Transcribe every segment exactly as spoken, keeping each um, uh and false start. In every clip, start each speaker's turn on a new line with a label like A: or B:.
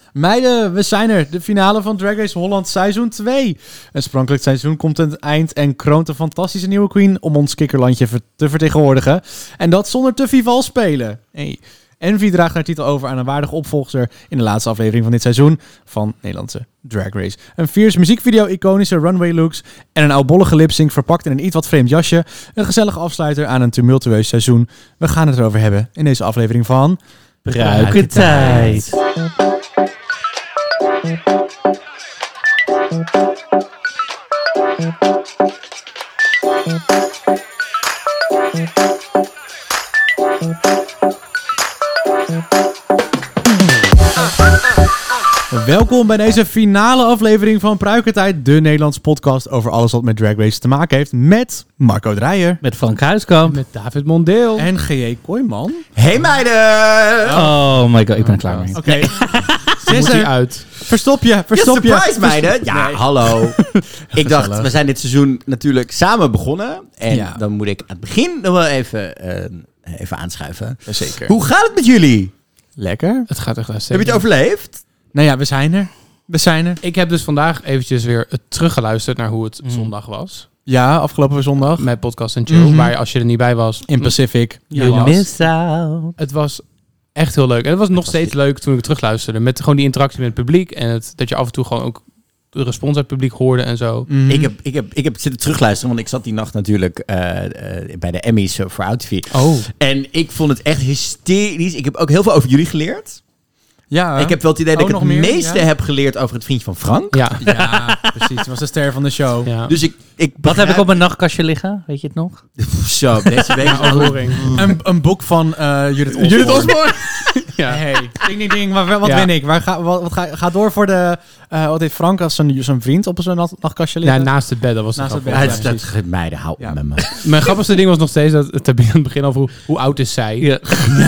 A: Meiden, we zijn er. De finale van Drag Race Holland seizoen twee. Een sprankelijk seizoen komt aan het eind en kroont een fantastische nieuwe queen om ons kikkerlandje te vertegenwoordigen. En dat zonder te vivals spelen. Hey. Envy draagt haar titel over aan een waardige opvolger in de laatste aflevering van dit seizoen van Nederlandse Drag Race. Een fierce muziekvideo, iconische runway looks en een oudbollige lip-sync verpakt in een iets wat vreemd jasje. Een gezellige afsluiter aan een tumultueus seizoen. We gaan het erover hebben in deze aflevering van
B: Pruikentijd.
A: Welkom bij deze finale aflevering van Pruikentijd, de Nederlandse podcast over alles wat met Drag Race te maken heeft. Met Marco Dreyer.
B: Met Frank Huiskamp.
C: Met David Mondeel.
A: En G J Kooijman.
D: Hey meiden!
B: Oh my god, ik ben er klaar mee.
A: Oké. Okay.
C: Moet hij uit.
A: Verstop je, verstop
D: je. Surprise meiden! Ja,
A: nee.
D: hallo. Ik dacht, we zijn dit seizoen natuurlijk samen begonnen. En ja. dan moet ik aan het begin nog wel even, uh, even aanschuiven.
A: Zeker.
D: Hoe gaat het met jullie?
A: Lekker.
C: Het gaat echt uitstekend.
D: Heb je het overleefd?
A: Nou ja, we zijn er. We zijn er.
C: Ik heb dus vandaag eventjes weer teruggeluisterd naar hoe het mm. zondag was.
A: Ja, afgelopen zondag.
C: Met Podcast en Chill,
A: mm-hmm.
C: waar als je er niet bij was...
A: In Pacific.
B: You missed out.
C: Het was echt heel leuk. En het was het nog was steeds leuk toen ik terugluisterde. Met gewoon die interactie met het publiek. En het, dat je af en toe gewoon ook de respons uit het publiek hoorde en zo.
D: Mm-hmm. Ik, heb, ik, heb, ik heb zitten terugluisteren, want ik zat die nacht natuurlijk uh, uh, bij de Emmys uh, voor Outfit.
A: Oh.
D: En ik vond het echt hysterisch. Ik heb ook heel veel over jullie geleerd.
A: Ja,
D: ik heb wel het idee dat ik het
A: meer,
D: meeste
A: ja?
D: heb geleerd over het vriendje van Frank.
C: Ja,
A: ja precies. Het was de ster van de show.
C: Ja.
D: Dus ik, ik
B: Wat heb ik op mijn nachtkastje liggen? Weet je het nog?
D: Zo, deze week
C: ja, overhoring.
A: een, een boek van uh, Judith Osborne.
C: Judith Osborne! Ja.
A: Hey, ding, ding, ding. Maar wat ja. win ik? Waar ga, wat, wat ga, ga door voor de... Uh, wat heeft Frank als zijn, zijn vriend op zijn nachtkastje liggen?
C: Ja, naast het bed. Dat was
D: naast
C: het
D: bed. Ja, dat, dat, meiden, hou ja. met me.
C: Mijn grappigste ding was nog steeds dat Tabine aan het begin al vroeg, hoe oud is zij?
B: Ja.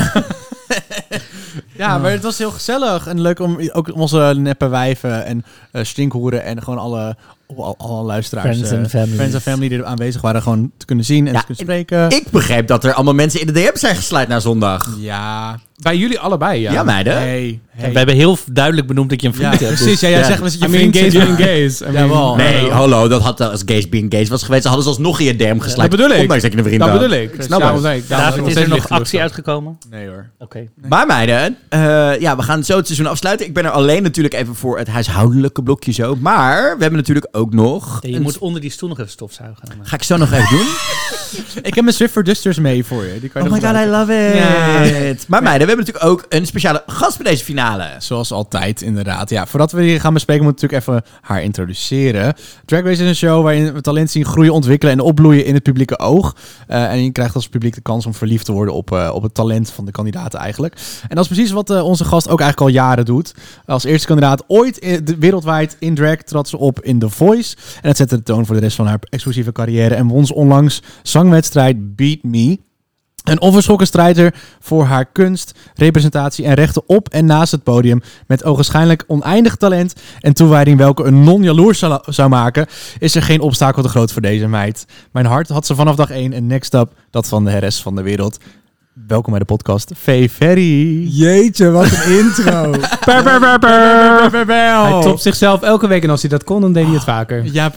A: Ja, maar het was heel gezellig en leuk om ook onze neppe wijven en uh, stinkhoeren en gewoon alle, alle, alle luisteraars,
B: friends and family,
A: friends and family die er aanwezig waren, gewoon te kunnen zien en ja, te kunnen spreken.
D: Ik begreep dat er allemaal mensen in de D M zijn gesluit na zondag.
A: Ja.
C: Bij jullie allebei, ja.
D: Ja, meiden.
A: Hey, hey.
B: We hebben heel duidelijk benoemd dat je een vriend
A: ja,
B: hebt.
A: Precies, ja, jij
B: ja.
A: zegt dat je
C: I mean, gays being gays. I mean,
A: ja, wel.
D: Nee, uh, hallo, dat had als gays being gays was geweest, hadden ze alsnog in je D M gesluit.
C: Dat bedoel ik.
D: Ondanks dat je een vriend
C: dat
D: had.
C: bedoel ik.
D: Snap
C: ja,
D: het.
C: nee,
B: David, is er nog actie uitgekomen?
A: Nee hoor.
B: Oké. Okay.
D: Nee. Maar meiden, uh, ja, we gaan zo het seizoen afsluiten. Ik ben er alleen natuurlijk even voor het huishoudelijke blokje zo. Maar we hebben natuurlijk ook nog...
B: Ja, je moet onder die stoel nog even stofzuigen.
D: Ga ik zo nog even doen?
A: Ik heb mijn Swiffer Dusters mee voor je. Die kan je
D: oh my god, I love it. Ja. Maar meiden, we hebben natuurlijk ook een speciale gast bij deze finale.
A: Zoals altijd, inderdaad. Ja, voordat we die gaan bespreken, moeten we natuurlijk even haar introduceren. Drag Race is een show waarin we talent zien groeien, ontwikkelen en opbloeien in het publieke oog. Uh, en je krijgt als publiek de kans om verliefd te worden op, uh, op het talent van de kandidaten eigenlijk. En dat is precies wat uh, onze gast ook eigenlijk al jaren doet. Als eerste kandidaat ooit in, de, wereldwijd in drag trad ze op in The Voice. En dat zette de toon voor de rest van haar exclusieve carrière en won ze onlangs zangwedstrijd Beat Me. Een onverschrokken strijder voor haar kunst, representatie en rechten op en naast het podium. Met ogenschijnlijk oneindig talent en toewijding welke een non jaloers zou, zou maken, is er geen obstakel te groot voor deze meid. Mijn hart had ze vanaf dag één en next up dat van de rest van de wereld. Welkom bij de podcast Faye Ferry.
E: Jeetje, wat een intro.
C: per, per, per, per, per, per. Hij topt zichzelf elke week en als hij dat kon, dan deed hij het vaker.
A: Ja.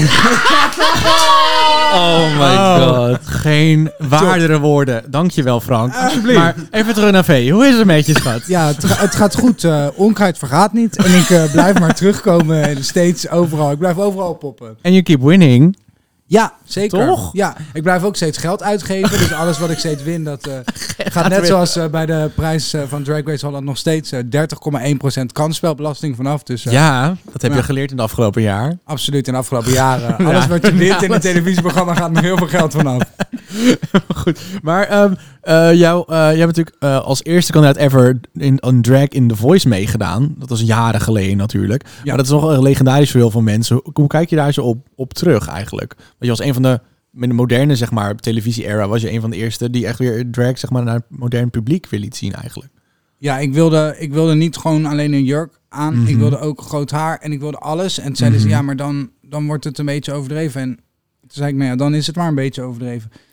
B: Oh my oh, god.
A: Geen waardere woorden. Dankjewel, Frank. Alsjeblieft. Maar even terug naar Vee. Hoe is het met je, schat?
E: Ja, het, ga, het gaat goed. Uh, onkruid vergaat niet. En ik uh, blijf maar terugkomen. En steeds overal. Ik blijf overal poppen.
A: En you keep winning.
E: Ja, zeker.
A: Toch?
E: Ja, ik blijf ook steeds geld uitgeven. Dus alles wat ik steeds win, dat uh, gaat net zoals uh, bij de prijs uh, van Drag Race Holland nog steeds uh, dertig komma één procent kansspelbelasting vanaf. Dus, uh,
A: ja, dat heb
E: ja.
A: je geleerd in de afgelopen jaar.
E: Absoluut, in de afgelopen jaren. Alles ja. wat je wint in een televisieprogramma gaat er heel veel geld vanaf.
A: Goed, maar um, uh, jou, uh, jij hebt natuurlijk uh, als eerste kandidaat ever in een drag in The Voice meegedaan. Dat was jaren geleden natuurlijk. Ja. Maar dat is nog legendarisch voor heel veel mensen. Hoe, hoe kijk je daar zo op, op terug eigenlijk? Want je was een van de, met de moderne zeg maar, televisie-era, was je een van de eerste die echt weer drag zeg maar, naar het modern publiek weer liet zien eigenlijk.
E: Ja, ik wilde, ik wilde niet gewoon alleen een jurk aan. Mm-hmm. Ik wilde ook groot haar en ik wilde alles. En zeiden mm-hmm. ze, ja, maar dan, dan wordt het een beetje overdreven. En toen zei ik, nou ja, dan is het maar een beetje overdreven.
A: Ja.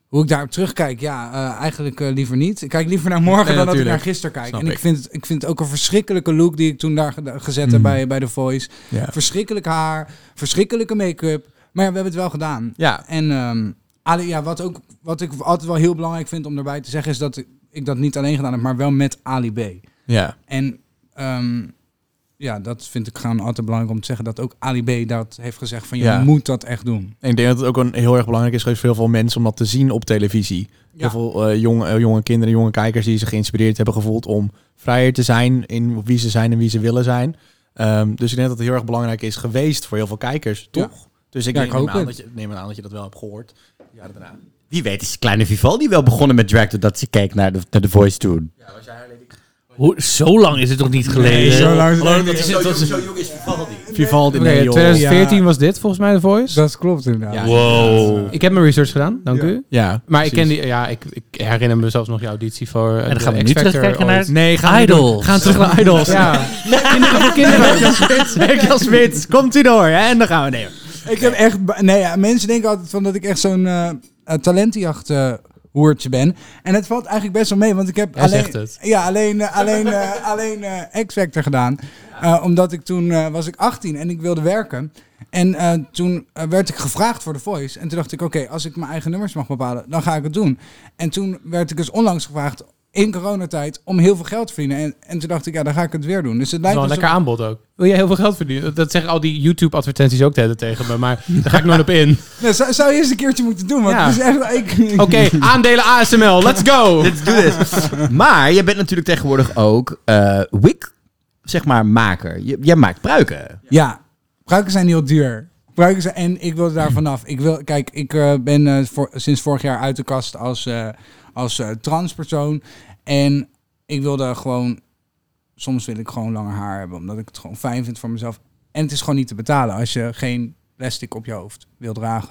E: hoe ik daarop terugkijk, ja, uh, eigenlijk uh, liever niet. Ik kijk liever naar morgen nee, dan natuurlijk. dat ik naar gisteren kijk. Snap en ik, ik. Vind het, ik vind het ook een verschrikkelijke look die ik toen daar ge- gezet mm. heb bij, bij The Voice. Ja. Verschrikkelijk haar, verschrikkelijke make-up. Maar ja, we hebben het wel gedaan.
A: Ja.
E: En um, Ali, ja, wat, ook, wat ik altijd wel heel belangrijk vind om erbij te zeggen, is dat ik dat niet alleen gedaan heb, maar wel met Ali B.
A: Ja.
E: En um, ja, dat vind ik gewoon altijd belangrijk om te zeggen, dat ook Ali B dat heeft gezegd van, je ja. moet dat echt doen.
A: En ik denk dat het ook een heel erg belangrijk is voor heel veel mensen om dat te zien op televisie. Ja. Heel veel uh, jonge, uh, jonge kinderen, jonge kijkers die zich geïnspireerd hebben gevoeld om vrijer te zijn in wie ze zijn en wie ze willen zijn. Um, dus ik denk dat het heel erg belangrijk is geweest voor heel veel kijkers, toch? Ja. Dus ik,
E: ja,
A: neem,
E: ik
A: neem, aan dat je, neem aan dat je dat wel hebt gehoord. Ja, daarna.
D: Wie weet is kleine Vivaldi wel begonnen met drag doordat ze keek naar de, naar de Voice toen. Ja, was jij
B: Hoe, zo lang is het toch niet geleden? Nee,
E: zo lang is het
D: niet. Zo, zo, zo jong is Vivaldi.
A: Vivaldi,
C: nee,
A: nee,
C: twintig veertien ja. was dit volgens mij de Voice.
E: Dat klopt inderdaad.
B: Ja, wow.
C: Ik heb mijn research gedaan, dank ja. u.
A: Ja,
C: maar ik ken die, ja, ik, ik herinner me zelfs nog jouw auditie voor.
B: En dan gaan we nu terugkijken naar
A: nee, gaan
B: Idols.
A: We gaan terug naar Idols.
C: Ja.
A: Kinderen voor kinderen. Herkel Smit, komt u door, hè? En dan gaan we nemen.
E: Ik heb echt, nee, ja, mensen denken altijd van dat ik echt zo'n uh, uh, talentenjacht uh, hoertje ben. En het valt eigenlijk best wel mee, want ik heb
C: Jij
E: alleen,
C: zegt het.
E: Ja, alleen, uh, alleen, uh, alleen uh, X-Factor gedaan. Uh, omdat ik toen uh, was ik achttien en ik wilde werken. En uh, toen uh, werd ik gevraagd voor The Voice. En toen dacht ik, oké, okay, als ik mijn eigen nummers mag bepalen, dan ga ik het doen. En toen werd ik dus onlangs gevraagd in coronatijd om heel veel geld te verdienen. En, en toen dacht ik, ja, dan ga ik het weer doen. Dus het lijkt
C: wel een lekker aanbod ook. Wil jij heel veel geld verdienen? Dat zeggen al die YouTube-advertenties ook tegen, tegen me, maar daar ga ik nooit op in.
E: Nou, zou, zou je eens een keertje moeten doen, want
C: ja.
E: het is echt... Ik...
C: Oké, okay, aandelen A S M L, let's go!
D: Let's do this. Maar je bent natuurlijk tegenwoordig ook uh, wig, zeg maar, maker. Je, jij maakt pruiken.
E: Ja, pruiken zijn heel duur. Pruiken zijn, en ik wil daar vanaf. Ik wil, kijk, ik uh, ben uh, voor, sinds vorig jaar uit de kast als, uh, als uh, transpersoon. En ik wilde gewoon... Soms wil ik gewoon langer haar hebben, omdat ik het gewoon fijn vind voor mezelf. En het is gewoon niet te betalen als je geen plastic op je hoofd wil dragen.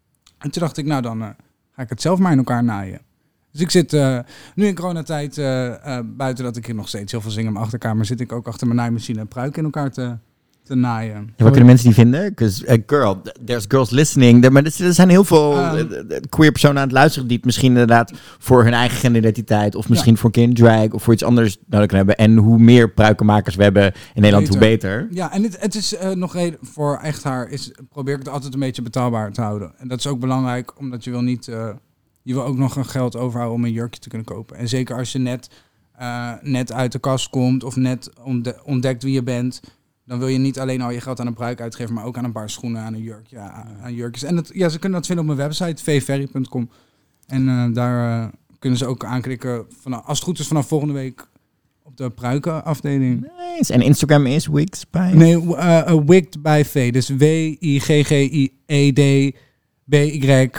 E: En toen dacht ik, nou dan uh, ga ik het zelf maar in elkaar naaien. Dus ik zit uh, nu in coronatijd, uh, uh, buiten dat ik hier nog steeds heel veel zing in mijn achterkamer, zit ik ook achter mijn naaimachine en pruiken in elkaar te, te naaien.
D: Ja, wat kunnen mensen die vinden? Because uh, girl, there's girls listening. Er, maar er zijn heel veel um, queer personen aan het luisteren die het misschien inderdaad voor hun eigen genderidentiteit of misschien ja. voor kinderdrag of voor iets anders nodig hebben. En hoe meer pruikenmakers we hebben in Nederland, beter. hoe beter.
E: Ja, en het, het is uh, nog reden voor echt haar, is, probeer ik het altijd een beetje betaalbaar te houden. En dat is ook belangrijk, omdat je wil niet... Uh, je wil ook nog een geld overhouden om een jurkje te kunnen kopen. En zeker als je net, uh, net uit de kast komt of net ontde- ontdekt wie je bent, dan wil je niet alleen al je geld aan een pruik uitgeven, maar ook aan een paar schoenen, aan een jurk, ja, aan jurkjes. En dat, ja, ze kunnen dat vinden op mijn website, v ferry punt com. En uh, daar uh, kunnen ze ook aanklikken, vanaf, als het goed is, vanaf volgende week op de pruikenafdeling.
D: Nice. En Instagram is Wigs by?
E: Nee, uh, uh, Wigged by V. Dus W I G G I E D B Y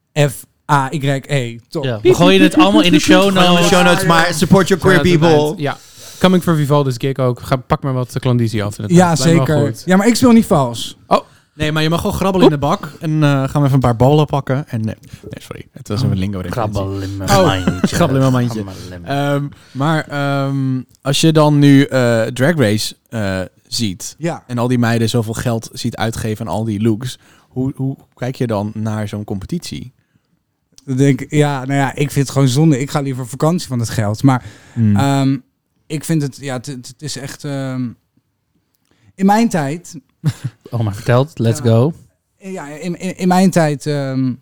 E: F A Y E. Top.
B: Ja, we gooien het allemaal in de show notes.
D: show notes, maar support your queer people.
C: Ja. Coming for Vivaldi's gig ook. Ga, pak maar wat klandizie af.
E: Ja, zeker. Ja, maar ik speel niet vals.
A: Oh. Nee, maar je mag gewoon grabbelen in de bak. En uh, gaan we even een paar ballen pakken. En nee, nee sorry. Het was een lingo.
B: Grabbel in mijn
A: oh,
B: mandje.
A: Grabbel in mijn mandje. Um, maar um, als je dan nu uh, Drag Race uh, ziet.
E: Ja.
A: En al die meiden zoveel geld ziet uitgeven aan al die looks. Hoe, hoe kijk je dan naar zo'n competitie?
E: Dan denk ik, ja, nou ja, ik vind het gewoon zonde. Ik ga liever op vakantie van het geld. Maar mm. um, ik vind het, ja, het is echt... Um, in mijn tijd...
B: Oh, maar verteld, let's
E: ja,
B: go.
E: Ja, in, in, in mijn tijd um,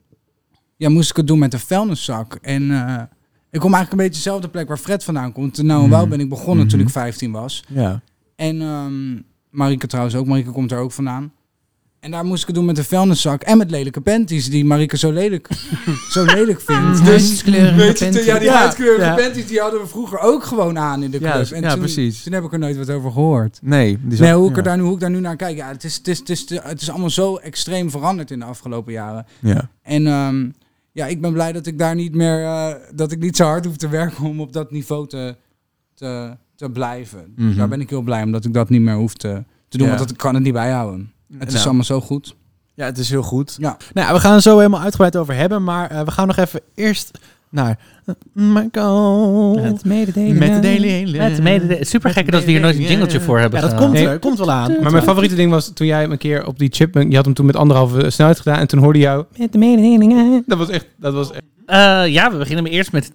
E: ja, moest ik het doen met een vuilniszak. En uh, ik kom eigenlijk een beetje dezelfde plek waar Fred vandaan komt. Nou en wel ben ik begonnen mm-hmm. toen ik vijftien was.
A: Ja.
E: En um, Marieke trouwens ook. Marieke komt er ook vandaan. En daar moest ik het doen met een vuilniszak en met lelijke panties die Marieke zo lelijk, zo lelijk vindt.
C: Dus, weet
E: je, ja, die ja, huidkleurige ja. panties die hadden we vroeger ook gewoon aan in de club.
A: Ja,
E: en
A: ja
E: toen,
A: precies.
E: Toen heb ik er nooit wat over gehoord.
A: Nee, die
E: nee hoe, ik er daar nu, hoe ik daar nu naar kijk, ja, het is, het is, het is, het is allemaal zo extreem veranderd in de afgelopen jaren.
A: Ja.
E: En um, ja, ik ben blij dat ik daar niet meer, uh, dat ik niet zo hard hoef te werken om op dat niveau te, te, te blijven. Mm-hmm. Daar ben ik heel blij omdat ik dat niet meer hoef te, te doen, ja. want dat kan het niet bijhouden. Het nou. is allemaal zo goed.
A: Ja, het is heel goed.
E: Ja.
A: Nou, we gaan er zo helemaal uitgebreid over hebben, maar uh, we gaan nog even eerst naar Marco.
B: Met
C: mededelingen.
A: Met de mededelingen.
B: Met de medede- Super gek dat we hier nooit een jingletje voor hebben.
A: Ja, dat
B: gedaan.
A: komt
C: Nee.
A: er. Komt wel aan.
C: Maar mijn favoriete ding was toen jij hem een keer op die chipmunk... Je had hem toen met anderhalve snelheid gedaan. En toen hoorde jou... Met de mededelingen. Dat was echt... Dat was echt
B: Uh, ja, we beginnen maar eerst met de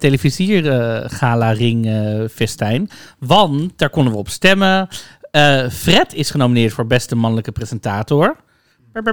B: televisier-gala-ring-festijn. Want daar konden we op stemmen. Uh, Fred is genomineerd voor beste mannelijke presentator. Uh,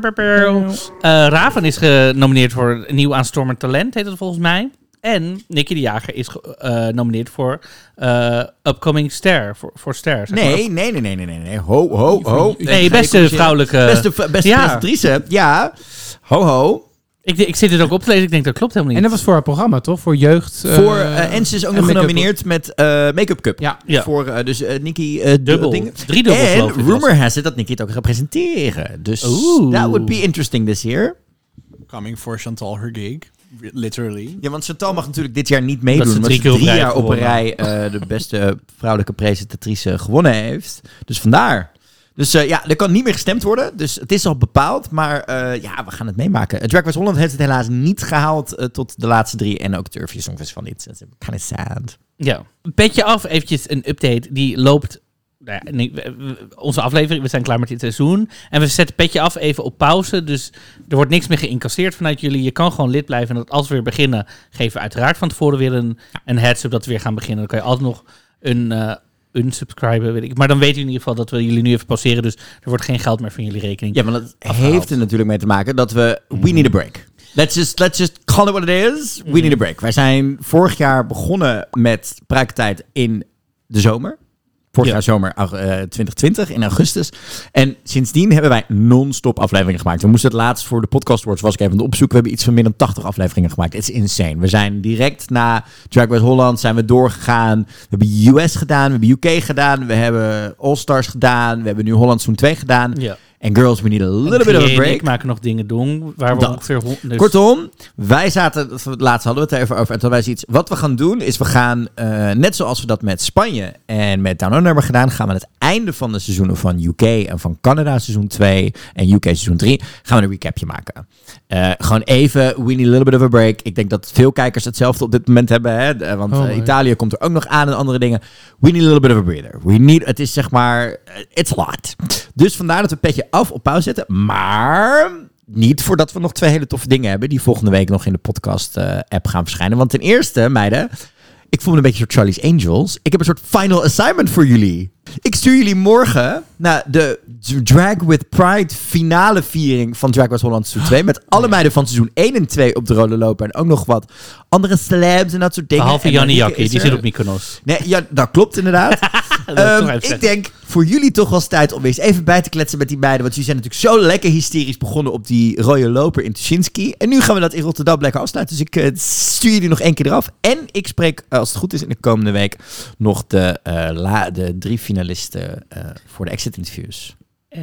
B: Raven is genomineerd voor nieuw aanstormend talent, heet het volgens mij. En Nicky de Jager is genomineerd uh, voor uh, Upcoming Ster. Voor, voor Ster. Zeg
D: Nee, nee, nee, nee, nee, nee, nee. Ho, ho, ho.
B: Nee, beste vrouwelijke...
D: Beste, beste
B: Ja.
D: presentatrice. Ja. Ho, ho.
B: Ik, ik zit het ook op te lezen. Ik denk dat klopt helemaal niet.
C: En dat was voor haar programma, toch? Voor jeugd. Uh,
D: Voor, uh, en ze is ook
C: en
D: nog
C: make-up.
D: genomineerd met uh, Make-up Cup.
C: Ja.
B: Ja.
D: Voor uh, dus uh, Nicky uh,
B: Dubbel.
D: dingen.
B: Drie dubbel,
D: En
B: geloof ik.
D: rumor has it dat Nicky het ook gaat presenteren. Dus
B: Oeh.
D: that would be interesting this year.
A: Coming for Chantal her gig. Literally.
D: Ja, want Chantal mag natuurlijk dit jaar niet meedoen.
B: Dat ze
D: Omdat
B: drie
D: ze
B: keer op
D: drie
B: rij
D: jaar op een
B: gewonnen.
D: rij uh, de beste vrouwelijke presentatrice gewonnen heeft. Dus vandaar. Dus uh, ja, er kan niet meer gestemd worden. Dus het is al bepaald. Maar uh, ja, we gaan het meemaken. Uh, Drag Race Holland heeft het helaas niet gehaald uh, tot de laatste drie. En ook het Eurovisie Songfestival niet. Dat is kind of sad.
B: Ja. Petje af, eventjes een update. Die loopt... Nou ja, nee, we- we- onze aflevering, we zijn klaar met dit seizoen. En we zetten Petje af even op pauze. Dus er wordt niks meer geïncasseerd vanuit jullie. Je kan gewoon lid blijven. En dat als we weer beginnen, geven we uiteraard van tevoren weer een, een heads-up dat we weer gaan beginnen. Dan kan je altijd nog een uh, unsubscriben, weet ik. Maar dan weten jullie in ieder geval dat we jullie nu even pauzeren. Dus er wordt geen geld meer van jullie rekening.
D: Ja, maar dat
B: Afgehaald.
D: heeft er natuurlijk mee te maken dat we... We need a break. Let's just, let's just call it what it is. We need a break. Wij zijn vorig jaar begonnen met Pruikentijd in de zomer. Vorig
B: Ja.
D: jaar zomer uh, twintig twintig, in augustus. En sindsdien hebben wij non-stop afleveringen gemaakt. We moesten het laatst voor de podcast Awards, was ik even aan het opzoeken. We hebben iets van meer dan tachtig afleveringen gemaakt. Het is insane. We zijn direct na Drag Race Holland zijn we doorgegaan. We hebben U S gedaan, we hebben U K gedaan. We hebben All Stars gedaan. We hebben nu Holland Seizoen twee gedaan.
B: Ja.
D: En girls, we need a little bit of a
B: Ik
D: break.
B: maken nog dingen doen waar we
D: Dat.
B: ongeveer... hon- Dus
D: Kortom, wij zaten, laatst hadden we het er even over. En toen wij zoiets, wat we gaan doen, is we gaan, uh, net zoals we dat met Spanje en met Down Under hebben gedaan, gaan we aan het einde van de seizoenen van U K en van Canada seizoen twee en U K seizoen drie, gaan we een recapje maken. Uh, gewoon even, we need a little bit of a break. Ik denk dat veel kijkers hetzelfde op dit moment hebben, hè? De- want
C: Oh,
D: uh,
C: my.
D: Italië komt er ook nog aan en andere dingen. We need a little bit of a breather. We need, het is zeg maar, uh, it's a lot. Dus vandaar dat we Petje af op pauze zetten. Maar niet voordat we nog twee hele toffe dingen hebben die volgende week nog in de podcast-app gaan verschijnen. Want ten eerste, meiden, ik voel me een beetje soort Charlie's Angels. Ik heb een soort final assignment voor jullie. Ik stuur jullie morgen naar de Drag with Pride finale viering van Drag Race Holland seizoen twee. Met alle meiden van seizoen één en twee op de rode loper. En ook nog wat andere celebs en dat soort dingen.
B: behalve
D: En
B: Jannie
D: Marieke
B: Jackie,
D: is
B: die
D: er.
B: zit op Mykonos.
D: Nee, ja, dat klopt inderdaad.
B: Dat wil ik
D: Ehm,
B: toch even
D: ik
B: zeggen.
D: denk voor jullie toch wel eens tijd om eens even bij te kletsen met die meiden. Want jullie zijn natuurlijk zo lekker hysterisch begonnen op die rode loper in Tuschinski. En nu gaan we dat in Rotterdam lekker afsluiten. Dus ik uh, stuur jullie nog één keer eraf. En ik spreek, uh, als het goed is, in de komende week nog de, uh, la, de drie finalisten uh, voor de exit interviews.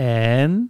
B: En...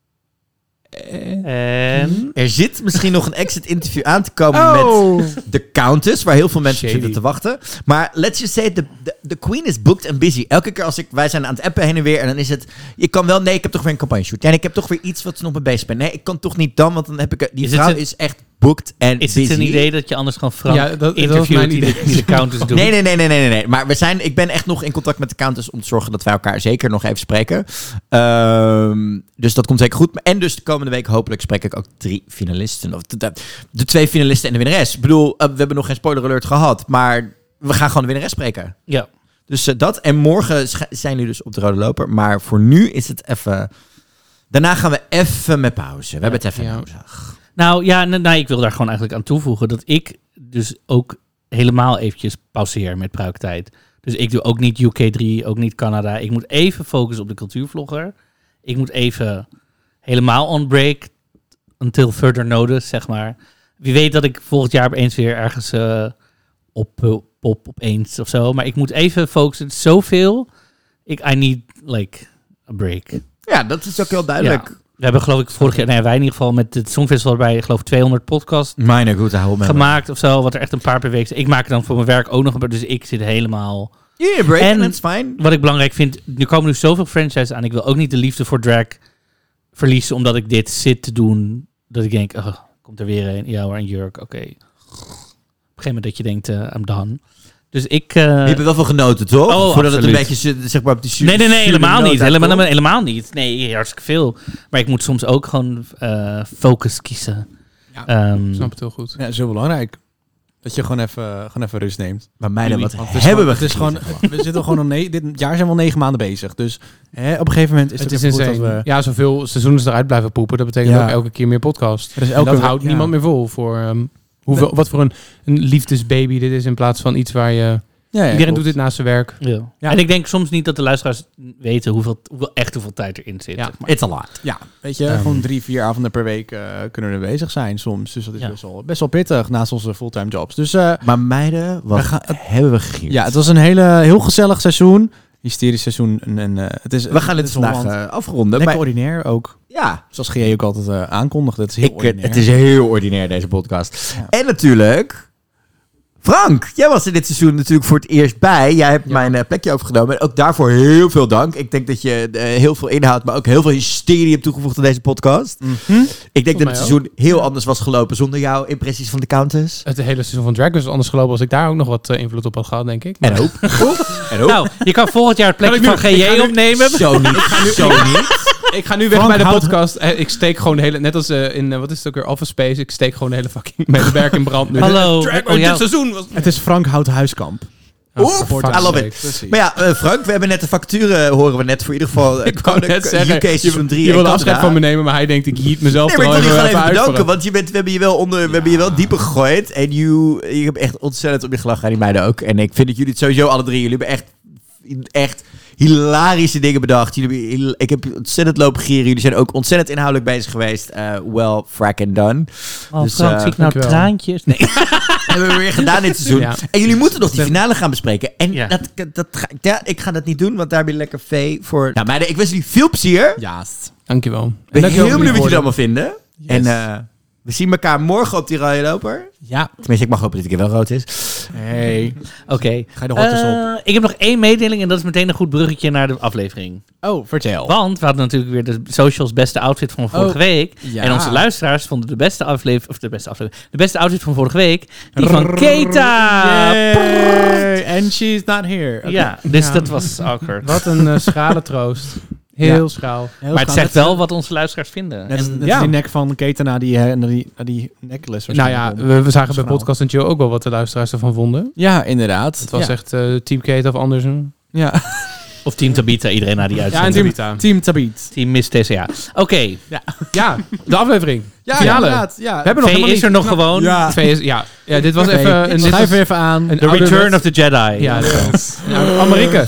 B: En...
D: Er zit misschien nog een exit interview aan te komen
C: Oh.
D: met de Countess, waar heel veel mensen op
C: Shady.
D: zitten te wachten. Maar let's just say, de, de, de queen is booked and busy. Elke keer als ik, wij zijn aan het appen heen en weer en dan is het, je kan wel, nee, ik heb toch weer een campagne shoot. Ja, en ik heb toch weer iets wat ze nog mee bezig ben. Nee, ik kan toch niet dan, want dan heb ik, die
B: Is het
D: vrouw
B: een-
D: is echt booked and
B: Is
D: busy.
B: het een idee dat je anders gewoon Frank
C: Ja, dat- dat was
B: interviewt
C: mijn
B: die, de,
C: idee.
B: die de counters doen?
D: Nee, nee, nee, nee, nee, nee, nee. Maar we zijn, ik ben echt nog in contact met de Countess om te zorgen dat wij elkaar zeker nog even spreken. Ehm, dus dat komt zeker goed. En dus de komende week hopelijk spreek ik ook drie finalisten. Of de, de, de twee finalisten en de winnares. Ik bedoel, uh, we hebben nog geen spoiler alert gehad, maar we gaan gewoon de winnares spreken.
B: Ja.
D: Dus uh, dat. En morgen sch- zijn jullie dus op de rode loper. Maar voor nu is het even... Daarna gaan we even met pauze. We hebben het even
C: Ja.
D: nodig.
B: Nou ja, n- nou, ik wil daar gewoon eigenlijk aan toevoegen dat ik dus ook helemaal eventjes pauzeer met pruiktijd. Dus ik doe ook niet U K drie, ook niet Canada. Ik moet even focussen op de cultuurvlogger. Ik moet even helemaal on break until further notice, zeg maar. Wie weet dat ik volgend jaar opeens weer ergens uh, op uh, pop opeens of zo. Maar ik moet even focussen. Het is zoveel. Ik, I need like a break.
D: Ja, dat is ook heel duidelijk.
B: Ja. We hebben geloof ik vorig jaar, nee, wij in ieder geval met het Songfestival bij, geloof ik, tweehonderd podcasts
D: Mijn goed, hou me.
B: gemaakt of zo. Wat er echt een paar per week is. Ik maak er dan voor mijn werk ook nog een. Dus ik zit helemaal...
D: Yeah, break,
B: En-
D: that's fine.
B: Wat ik belangrijk vind, nu komen er zoveel franchises aan. Ik wil ook niet de liefde voor drag verliezen, omdat ik dit zit te doen. Dat ik denk, oh, komt er weer een. Ja hoor, een jurk, oké. gegeven moment dat je denkt, uh, I'm done. Dus ik... Uh...
D: Je hebt er wel van genoten, toch?
B: Oh,
D: Voordat
B: absoluut.
D: het een beetje, zeg maar, op die su-
B: Nee, nee, nee, helemaal niet. Helemaal,
D: helemaal.
B: helemaal niet. Nee, hartstikke veel. Maar ik moet soms ook gewoon uh, focus kiezen.
C: Ja,
B: Um,
C: ik snap het heel goed.
A: Ja, dat is heel belangrijk. Dat je gewoon even, gewoon even rust neemt.
D: Maar meiden, wat
A: Want het is
D: hebben
A: gewoon,
D: we
A: het is gewoon, we zitten gewoon al ne- dit jaar zijn we al negen maanden bezig. Dus hè, op een gegeven moment is
C: Het
A: het,
C: is
A: ook goed
C: insane.
A: dat we...
C: Ja, zoveel seizoenen ze eruit blijven poepen. Dat betekent
A: Ja.
C: ook elke keer meer podcast.
A: Er is
C: En
A: elke,
C: dat houdt
A: ja.
C: niemand meer vol voor um, hoeveel, wat voor een, een liefdesbaby dit is in plaats van iets waar je...
A: Ja, ja,
C: iedereen
A: klopt.
C: doet dit naast zijn werk.
B: ja.
A: Ja.
B: En ik denk soms niet dat de luisteraars weten hoeveel, hoeveel echt hoeveel tijd erin zit.
C: Ja.
B: Zeg maar.
D: It's a lot.
A: Ja, weet je,
B: Um,
A: gewoon drie, vier avonden per week uh, kunnen we er bezig zijn soms. Dus dat is
B: Ja.
A: best, wel, best wel pittig naast onze fulltime jobs. Dus uh,
D: Maar meiden, wat
A: We gaan-
D: hebben we gegierd?
A: ja, het was een hele, heel gezellig seizoen. Hysterisch seizoen. En, en, uh, het is,
D: we gaan
A: het
D: dit
A: is
D: vandaag
A: Holland.
D: uh, afronden.
A: Lekker
D: Maar,
A: ordinair ook.
D: ja,
A: Zoals G J ook altijd uh, aankondigt. Het is heel
D: ik,
A: ordinair.
D: het is heel ordinair, deze podcast.
A: Ja.
D: En natuurlijk... Frank, jij was er dit seizoen natuurlijk voor het eerst bij. Jij hebt
C: Ja.
D: mijn uh, plekje overgenomen. En ook daarvoor heel veel dank. Ik denk dat je uh, heel veel inhoud, maar ook heel veel hysterie hebt toegevoegd aan deze podcast.
A: Mhm.
D: Ik denk dat
C: mij
D: het seizoen heel anders was gelopen zonder jouw impressies van de Countess.
C: Het hele seizoen van Drag Race was anders gelopen als ik daar ook nog wat uh, invloed op had gehad, denk ik.
D: En hoop. en hoop.
B: Nou, je kan volgend jaar het plekje
C: Kan ik
B: van
C: nu-
B: G
C: ik ga
B: J
C: nu-
B: opnemen.
D: Zo niet. Zo niet.
C: Ik ga nu weg
A: Frank
C: bij de
A: houdt-
C: podcast. Eh, Ik steek gewoon de hele... Net als uh, in, uh, wat is het ook weer, Office Space. Ik steek gewoon de hele fucking medewerk in brand nu.
B: Hallo.
C: Drag
B: Oh,
C: Race
B: ja.
C: dit seizoen was...
A: Het is Frank Hout Huiskamp.
C: Oh,
D: Oef,
C: for
D: I love
C: fuck's
D: it.
C: sake.
A: Precies.
D: Maar ja, uh, Frank, we hebben net de facturen, horen we net voor ieder geval. Uh,
C: Ik wou net zeggen,
D: U K seizoen drie
C: Je
D: en
C: wilde
D: Canada.
C: afscheid van me nemen, maar hij denkt, ik jiet mezelf
D: Nee, maar
C: er
D: ik
C: al
D: wil je
C: even,
D: gewoon even
C: even
D: bedanken,
C: uitvallen.
D: want je bent, we hebben je wel, onder, we hebben je wel dieper gegooid. En you, je hebt echt ontzettend op je gelachen, aan die meiden ook. En ik vind dat jullie het sowieso alle drie, jullie hebben echt, echt hilarische dingen bedacht. Jullie, hebben- ik heb ontzettend lopen gieren. Jullie zijn ook ontzettend inhoudelijk bezig geweest. Uh, well, frack and done.
B: Oh,
D: Dus,
B: Frank,
D: uh,
B: zie ik nou
C: dankjewel.
B: traantjes? Nee.
D: hebben we weer gedaan dit seizoen.
C: Ja.
D: En jullie moeten nog die finale gaan bespreken. En
B: Ja.
D: dat, dat ga, ja, ik ga dat niet doen, want daar heb je lekker vee voor. Nou meiden, ik wens jullie veel plezier.
A: Jaast.
C: Dankjewel.
D: Ik
C: En
D: ben
C: dankjewel
D: heel
C: voor
D: benieuwd
C: die
D: wat jullie allemaal vinden.
A: Yes.
D: En uh, we zien elkaar morgen op die rode loper.
A: Ja.
D: Tenminste, ik mag hopen dat ik er wel rood is.
A: Hey.
B: Oké.
A: Ga je de hortes op?
B: Uh, ik heb nog één mededeling en dat is meteen een goed bruggetje naar de aflevering.
A: Oh, vertel.
B: Want we hadden natuurlijk weer de socials beste outfit van vorige
A: Oh,
B: week.
A: ja.
B: En onze luisteraars vonden de beste aflevering, of de beste aflevering, de beste outfit van vorige week, die van Keita.
A: Yay. And she's not here. Oké.
B: Ja, dus
C: Ja.
B: dat was awkward.
C: Wat een uh, schrale troost. Heel
A: Ja.
C: schraal.
A: Heel
B: Maar het
A: schaam.
B: zegt wel wat onze luisteraars vinden.
A: Net als,
B: En-
A: net als
C: ja.
A: die nek van Keten naar die, eh, naar die, naar die necklace.
C: Nou ja,
A: waarschijnlijk.
C: we, we zagen bij
A: Schraal.
C: Podcast en Chill ook wel wat de luisteraars ervan vonden.
A: Ja, inderdaad.
C: Het was
A: ja.
C: echt uh, Team Kate of Andersen.
A: Ja.
B: Of Team Tabita, iedereen naar die
C: Ja, en
B: uitzending.
C: Tabita.
A: Team Tabit.
B: Team Miss T C A. Oké,
C: Ja, de aflevering.
A: Ja,
C: Finale.
A: inderdaad. Ja.
C: We hebben nog
B: V
C: helemaal
B: is er
C: niet-
B: nog gewoon.
A: Ja.
C: Twee is, ja. ja, dit was
A: Oké,
C: even... Een, dit
A: Schrijf
C: was,
A: even aan.
C: een
B: The
C: ouderwets-
B: Return of the Jedi.
C: Ja, dat nou, Amerika.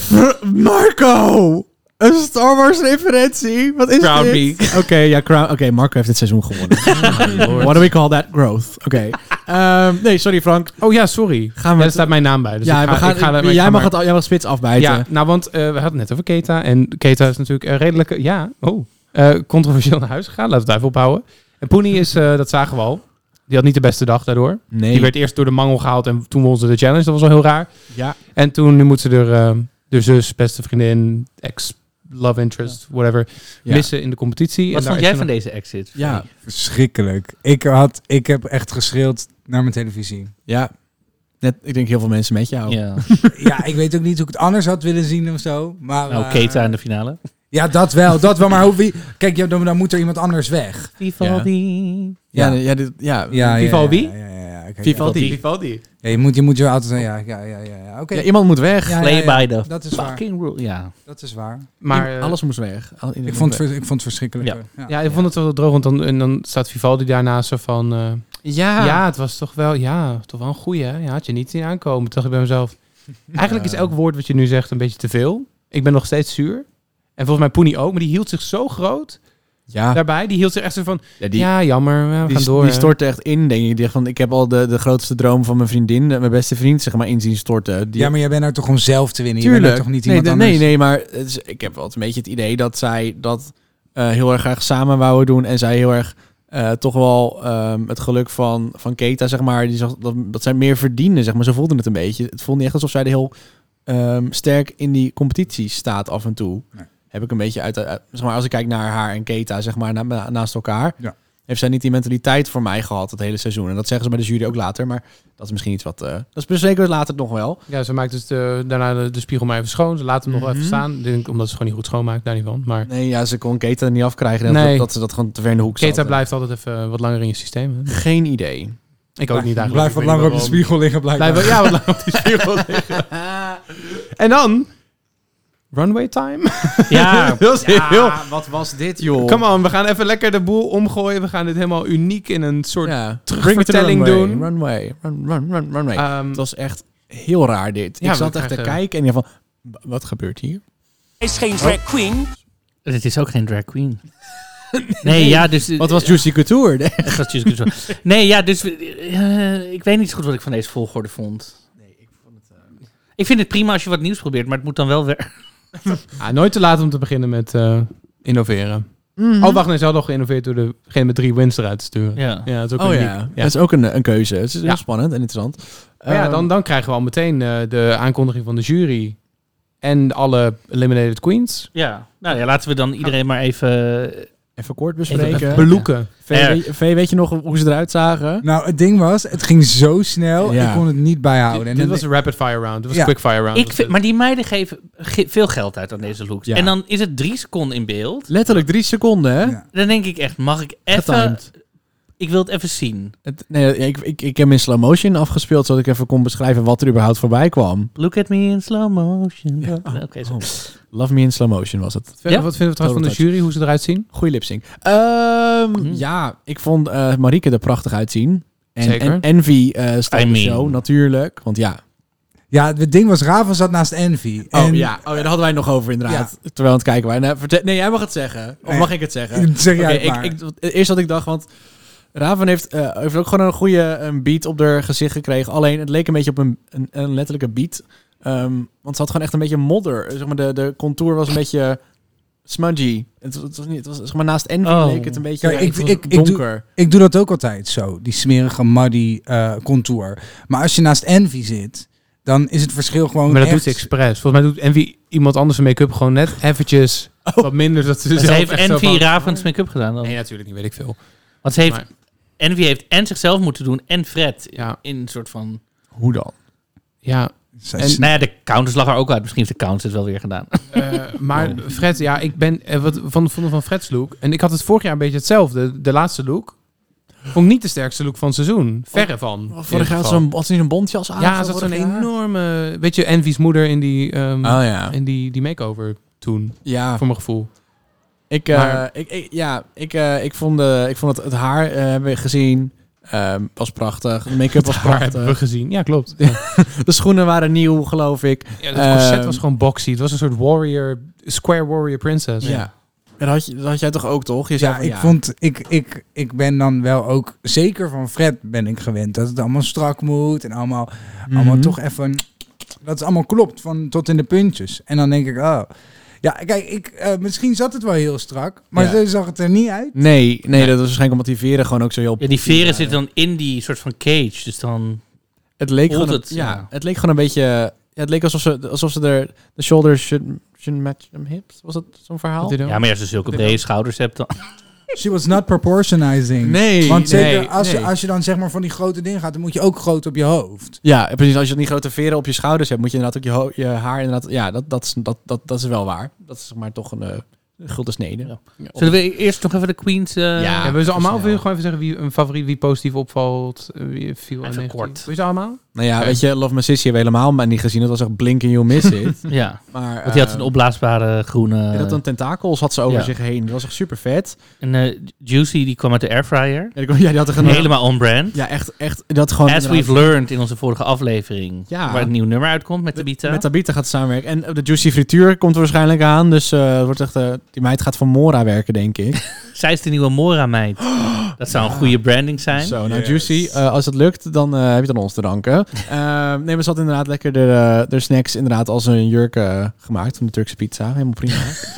A: Marco! Een Star Wars referentie. Wat is
B: Crown
A: dit?
B: me.
A: Oké, ja, Crown. Oké, Marco heeft dit seizoen gewonnen. What do we call that? Growth. Oké. Ehm, nee, sorry Frank.
C: Oh ja, sorry.
A: Gaan we
C: Ja, er
A: het-
C: staat mijn naam bij. Dus
A: ja,
C: ik ga,
A: we gaan,
C: ik ga, maar ik
A: jij,
C: ga
A: mag
C: maar-
A: het, al- jij mag spits afbijten.
C: Ja, nou, want uh, we hadden het net over Keita. En Keita is natuurlijk uh, redelijk... uh, ja, oh. Uh, controversieel naar huis gegaan. Laten we het even ophouden. En Poenie is, uh, dat zagen we al. Die had niet de beste dag daardoor.
A: Nee.
C: Die werd eerst door de mangel gehaald en toen won ze de challenge. Dat was wel heel raar.
A: Ja.
C: En toen nu moet ze er uh, de zus, beste vriendin, ex, love interest, whatever,
A: Ja.
C: missen in de competitie.
B: Wat
C: en daar
B: vond
C: is
B: jij
C: ze
B: van
C: nog-
B: deze exit?
A: Ja.
E: Verschrikkelijk. Ik, had, ik heb echt geschreeuwd naar mijn televisie.
A: Ja. Net, ik denk heel veel mensen met jou.
B: Ja.
E: Ja, ik weet ook niet hoe ik het anders had willen zien of zo. Maar,
B: Nou,
E: eh,
B: Keita in de finale.
E: Ja, dat wel. Dat wel. Maar hoe, wie, kijk, ja, dan, dan moet er iemand anders weg.
B: Vivaldi.
A: Ja,
E: Ja.
A: ja, dit, ja.
E: Ja, ja,
C: Vivaldi?
E: Ja, ja, ja, ja. Kijk,
A: Vivaldi.
C: Vivaldi.
E: Ja, je moet, je moet je altijd zeggen, ja, ja, ja, ja, ja. Oké.
A: Ja, iemand moet weg.
E: Ja,
B: Play
E: ja, ja.
B: by the
E: Dat is waar.
B: fucking rule. Ja.
E: Dat is waar.
C: Maar uh,
A: Alles moest weg. Al-
E: Ik vond, het, ver- ik vond het verschrikkelijk.
B: Ja.
E: Ja.
C: ja, ik vond het wel droog, want dan, en dan staat Vivaldi daarnaast zo van... uh,
A: Ja.
C: ja, het was toch wel, ja, toch wel een goeie, hè? Ja, had je niet zien aankomen. Toen dacht ik bij mezelf... Eigenlijk is elk woord wat je nu zegt een beetje te veel. Ik ben nog steeds zuur. En volgens mij Poenie ook, maar die hield zich zo groot
A: Ja.
C: daarbij. Die hield zich echt zo van,
A: Ja, die,
C: ja, jammer, ja, we
A: die,
C: gaan door.
A: die
C: hè.
A: stortte echt in, denk ik. Die dacht van, ik heb al de, de grootste droom van mijn vriendin, eh, mijn beste vriend, zeg maar, in zien storten. Die,
E: Ja, maar jij bent er toch om zelf te winnen? Je bent
A: tuurlijk.
E: er toch niet
A: nee,
E: iemand
A: de-
E: anders?
A: nee, nee, maar het is, ik heb wel een beetje het idee dat zij dat uh, heel erg graag samen wouden doen. En zij heel erg uh, toch wel um, het geluk van, van Keita, zeg maar, die zag dat, dat zij meer verdiende, zeg maar. Zo voelde het een beetje. Het voelde niet echt alsof zij er heel um, sterk in die competitie staat af en toe.
E: Nee.
A: Heb ik een beetje uit, uit, zeg maar, als ik kijk naar haar en Keita, zeg maar, na, na- naast elkaar.
E: Ja.
A: heeft zij niet die mentaliteit voor mij gehad het hele seizoen. En dat zeggen ze bij de jury ook later, maar dat is misschien iets wat... Uh, dat is bespreken later nog wel.
C: Ja, ze maakt dus de, daarna de, de spiegel maar even schoon. Ze laat hem
A: Mm-hmm.
C: nog even staan. Ik denk, omdat ze gewoon niet goed schoonmaakt, daar niet van. Maar
A: Nee, ja, ze kon Keita niet afkrijgen. En
C: Nee.
A: dat, dat ze dat gewoon te ver in de hoek
C: Keita
A: zat.
C: blijft altijd even wat langer in je systeem. Hè?
A: Geen idee.
C: Ik ook niet eigenlijk.
E: Blijf wat
C: Ik weet
E: langer op
C: niet
E: de
C: waarom.
E: spiegel liggen, blijkbaar.
C: Blijf, ja, wat langer op die spiegel liggen. En dan... Runway time?
B: Ja,
C: Dat is heel...
A: wat was dit, joh?
C: Come on, we gaan even lekker de boel omgooien. We gaan dit helemaal uniek in een soort...
A: Ja,
C: terugvertelling
A: bring it to the
C: doen.
A: runway. Runway, run, run, run, runway.
C: Ehm,
A: Het was echt heel raar dit.
C: Ja,
A: ik zat
C: we
A: echt te
C: krijgen-
A: kijken en je van, wat gebeurt hier?
F: Hij is geen drag queen.
B: dit is ook geen drag queen. Nee, ja, dus...
A: Wat was Juicy Couture? Nee.
B: Dat was Juicy Couture. Nee, ja, dus... uh, ik weet niet zo goed wat ik van deze volgorde vond.
A: Nee, ik vond het... Uh...
B: Ik vind het prima als je wat nieuws probeert, maar het moet dan wel weer...
C: ah, nooit te laat om te beginnen met uh, innoveren.
A: Mm-hmm.
C: Oh, wacht, nee, ze had al geïnnoveerd door degene met drie wins eruit te sturen.
B: Ja.
C: Ja, dat is ook
A: Oh
C: uniek.
A: ja.
C: Ja.
A: dat is ook een, een keuze. Het is heel
C: Ja.
A: spannend en interessant.
C: Maar ja,
A: Ehm,
C: dan, dan krijgen we al meteen uh, de aankondiging van de jury. En alle Eliminated Queens.
B: Ja, nou ja, laten we dan iedereen maar even...
A: Even kort
B: Even
A: bespreken.
C: Beloeken.
A: V, weet, v, weet je nog hoe ze eruit zagen?
E: Nou, het ding was, het ging zo snel,
A: Ja.
E: ik kon het niet bijhouden.
C: Dit,
E: En
C: dit
E: dan-
C: was een rapid fire round. Dit was
E: Ja.
C: een quick fire round.
B: Ik
C: Was
B: vind,
C: dit.
B: maar die meiden geven ge- veel geld uit aan deze looks.
A: Ja.
B: En dan is het drie seconden in beeld.
A: Letterlijk drie seconden, hè?
E: Ja.
B: Dan denk ik echt, mag ik even...
A: Getimed.
B: Ik wil het even zien.
A: Het, nee, ik, ik, ik heb hem in slow motion afgespeeld, zodat ik even kon beschrijven wat er überhaupt voorbij kwam.
B: Look at me in slow motion.
A: Ja.
B: Oké, okay,
A: Oh. Love Me in slow motion was het.
C: Wat
B: Ja.
C: wat vinden we trouwens van de jury, hoe ze eruit zien?
A: Goeie lipsync. Ehm
B: Mhm.
A: Ja, ik vond uh, Marieke er prachtig uitzien. En,
C: Zeker.
A: en Envy uh, stond
B: I
A: de
B: mean.
A: show, natuurlijk. Want ja...
E: Ja, het ding was, Raven zat naast Envy.
A: Oh,
E: En
A: ja. oh ja, daar hadden wij het nog over inderdaad. Terwijl we aan het kijken waren. Nee, vertel- nee, jij mag het zeggen. Of
E: Nee.
A: mag ik het zeggen?
E: Zeg jij
A: Oké,
E: het maar.
A: ik, ik, eerst wat ik dacht, want Raven heeft, uh, heeft ook gewoon een goede een beat op haar gezicht gekregen. Alleen het leek een beetje op een, een, een letterlijke beat. Um, want ze had gewoon echt een beetje modder. Zeg maar, de, de contour was een beetje smudgy. Het, het was niet, het was, zeg maar, naast Envy
B: Oh.
A: leek het een beetje
E: Kijk, ik-
A: het was
E: ik- ik doe-
A: donker.
E: Ik doe dat ook altijd zo, die smerige muddy eh, contour. Maar als je naast Envy zit, dan is het verschil gewoon
C: Maar dat
E: echt...
C: doet ze expres. Volgens mij doet Envy iemand anders een make-up gewoon net eventjes wat minder. Dat ze
B: Dus
C: zelf
B: heeft
C: echt zo
B: Envy
C: van-
B: Ravens make-up gedaan dan?
C: Nee, natuurlijk niet, weet ik veel.
B: Want ze heeft,
C: Maar-
B: Envy heeft en zichzelf moeten doen en Fred.
C: Ja.
B: In een soort van...
A: Hoe dan?
C: Ja,
E: Zij-
C: En-
B: Nou ja, de counters lag er ook uit. Misschien heeft de counters het wel weer gedaan.
C: Uh, maar Fred, ja, ik ben uh, wat van, van, van Fred's look. En ik had het vorig jaar een beetje hetzelfde. De laatste look. Vond ik niet de sterkste look van het seizoen. Verre van.
A: Vorig jaar had ze een, had ze niet een bontjas aan.
C: Ja, ze had zo'n enorme... Weet je, Envy's moeder in die, um,
A: Oh ja.
C: in die, die makeover toen.
A: Ja.
C: Voor mijn gevoel.
A: Ik, uh,
C: Maar-
A: ik, ik, ja, ik, uh, ik vond, uh, ik vond het, het haar uh, hebben we gezien. Um, was prachtig. De make-up was
C: Haar hebben we
A: prachtig.
C: gezien. Ja, klopt.
A: De schoenen waren nieuw, geloof ik.
C: Ja, het corset
A: Ehm,
C: was gewoon boxy. Het was een soort warrior... Square warrior princess.
A: Ja. En dat had, je, dat had jij toch ook, toch? Je zei
E: Ja,
A: van,
E: ik vond, ik, ik, ik ben dan wel ook, zeker van Fred ben ik gewend, dat het allemaal strak moet en allemaal,
A: Mhm.
E: allemaal toch even, dat het allemaal klopt, van tot in de puntjes. En dan denk ik, oh, ja, kijk, ik, uh, misschien zat het wel heel strak, maar
A: Ja.
E: zo zag het er niet uit.
A: Nee, nee, dat was waarschijnlijk omdat die veren gewoon ook zo heel...
B: Ja, die veren zitten dan in die soort van cage. Dus dan...
A: Het leek
B: voelt
A: gewoon,
B: het,
A: een- ja,
B: ja.
A: het leek gewoon een beetje... Ja, het leek alsof ze, alsof ze er... De shoulders should, should match them hips. Was dat zo'n verhaal?
C: Wat dit dan?
B: Ja, maar ja, als je zulke brede schouders hebt dan...
E: She was not proportionizing.
A: Nee.
E: Want zeker
A: nee,
E: als,
A: nee.
E: Je, als je dan zeg maar van die grote dingen gaat, dan moet je ook groot op je hoofd.
A: Ja, precies. Als je die grote veren op je schouders hebt, moet je inderdaad ook je, ho- je haar inderdaad... Ja, dat, dat, is, dat, dat, dat is wel waar. Dat is maar toch een uh, gulden snede.
B: Ja. Zullen we eerst nog even de Queens... uh,
A: Ja.
C: Ja, we ze allemaal
A: snel.
C: wil je gewoon even zeggen wie een favoriet, wie positief opvalt, uh, wie viel
B: Even
C: negatief.
B: kort.
C: Wil je ze allemaal?
A: Nou ja,
C: Oké.
A: weet je, Love My Sissy hebben we helemaal maar niet gezien. Dat was echt blink and you miss it.
B: Ja,
A: Maar,
B: want die had
A: uh,
B: een opblaasbare groene...
A: ja, dat een tentakels had ze over
B: Ja.
A: zich heen. Dat was echt super vet.
B: En uh, Juicy, die kwam uit de airfryer.
A: Ja, die, ja, die had er gewoon...
B: Helemaal on-brand.
A: Ja, echt, echt. Dat gewoon...
B: As
A: inderdaad-
B: we've learned in onze vorige aflevering.
A: Ja.
B: Waar een nieuw nummer uitkomt met Tabitha.
A: Met Tabitha gaat samenwerken. En de Juicy Frituur komt er waarschijnlijk aan. Dus uh, het wordt echt, uh, die meid gaat voor Mora werken, denk ik.
B: Zij is de nieuwe Mora-meid. Dat zou een goede branding zijn.
A: Zo, nou
E: Yes.
A: Juicy, uh, als het lukt, dan uh, heb je het aan ons te danken. Uh, nee, maar ze had inderdaad lekker de, uh, de snacks inderdaad als een jurk uh, gemaakt van de Turkse pizza. Helemaal prima.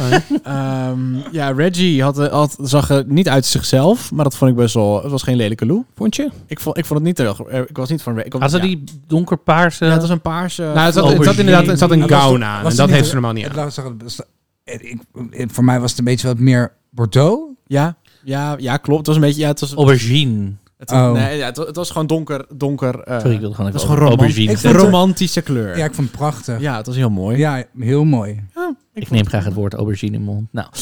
A: um, ja, Reggie had, had, zag er niet uit zichzelf, maar dat vond ik best wel... Het was geen lelijke Lou.
C: Vond je?
A: Ik vond, ik vond het niet erg... Ik was niet van... Ik was,
B: Had ze
A: ja.
B: die donkerpaarse...
A: Ja, het was een paarse...
C: nou, het zat, het zat
B: aubergine.
C: inderdaad het zat een
E: Maar was
C: gown
E: het-
C: aan.
E: was
C: En
E: het
C: dat
E: niet
C: heeft
E: een-
C: ze normaal niet
E: Het
C: aan.
E: lag- zag het- het- ik, het- voor mij was het een beetje wat meer Bordeaux.
A: Ja, Ja, ja, klopt. Het was een beetje... Ja, het was,
B: Aubergine.
A: het,
E: Oh.
A: nee, ja, het, was- het was gewoon donker. donker uh,
B: Sorry, ik wilde gewoon
A: het
B: even
A: was gewoon romant-
B: aubergine
E: Ik
A: een
E: vond
B: zeggen.
E: het-
A: romantische kleur.
E: Ja, ik vond het prachtig.
A: Ja, het was heel mooi.
E: Ja, heel mooi.
B: Ik neem graag het woord aubergine in mijn mond. Nou.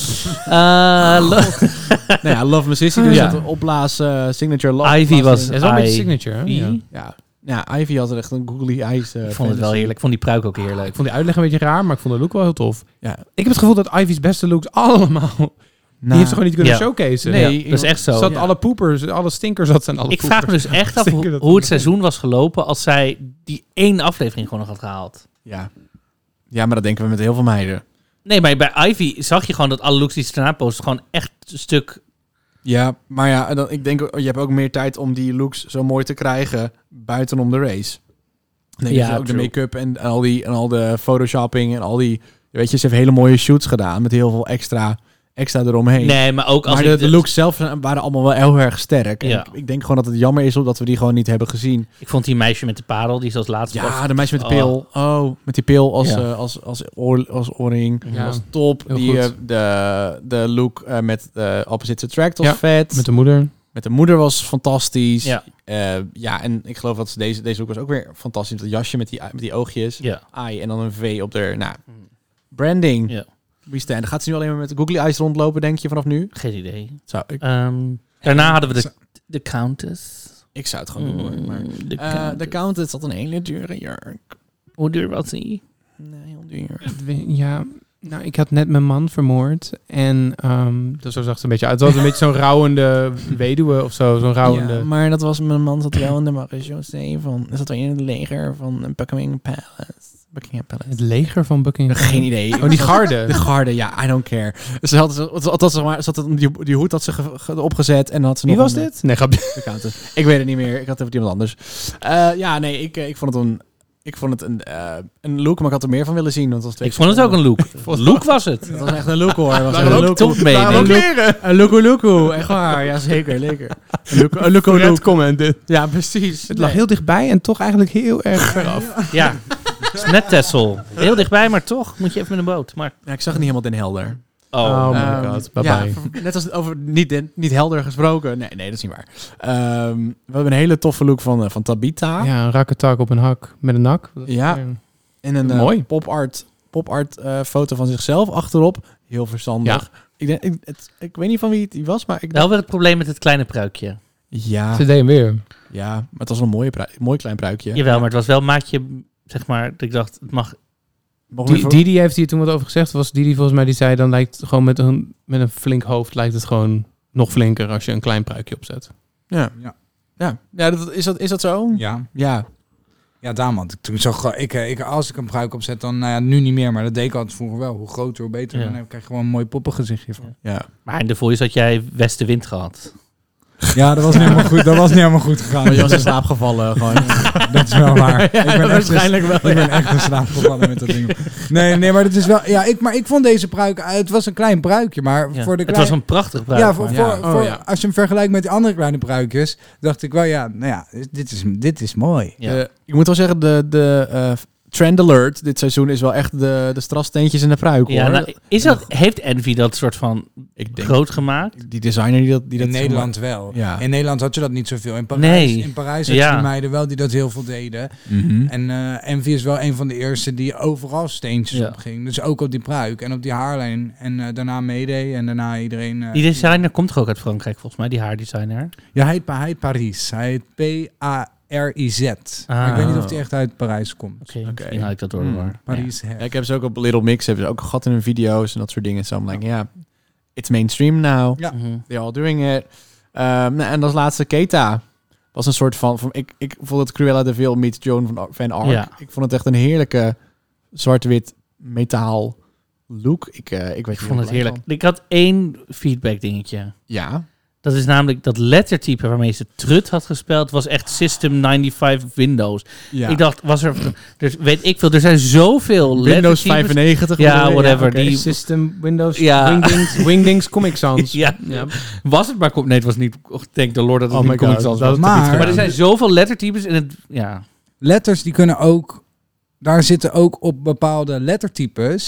B: Uh, lo-
A: Nou ja, Love My Sissy. Dus
B: Ja.
A: dat opblazen, signature love.
B: Ivy was-
C: Dat is wel een beetje
B: I-
C: signature, hè? Ja.
A: Ja. Ja, Ivy had er echt een googly eyes. uh,
B: ik vond het wel heerlijk. Ik vond die pruik ook heerlijk.
C: Ik vond die uitleg een beetje raar, maar ik vond de look wel heel tof.
A: Ja.
C: Ik heb het gevoel dat Ivy's beste looks allemaal... Die heeft ze gewoon niet kunnen
B: Ja.
C: showcaseen.
A: Nee,
B: Ja, dat is echt zo.
C: Zat
A: Ja.
C: alle poepers, alle stinkers zat zijn alle
B: Ik
C: poepers.
B: vraag me dus echt af
C: Stinken
B: hoe,
C: dat
B: hoe het
C: in.
B: seizoen was gelopen als zij die één aflevering gewoon nog had gehaald.
A: Ja. Ja, maar dat denken we met heel veel meiden.
B: Nee, maar bij Ivy zag je gewoon dat alle looks die ze daarna posten gewoon echt een stuk...
A: Ja, maar ja, en dan, ik denk, je hebt ook meer tijd om die looks zo mooi te krijgen buitenom de race. Ik denk
B: Ja,
A: dat je ook de
B: true.
A: make-up en, en al die en al de photoshopping en al die, weet je, ze heeft hele mooie shoots gedaan met heel veel extra, extra eromheen.
B: Nee, maar ook als
A: maar
B: ik
A: de, de looks zelf waren allemaal wel heel erg sterk. En
B: Ja.
A: ik, ik denk gewoon dat het jammer is dat we die gewoon niet hebben gezien.
B: Ik vond die meisje met de parel, die ze als laatste was.
A: Ja, de meisje met de
B: Oh.
A: pil. Oh, met die pil als,
B: Ja.
A: eh, als, als, oor, als oorring.
C: Ja.
A: Dat was top.
C: Heel
A: Die,
C: goed.
A: eh, de, de look eh, met de opposite attract was
C: Ja,
A: vet.
C: Met de moeder.
A: Met de moeder was fantastisch.
B: Ja.
A: Eh, ja, en ik geloof dat ze deze, deze look was ook weer fantastisch. Dat jasje met die, met die oogjes.
B: Ja.
A: Ai, en dan een V op de... Nou, branding.
B: Ja.
A: Wie stand. Gaat ze nu alleen maar met googly eyes rondlopen, denk je, vanaf nu?
B: Geen idee.
A: Zou, ik,
B: Ehm, daarna hadden we de, de Countess.
A: ik zou het gewoon doen, hoor. Maar,
B: Mm, de
A: eh,
B: Countess.
A: de Countess had een hele dure jurk.
B: Hoe duur was die?
A: Nee, heel duur.
C: Ja, nou, ik had net mijn man vermoord. En um, dus zo zag het een beetje uit. Het was een beetje zo'n rouwende weduwe of zo. Zo'n rouwende...
A: Ja, maar dat was mijn man zat wel in de marechaussee van... Zat wel in het leger van Buckingham Palace. Buckingham Palace.
C: Het leger van Buckingham.
A: Geen idee.
C: Oh, die garde.
A: De garde, ja, I don't care. Ze had, ze had, zeg maar, ze had die, die hoed had ze ge- ge- opgezet en dan had ze
C: Wie
A: nog
C: was
A: een,
C: dit? Nee, grapje.
A: de Countess. Ik weet het niet meer. Ik had even iemand anders. Uh, ja, nee, ik, ik vond het een... Ik vond het een, uh, een look, maar ik had er meer van willen zien. Want het was twee
B: Ik vond het ook een look. Look was het.
A: Het was echt een look, hoor. Het was
B: Waren
A: echt
B: ook
A: een look.
B: topmening.
A: Een look- Een looko looko. Echt waar. Ja, zeker. Lekker. Een looko een looko
C: Red
A: look.
C: comment dit.
A: Ja, precies.
C: Het lag heel dichtbij en toch eigenlijk heel erg veraf.
B: Ja. Het is net Texel. Heel dichtbij, maar toch moet je even met een boot. Maar,
A: Ja, ik zag het niet helemaal Den Helder.
B: oh.
C: Oh my
A: Ehm,
C: god, bye
A: ja,
C: bye.
A: v- net als over niet, den- niet helder gesproken. Nee, nee, dat is niet waar. Ehm, we hebben een hele toffe look van, uh, van Tabitha.
C: Ja, een rakketak op een hak met een nak.
A: Ja. En een uh,
C: Mooi.
A: pop-art, pop-art uh, foto van zichzelf achterop. Heel verstandig. Ik, denk, ik, het, ik weet niet van wie het die was, maar ik
B: Wel weer het probleem met het kleine pruikje.
A: Ja,
C: Ze deed hem weer.
A: ja, maar het was een mooie prui- mooi klein pruikje.
B: Jawel, maar het was wel maatje, zeg maar, dat ik dacht, het mag...
A: Mogen we
C: Die,
A: voor-
C: Didi heeft hier toen wat over gezegd. Was Didi volgens mij die zei dan lijkt het gewoon met een, met een flink hoofd lijkt het gewoon nog flinker als je een klein pruikje opzet.
A: Ja,
E: Ja.
A: ja. ja dat, is, dat, is dat zo?
E: Ja.
A: Ja.
E: Ja, daarom had ik toen zag ik, ik als ik een pruik opzet, dan nou ja, nu niet meer, maar dat deed ik altijd vroeger wel. Hoe groter, hoe beter.
B: Ja.
E: Dan krijg je gewoon een mooi poppengezichtje van.
A: Ja.
B: Maar in de Voice had jij westenwind gehad.
E: Ja, dat was niet helemaal goed. Dat was niet helemaal goed gegaan.
A: Maar je was in slaap gevallen. Gewoon.
E: Dat is wel waar. Ik ben echt
A: waarschijnlijk wel,
E: Ik ben echt in slaap gevallen met dat ding. Nee, nee, maar dat is wel. Ja, ik, maar ik vond deze pruik. Het was een klein pruikje, maar
B: Ja.
E: voor de
B: Het
E: klein,
B: was een prachtig pruik.
E: ja, voor,
B: maar-
E: voor,
A: Ja.
E: voor-
C: Oh, ja.
E: als je hem vergelijkt met die andere kleine pruikjes, dacht ik wel, ja, nou ja, dit is, dit is mooi.
B: Ja.
A: Eh, ik moet wel zeggen, de, de uh, trend alert dit seizoen is wel echt de, de strassteentjes in de pruik,
B: Ja,
A: hoor.
B: nou, is dat, heeft Envy dat soort van
A: ik denk,
B: groot gemaakt?
A: die designer die dat... Die
E: In
A: dat
E: Nederland wel.
A: Ja.
E: In Nederland had je dat niet zoveel. In Parijs,
B: Nee.
E: in Parijs had je
B: Ja.
E: die meiden wel die dat heel veel deden.
A: Mhm.
E: En eh Envy is wel een van de eerste die overal steentjes
B: Ja.
E: op ging. Dus ook op die pruik en op die haarlijn. En eh, daarna meedeed en daarna iedereen... eh,
B: Die designer komt toch ook uit Frankrijk, volgens mij, die haardesigner.
E: Ja, hij heet, hij heet Paris. Hij heet P A R I Z. Maar ik weet niet of hij echt uit Parijs komt.
B: Oké,
A: Oké.
B: misschien had ik dat door de
A: Hmm.
B: war.
E: Paris.
A: Ja, ik heb ze ook op Little Mix, hebben ze ook gehad in hun video's en dat soort dingen. So I'm like, ja, it's mainstream now.
E: Ja.
B: Ja. Mhm.
A: They're all doing it. Um, nou, en als laatste Keta. Was een soort van... van ik, ik vond het Cruella de Vil meets Joan van, Ar- van Arc.
B: Ja.
A: Ik vond het echt een heerlijke zwart-wit metaal look. Ik, uh, ik, weet
B: Ik vond het heerlijk. Ik had één feedback dingetje.
A: Ja.
B: Dat is namelijk dat lettertype waarmee ze Trut had gespeeld, was echt System vijfennegentig Windows.
A: ja.
B: Ik dacht, was er... Dus weet ik veel, er zijn zoveel
A: Windows
B: lettertypes.
A: vijfennegentig.
B: Ja,
A: bedoel je?
B: whatever.
A: oké.
B: Die-
C: System, Windows,
B: Ja.
C: Wingdings, Wingdings Comic Sans.
B: Ja.
C: Ja.
B: Was het maar... Nee, het was niet... Och, thank the Lord dat het
C: Oh
B: niet
C: my
B: Comic
C: God,
B: Sans
C: dat
B: was.
C: is
E: Maar-
C: toch iets
B: Maar er
C: gedaan.
B: zijn zoveel lettertypes en het... Ja.
E: Letters die kunnen ook... Daar zitten ook op bepaalde lettertypes...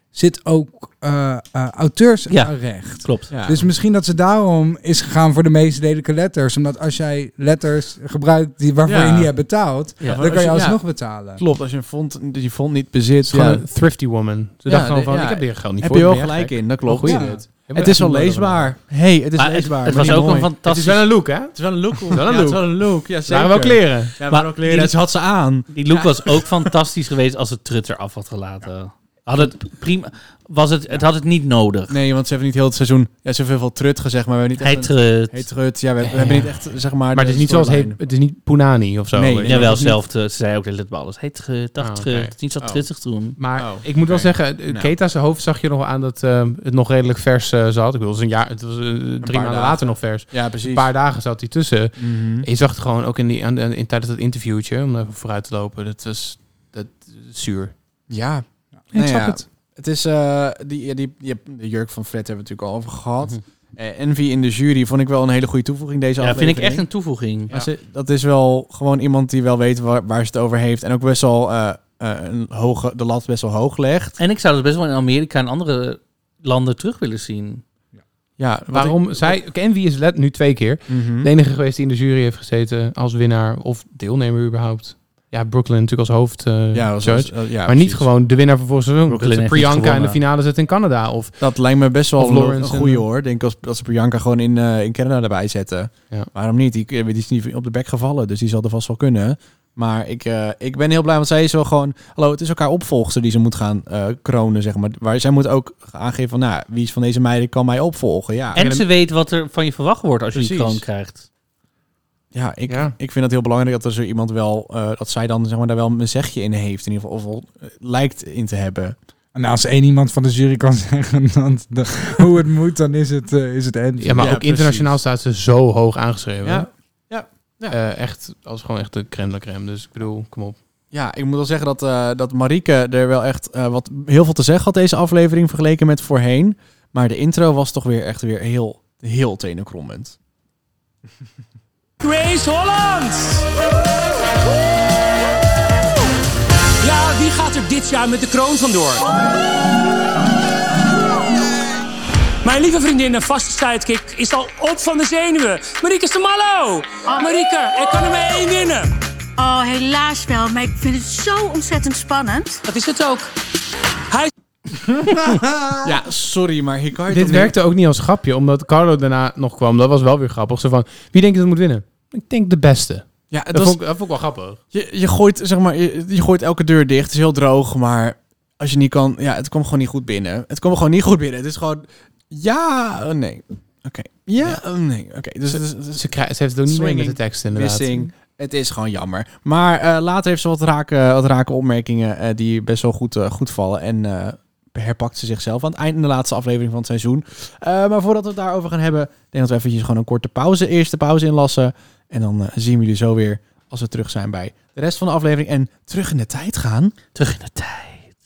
E: zit ook uh, uh, auteursrecht.
B: Klopt.
A: Ja.
E: Dus misschien dat ze daarom is gegaan voor de meest lelijke letters. Omdat als jij letters gebruikt die waarvoor
A: Ja.
E: je niet hebt betaald,
B: Ja.
E: dan kan je
A: Ja.
E: alsnog betalen.
A: Klopt, als je een font, die font niet bezit,
C: Gewoon
A: ja,
C: een thrifty woman. Ze
A: Ja,
C: dacht gewoon
A: de-
C: van,
A: ja.
C: ik heb hier geld niet
A: heb
C: voor.
A: je wel
C: ben jij
A: gelijk
C: gek?
A: in. Dat klopt.
C: Goeie
E: Ja.
C: dit.
A: Het is wel leesbaar. hey, het is
B: Maar het,
A: leesbaar.
B: het
A: maar
B: was
A: niet
B: ook een
A: mooi.
C: Het is
B: fantastisch...
C: wel een look, hè?
A: Het is wel een look.
C: wel een
A: Ja, het is
C: look.
A: wel een look. Ja,
C: Het
A: zeker.
C: waren wel kleren.
A: Ja,
B: Maar
A: maar ook kleren.
B: die-
A: Ze had ze aan.
B: Die look was ook fantastisch geweest als het Trut eraf had gelaten. Had het prima... Was het, het had het niet nodig.
A: Nee, want ze hebben niet heel het seizoen... Ja, ze hebben veel trut gezegd, maar we hebben niet
B: Hij
A: echt een...
B: Trut.
A: Hey, trut. Ja, we, we hebben niet echt, zeg maar...
C: Maar het is niet zoals
A: hey,
C: hey, het is niet Punani of zo.
A: Nee,
C: weet je.
B: Jawel,
A: dat is niet-
B: zelf. Ze zei ook de hele tijd bij alles. Hey Trut, dag
C: Oh,
B: Trut.
C: oké.
B: Het is niet zo
A: Oh.
B: truttig doen.
C: Maar
A: Oh,
C: ik moet wel
A: oké.
C: zeggen, uh,
A: Nou.
C: Keta's hoofd zag je nog aan dat uh, het nog redelijk vers uh, zat. Ik bedoel, het was een jaar, het was uh, drie maanden
A: dagen.
C: later nog vers.
A: Ja, precies.
C: Een paar dagen zat hij tussen.
A: Mhm.
C: En je zag het gewoon ook in die, aan de, in, tijdens dat interviewtje, om even vooruit te lopen. Dat was dat, zuur.
A: Ja.
C: Ik
A: Nou
C: zag
A: ja,
C: het.
A: Het is... eh die, die, die, de jurk van Fred hebben we natuurlijk al over gehad.
B: Mhm.
A: Eh, Envy in de jury vond ik wel een hele goede toevoeging deze
B: Ja, vind
A: aflevering.
B: ik echt een toevoeging.
A: Maar ze- dat is wel gewoon iemand die wel weet waar, waar ze het over heeft. En ook best wel uh, uh, een hoge, de lat best wel hoog legt.
B: En ik zou het best wel in Amerika en andere landen terug willen zien.
A: Ja, wat
C: Waarom
A: ik-
C: zij... Envy is let nu twee keer.
A: Mhm.
C: De enige geweest die in de jury heeft gezeten als winnaar of deelnemer überhaupt. Ja, Brooklyn natuurlijk als hoofd uh,
A: ja, was,
C: judge.
A: was- uh, ja,
C: maar niet
A: precies.
C: gewoon de winnaar van vorig seizoen.
B: Brooklyn
C: Dat ze
B: heeft niet
C: Priyanka in de
B: gewonnen.
C: finale zit in Canada. Of
A: Dat lijkt me best wel
C: Of
A: een,
C: Lawrence
A: een goede
C: en-
A: hoor. Ik denk als, als ze Priyanka gewoon in, uh, in Canada erbij zetten.
C: Ja.
A: Waarom niet? Die, die is niet op de bek gevallen, dus die zal er vast wel kunnen. Maar ik, uh, ik ben heel blij, want zij is wel gewoon... Hallo, het is elkaar opvolgster die ze moet gaan uh, kronen, zeg maar. Waar zij moet ook aangeven van, nou, wie is van deze meiden kan mij opvolgen. Ja,
B: En ze weet wat er van je verwacht wordt als je die
A: Precies.
B: kroon krijgt.
A: ja, ik,
C: Ja.
A: ik vind het heel belangrijk dat er zo iemand wel... Uh, dat zij dan zeg maar, daar wel een zegje in heeft, in ieder geval. Of wel, uh, lijkt in te hebben.
E: En als één iemand van de jury kan zeggen dat, dat, hoe het moet, dan is het, uh, is het Envy.
C: ja, maar
A: Ja,
C: ook
A: precies.
C: internationaal staat ze zo hoog aangeschreven.
A: Ja. Ja. Ja.
C: Uh, echt, als gewoon echt de crème de la crème. Dus ik bedoel, kom op.
A: Ja, ik moet wel zeggen dat, uh, dat Marieke er wel echt uh, wat heel veel te zeggen had deze aflevering vergeleken met voorheen. Maar de intro was toch weer echt weer heel, heel tenenkrommend.
F: Grace Holland! Ja, wie gaat er dit jaar met de kroon vandoor? Mijn lieve vriendin en vaste sidekick is al op van de zenuwen. Marieke Stamallo! Marieke, ik kan er maar één winnen.
G: Oh, helaas wel, maar ik vind het zo ontzettend spannend.
F: Dat is het ook. Hij
A: Ja, sorry, maar hier kan je
C: Dit
A: toch niet-
C: werkte ook niet als grapje, omdat Carlo daarna nog kwam. Dat was wel weer grappig. Zo van, wie denkt dat moet winnen? Ik denk de beste.
A: Ja, het
C: Dat,
A: was,
C: vond, ik, dat vond ik wel grappig.
A: je, je, gooit, zeg maar, je, je gooit elke deur dicht. Het is heel droog, maar als je niet kan... Ja, het kwam gewoon niet goed binnen. Het kwam gewoon niet goed binnen. Het is gewoon... Ja, oh nee. Oké. Ja, oh nee. Oké, dus het is... het is
C: Ze, krijgt, ze heeft het ook niet mee met
A: Swinging,
C: de tekst inderdaad.
A: missing. Het is gewoon jammer. Maar uh, later heeft ze wat rake, wat rake opmerkingen uh, die best wel goed, uh, goed vallen. En uh, herpakt ze zichzelf aan het eind in de laatste aflevering van het seizoen. Uh, maar voordat we het daarover gaan hebben, denk ik dat we eventjes gewoon een korte pauze, eerste pauze inlassen. En dan uh, zien we jullie zo weer als we terug zijn bij de rest van de aflevering. En terug in de tijd gaan.
B: Terug in de tijd.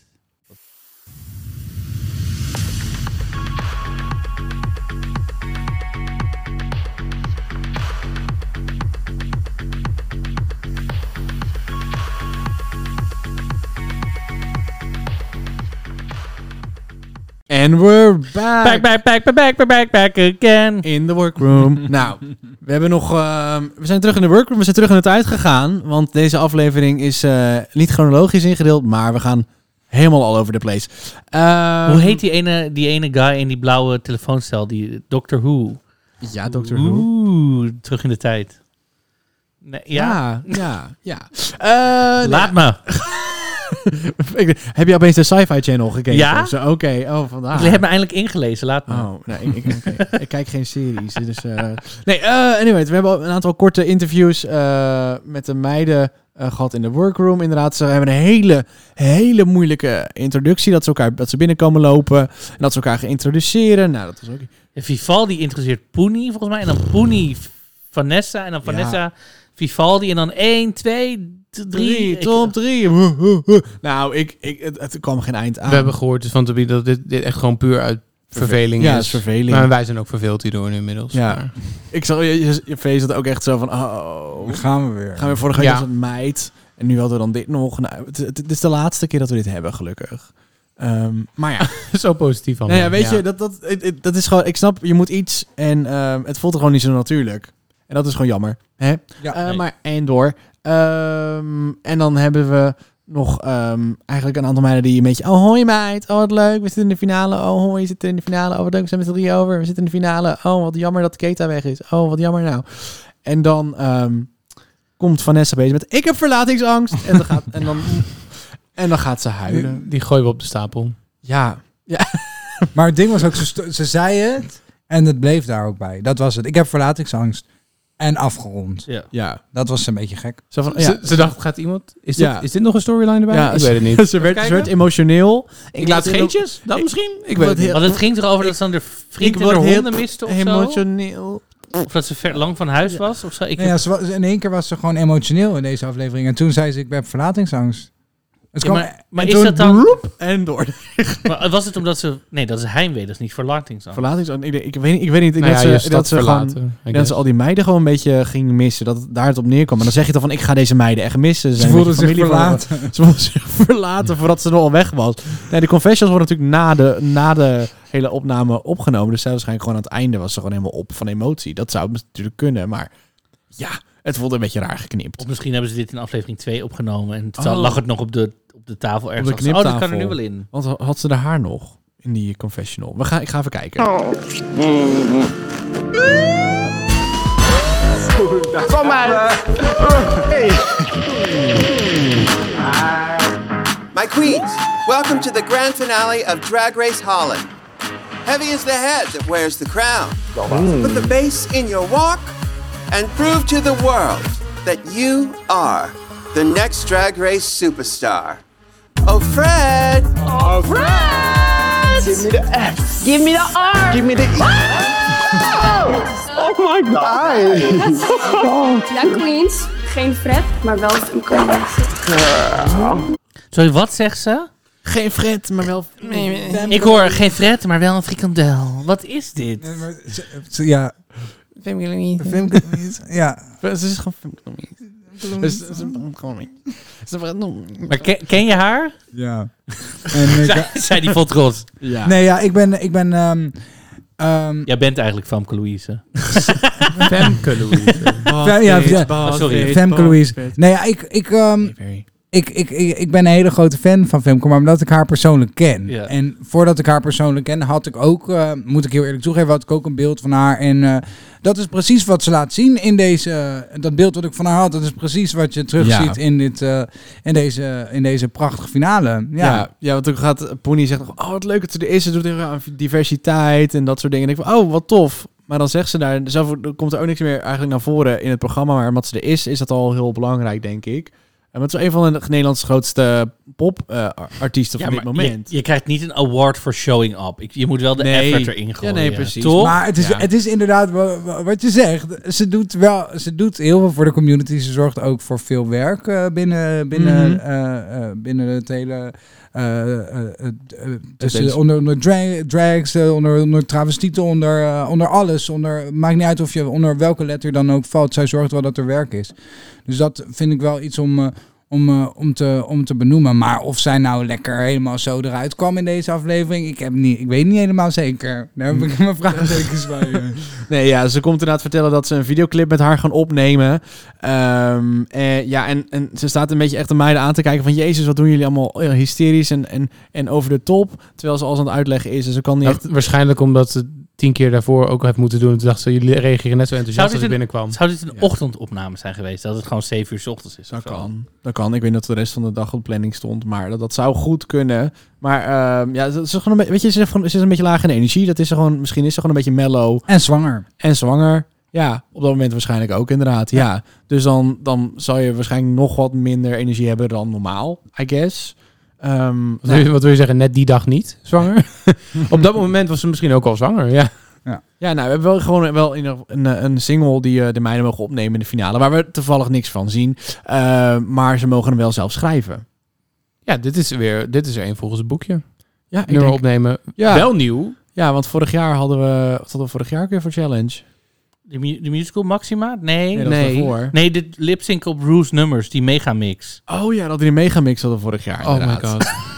A: And we're back.
B: Back, back, back, back, back, back, back again.
A: In the workroom. Nou, we hebben nog. Uh, we zijn terug in de workroom. We zijn terug in de tijd gegaan. Want deze aflevering is uh, niet chronologisch ingedeeld. Maar we gaan helemaal all over the place. Uh,
B: Hoe heet die ene, die ene guy in die blauwe telefoonstel? Die Doctor Who.
A: Ja, Doctor Who.
B: Oeh, terug in de tijd. Nee, ja.
A: Ja, ja. ja. Uh,
B: Laat me.
A: Ik- Heb je opeens de Sci-Fi Channel gekeken?
B: Ja?
A: of zo? Oké, oh vandaar.
B: Ik heb me eindelijk ingelezen. Laat me.
A: Oh, nee, ik, ik, oké. Ik kijk geen series. Dus, uh... Nee, uh, anyway, we hebben al een aantal korte interviews uh, met de meiden uh, gehad in de workroom. Inderdaad, ze hebben een hele, hele moeilijke introductie. Dat ze, elkaar, dat ze binnenkomen lopen en dat ze elkaar gaan introduceren. Nou, dat was ook...
B: Vivaldi introduceert Poenie volgens mij. En dan Poenie Vanessa. En dan
A: Ja.
B: Vanessa Vivaldi. En dan één, twee, drie.
A: Drie,
B: Ik-
A: top drie. Nou, ik, ik, het, het kwam geen eind aan.
C: We hebben gehoord dus van Tobias dat dit, dit echt gewoon puur uit verveling
A: Ja,
C: is.
A: het is verveling.
C: Maar wij zijn ook verveeld hierdoor nu inmiddels.
A: Ja.
C: Maar-
A: Ik zag je, je, je face had ook echt zo van, oh,
E: Dan gaan we weer.
A: gaan we vorige week
C: Ja.
A: als een meid. En nu hadden we dan dit nog. Nou, het, het, het is de laatste keer dat we dit hebben, gelukkig. Um, maar ja.
C: Zo positief van.
A: Nou ja, weet je, dat, dat, dat, dat is gewoon... Ik snap, je moet iets en um, het voelt er gewoon niet zo natuurlijk. En dat is gewoon jammer. Hè?
E: Ja,
A: uh,
B: nee.
A: Maar één door. Um, en dan hebben we nog um, eigenlijk een aantal meiden die een beetje... Oh, hoi meid. Oh, wat leuk. We zitten in de finale. Oh, hoi, je zit in de finale. Oh, wat leuk. We zijn met z'n drieën over. We zitten in de finale. Oh, wat jammer dat Keta weg is. Oh, wat jammer nou. En dan um, komt Vanessa bezig met... Ik heb verlatingsangst. En dan gaat, en dan, en dan gaat ze huilen.
C: Die, die gooien we op de stapel.
A: Ja. Ja.
E: Maar het ding was ook, ze, sto- ze zei het en het bleef daar ook bij. Dat was het. Ik heb verlatingsangst. En afgerond.
B: Ja.
A: Ja.
E: Dat was een beetje gek.
A: Zo van, ja.
C: Ze, ze dacht, gaat iemand... Is dit,
A: Ja.
C: is dit nog een storyline erbij?
A: Ja,
C: ik
A: ze-
C: weet het niet.
A: Ze werd, ze
C: kijken.
A: werd emotioneel.
C: Ik laat
A: word
C: scheetjes? Dat
A: ik-
C: misschien? Ik
A: ik
C: weet
A: word
C: het niet.
A: heel-
B: Want het ging erover dat ze dan de vriend
A: ik
B: en de
A: word heel
B: honden miste of zo?
A: Emotioneel.
B: Of dat ze ver lang van huis was? Of zo? Ik
E: Nee, ja, ze was, in één keer was ze gewoon emotioneel in deze aflevering. En toen zei ze, ik heb verlatingsangst. Het
B: Ja,
E: kwam-
B: maar maar
E: en
B: is
E: toen-
B: dat dan...
A: En door.
B: Maar was het omdat ze... Nee, dat is heimwee, dat is niet verlatingsangst.
A: Verlatingsangst. Ik, ik, weet, ik weet niet. Ik
C: Nou
A: denk
C: ja,
A: dat
C: je
A: ze,
C: stad
A: dat ze gewoon...
C: verlaten. I
A: Ik denk dat
C: guess.
A: ze al die meiden gewoon een beetje ging missen. Dat het daar het op neerkwam. En dan zeg je toch van, ik ga deze meiden echt missen. Ze
E: Ze
A: zijn een
E: voelde
A: beetje
E: zich
A: familie van-
E: verlaten.
A: Ze voelde zich verlaten voordat ze nog al weg was. Nee, de confessions worden natuurlijk na de, na de hele opname opgenomen. Dus zij waarschijnlijk gewoon aan het einde was ze gewoon helemaal op van emotie. Dat zou natuurlijk kunnen, maar ja, het voelde een beetje raar geknipt.
B: Of misschien hebben ze dit in aflevering twee opgenomen en het
A: Oh.
B: lag het nog op de, op de tafel ergens.
A: Op de
B: Dachten ze, oh, dat kan er
A: kniptafel.
B: nu wel in.
A: Want had ze de haar nog in die confessional? We gaan, ik ga even kijken.
H: Kom maar.
I: My queens, welcome to the grand finale of Drag Race Holland. Heavy is the head that wears the crown. Put the bass in your walk and prove to the world that you are the next Drag Race superstar. Oh, Fred!
H: Oh, Fred! Give me the F. Give me the R. Give me the E. Oh my god.
J: Ja, Queens. Geen Fred, maar wel Femke.
B: Sorry, wat zegt ze?
A: Geen Fred, maar wel...
B: Ik hoor geen Fred, maar wel een frikandel. Wat is dit?
E: Nee, maar ze- ze- Ja.
A: Femke niet.
E: Femke niet. Ja.
A: Ze is gewoon Femke niet. Ze is gewoon niet. Ze is niet.
B: Maar ken, ken je haar?
E: Ja. En ik,
B: Zij, zij die vol trots.
A: Ja.
E: nee, ja, ik ben... Ik ben um, um,
B: Jij bent eigenlijk Famke Louise.
C: Femke Louise.
E: Ja, ja, ja.
B: sorry.
E: Femke Louise. Nee, ja, ik... ik um, Ik, ik, ik, ik ben een hele grote fan van Femke, maar omdat ik haar persoonlijk ken.
B: Ja.
E: En voordat ik haar persoonlijk ken, had ik ook, uh, moet ik heel eerlijk toegeven, had ik ook een beeld van haar. En uh, dat is precies wat ze laat zien in deze, uh, dat beeld wat ik van haar had, dat is precies wat je terugziet
A: Ja.
E: in, dit, uh, in, deze, in deze prachtige finale. Ja,
A: Ja, ja, want toen gaat Poenie zegt, oh wat leuk dat ze er is. Ze doet heel erg aan diversiteit en dat soort dingen. En ik van, oh wat tof. Maar dan zegt ze daar, zelf komt er ook niks meer eigenlijk naar voren in het programma. Maar omdat ze er is, is dat al heel belangrijk, denk ik. En het is een van de Nederlands grootste pop-artiesten
B: Ja,
A: van dit
B: maar
A: moment.
B: Je, je krijgt niet een award voor showing up. Ik, je moet wel de
A: Nee.
B: effort erin gooien.
A: Ja, nee, precies.
B: Toch?
E: Maar het is,
A: Ja.
E: het is inderdaad wa- wa- wat je zegt. Ze doet wel, ze doet heel veel voor de community. Ze zorgt ook voor veel werk uh, binnen, binnen,
A: Mhm.
E: uh, uh, binnen het hele. Uh, uh, uh, uh, tussen,
A: deze-
E: onder onder dra- drags, uh, onder, onder travestieten, onder, uh, onder alles. Onder, maakt niet uit of je onder welke letter dan ook valt. Zij zorgt wel dat er werk is. Dus dat vind ik wel iets om. Uh, Om, uh, om, te, om te benoemen. Maar of zij nou lekker helemaal zo eruit kwam in deze aflevering, ik, heb niet, ik weet niet helemaal zeker. Daar heb ik mijn vraagtekens bij. uh.
A: Nee, ja, ze komt inderdaad vertellen dat ze een videoclip met haar gaan opnemen. Um, en, ja, en, en ze staat een beetje echt de meiden aan te kijken van, jezus, wat doen jullie allemaal ja, hysterisch en, en, en over de top. Terwijl ze alles aan het uitleggen is en ze kan niet
C: Nou,
A: echt...
C: waarschijnlijk omdat ze tien keer daarvoor ook heeft moeten doen. Toen dacht ze, jullie reageren net zo enthousiast als ik
B: een,
C: binnenkwam.
B: zou dit een
A: Ja.
B: ochtendopname zijn geweest? Dat het gewoon zeven uur 's ochtends is?
A: Dat
B: of zo?
A: kan, dat kan. Ik weet niet of de rest van de dag op de planning stond, maar dat, dat zou goed kunnen. Maar um, ja, ze is gewoon een beetje, weet je, ze is, gewoon, ze is een beetje laag in energie. Dat is ze gewoon, misschien is ze gewoon een beetje mellow
E: En zwanger.
A: en zwanger. Ja, op dat moment waarschijnlijk ook inderdaad. Ja, ja. Dus dan, dan zal je waarschijnlijk nog wat minder energie hebben dan normaal, I guess. Um,
C: Wat, wil je, wat wil je zeggen, net die dag niet zwanger? Op dat moment was ze misschien ook al zwanger, ja.
A: Ja, nou, we hebben wel gewoon wel een, een, een single die uh, de meiden mogen opnemen in de finale, waar we toevallig niks van zien. Uh, maar ze mogen hem wel zelf schrijven.
C: Ja, dit is weer, dit is er een volgens het boekje.
A: Ja, ik
C: Nummer
A: denk,
C: opnemen.
A: Ja.
C: Wel nieuw.
A: ja, want vorig jaar hadden we... Wat hadden we vorig jaar ook weer voor challenge?
B: De, mu- de musical Maxima? Nee.
A: Nee,
B: Nee,
A: dat was daarvoor.
B: nee de lip-sync op Rue's nummers, die megamix.
A: Oh ja, dat die megamix hadden we vorig jaar.
C: Oh my
A: inderdaad.
C: god.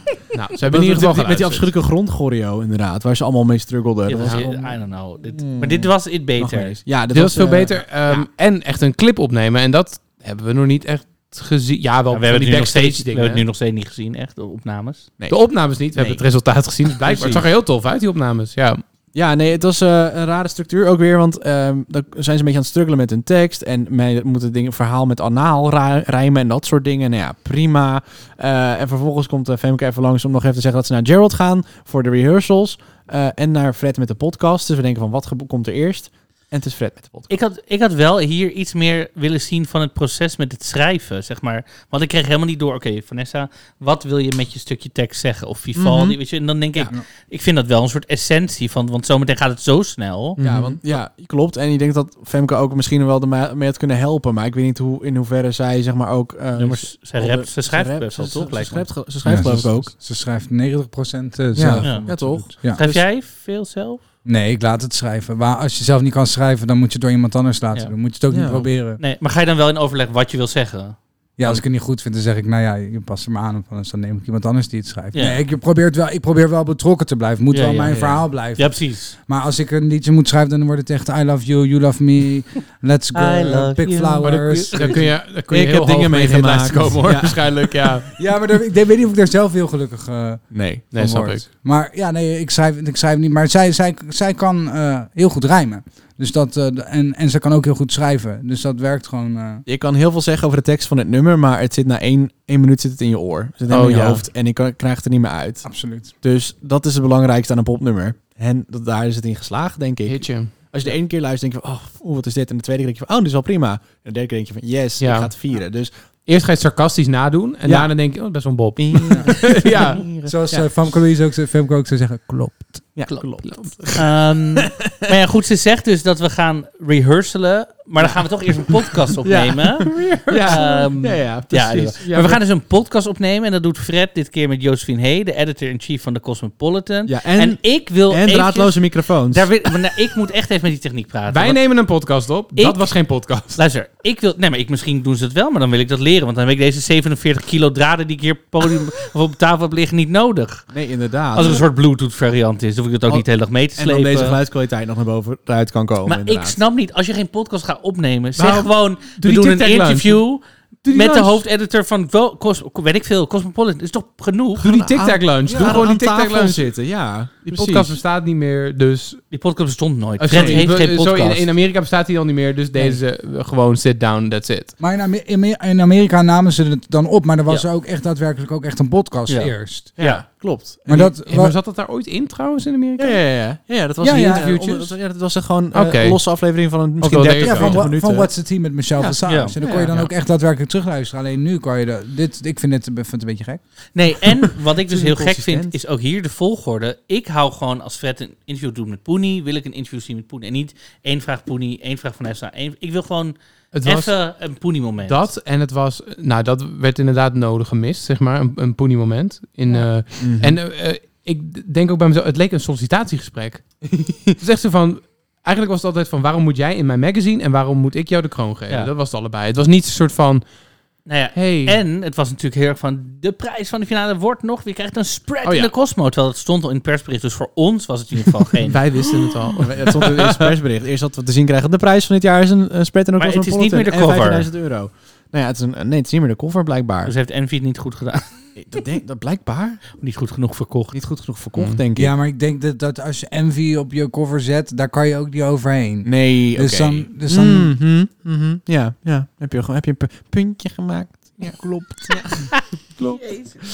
C: Nou, ze hebben in ieder geval
A: Met, met die afschuwelijke grondchoreo inderdaad, waar ze allemaal mee struggelden.
B: Ja,
A: Dat was
B: I
A: allemaal-
B: don't know. Dit, maar dit was het beter.
A: Ja,
C: Dit was veel
A: eh,
C: beter. Um, en echt een clip opnemen. En dat hebben we nog niet echt gezien. Ja, wel
B: Ja, we hebben
C: die
B: het nu nog steeds,
C: backstage
B: we
C: dingen.
B: hebben het nu nog steeds niet gezien, echt, de opnames.
A: Nee.
C: De opnames niet. We
A: Nee.
C: hebben het resultaat gezien. Dus blijkbaar. Het zag er heel tof uit, die opnames. Ja.
A: Ja, nee, het was uh, een rare structuur ook weer, want uh, dan zijn ze een beetje aan het struggelen met hun tekst en mij moeten dingen, verhaal met anaal ra- rijmen en dat soort dingen. Nou ja, prima. Uh, en vervolgens komt uh, Femke even langs om nog even te zeggen dat ze naar Gerald gaan voor de rehearsals uh, en naar Fred met de podcast. Dus we denken van, wat ge- komt er eerst? En het is Fred met de podcast.
B: Ik had, ik had wel hier iets meer willen zien van het proces met het schrijven, zeg maar. Want ik kreeg helemaal niet door, oké, okay, Vanessa, wat wil je met je stukje tekst zeggen? Of Vivaldi,
A: Mm-hmm.
B: weet je. En dan denk
A: Ja.
B: ik, ik vind dat wel een soort essentie van, want zometeen gaat het zo snel.
A: Ja,
C: Mhm.
A: want, ja, klopt. En ik denk dat Femke ook misschien wel ermee had kunnen helpen. Maar ik weet niet hoe, in hoeverre zij zeg maar ook... Uh,
B: Nummers, zij rapt, ze schrijft
A: rapt,
B: best wel,
A: ze-
B: toch?
A: Ze,
B: lijkt me.
A: schrijft, ge- ze schrijft
E: Ja,
A: geloof
E: ze,
A: ik ook.
E: Ze schrijft negentig procent uh,
A: Ja.
E: zelf.
B: Ja.
A: Ja, toch?
E: Ja.
B: Schrijf
A: Dus-
B: jij veel zelf?
E: Nee, ik laat het schrijven. Maar als je zelf niet kan schrijven, dan moet je het door iemand anders laten
B: Ja.
E: doen. Moet je het ook
A: Ja.
E: niet proberen.
B: Nee, maar ga je dan wel in overleg wat je wil zeggen?
E: Ja, als ik het niet goed vind, dan zeg ik, nou ja, je past er maar aan. Of anders dan neem ik iemand anders die het schrijft.
B: Ja.
E: Nee, ik probeer, het wel, ik probeer wel betrokken te blijven. Moet
B: Ja,
E: wel
B: ja,
E: mijn
B: ja.
E: verhaal blijven.
B: Ja, precies.
E: Maar als ik een liedje moet schrijven, dan wordt het echt I love you, you love me, let's go,
B: I love
E: pick
B: you.
C: Maar dan kun
E: flowers.
C: je, dan kun je, dan kun je
A: Ik
C: heel
A: heb dingen
C: hoog mee
A: meegemaakt.
C: komen hoor.
A: Ja.
C: Waarschijnlijk, ja.
E: Ja, maar daar, ik weet niet of ik daar zelf heel gelukkig uh,
A: Nee.
C: Nee,
E: van
C: snap
E: word.
C: ik.
E: Maar ja, nee, ik schrijf, ik schrijf niet. Maar zij, zij, zij kan uh, heel goed rijmen. Dus dat, uh, en, en ze kan ook heel goed schrijven. Dus dat werkt gewoon. Uh,
A: Je kan heel veel zeggen over de tekst van het nummer, maar het zit na één, één minuut zit het in je oor. Het zit helemaal
C: Oh,
A: in je
C: ja.
A: hoofd en ik kan, krijg het er niet meer uit.
E: absoluut.
A: Dus dat is het belangrijkste aan een popnummer. En dat, daar is het in geslaagd, denk ik.
C: Hitje.
A: Als je de ene keer luistert, denk je van, oh, oeh, wat is dit? En de tweede keer denk je van, oh, dit is wel prima. En de derde keer denk je van, yes,
C: Ja.
A: ik ga het vieren. Dus
C: Eerst ga je het sarcastisch nadoen. En
A: Ja.
C: daarna denk je, oh, best wel een Bob.
A: ja,
C: ja.
E: Zoals
A: Ja.
E: uh, Famke Louise ook, Femke ook zou zeggen, klopt.
A: ja
B: Klopt.
A: klopt.
B: Ehm, maar ja, goed, ze zegt dus dat we gaan rehearsalen. Maar dan gaan we toch eerst een podcast opnemen.
A: Ja,
B: Ehm,
A: ja, ja,
B: Ja,
A: precies.
B: ja, maar we gaan dus een podcast opnemen. En dat doet Fred dit keer met Josephine Hey, de editor-in-chief van de Cosmopolitan.
A: Ja,
B: en,
A: en,
B: ik wil
A: en
B: eventjes-
A: draadloze microfoons.
B: Daar wil, maar nou, ik moet echt even met die techniek praten.
C: Wij
B: Want-
C: nemen een podcast op.
B: Ik-
C: Dat was geen podcast.
B: Luister, ik wil... Nee, maar ik, misschien doen ze het wel, maar dan wil ik dat leren. Want dan heb ik deze zevenenveertig kilo draden die ik hier podium, of op tafel heb liggen niet nodig.
A: Nee, inderdaad.
B: Als er een soort Bluetooth variant is, hoef ik het ook
A: Oh,
B: niet de hele dag mee te
A: en dan
B: slepen.
A: deze geluidskwaliteit nog naar boven eruit kan komen.
B: maar
A: inderdaad.
B: ik snap niet, als je geen podcast gaat opnemen, zeg
C: Nou,
B: gewoon, we
C: die
B: doen een
C: Tic Tac Lounge.
B: interview
C: die
B: met de
C: lunch.
B: hoofdeditor van, Wel- Cos, weet ik veel, Cosmopolitan. Dat is toch genoeg?
C: Doe die Tic Tac Lunch.
A: Ja,
C: Doe gewoon die
A: aan
C: Tic Tac
A: tafel
C: Lunch.
A: zitten, ja.
C: Die
A: precies.
C: podcast bestaat niet meer, dus...
B: Die podcast bestond nooit.
C: Oh,
B: Fred
C: sorry,
B: heeft
C: ik-
B: geen
C: sorry,
B: podcast.
C: in, in Amerika bestaat die al niet meer, dus deze uh, gewoon sit down, that's it.
E: Maar in, Amer- in, in Amerika namen ze het dan op. Maar er was
B: Ja.
E: ook echt daadwerkelijk ook echt een podcast
B: Ja.
E: eerst.
A: Ja, klopt.
E: Maar dat...
C: Ja, maar zat dat daar ooit in trouwens in Amerika?
A: Ja, ja, ja. ja, ja dat was
E: Ja,
A: een
E: ja,
A: interviewtje.
C: onderzoekjes.
A: Dat, ja, dat was echt gewoon eh,
C: Oké.
A: een losse aflevering van een misschien
C: wel
A: dertig,
C: deze.
E: Ja, van,
A: veertig
E: wa-
A: minuten.
E: van What's the Tea met Michelle
A: Ja.
E: Visage.
B: Ja.
E: En dan kon je dan
C: Ja.
E: ook echt daadwerkelijk terugluisteren. Alleen nu kan je dat... Dit, ik vind het, vind het een beetje gek.
B: Nee, en wat ik dus
A: is
B: heel gek
A: inconsistent.
B: vind, is ook hier de volgorde. Ik hou gewoon, als Fred een interview doet met Poenie, wil ik een interview zien met Poenie. En niet één vraag Poenie, één vraag Vanessa. Één, ik wil gewoon
C: Het was
B: even een Poenie-moment.
C: dat en het was... Nou, dat werd inderdaad nodig gemist, zeg maar. Een, een Poenie moment. In, eh,
A: Mhm.
C: En uh, uh, ik denk ook bij mezelf, het leek een sollicitatiegesprek. Het is echt zo van... Eigenlijk was het altijd van, waarom moet jij in mijn magazine en waarom moet ik jou de kroon geven?
B: Ja.
C: Dat was het allebei. Het was niet een soort van,
B: Nou ja,
C: hey...
B: en het was natuurlijk heel erg van, de prijs van de finale wordt nog, wie krijgt een spread
C: Oh,
B: in
C: ja.
B: de Cosmo. Terwijl het stond al in het persbericht, dus voor ons was het in ieder geval geen...
C: Wij wisten het al.
A: Het stond in het persbericht. Eerst dat we te zien krijgen. De prijs van dit jaar is een, een spread en ook
B: Maar het is niet meer de cover.
A: vijftienduizend euro. Nou ja, het is een, nee, het is niet meer de cover blijkbaar.
B: Dus heeft Envy het niet goed gedaan.
A: dat, denk, dat blijkbaar
B: Niet goed genoeg verkocht.
A: niet goed genoeg verkocht,
C: Mm.
A: denk ik.
E: Ja, maar ik denk dat, dat als je Envy op je cover zet, daar kan je ook niet overheen.
A: Nee, oké.
E: Dus dan... Dus dan
A: Mhm, mhm. Ja, ja. Heb je, gewoon- heb je een pu- puntje gemaakt? Ja, klopt. Ja. klopt.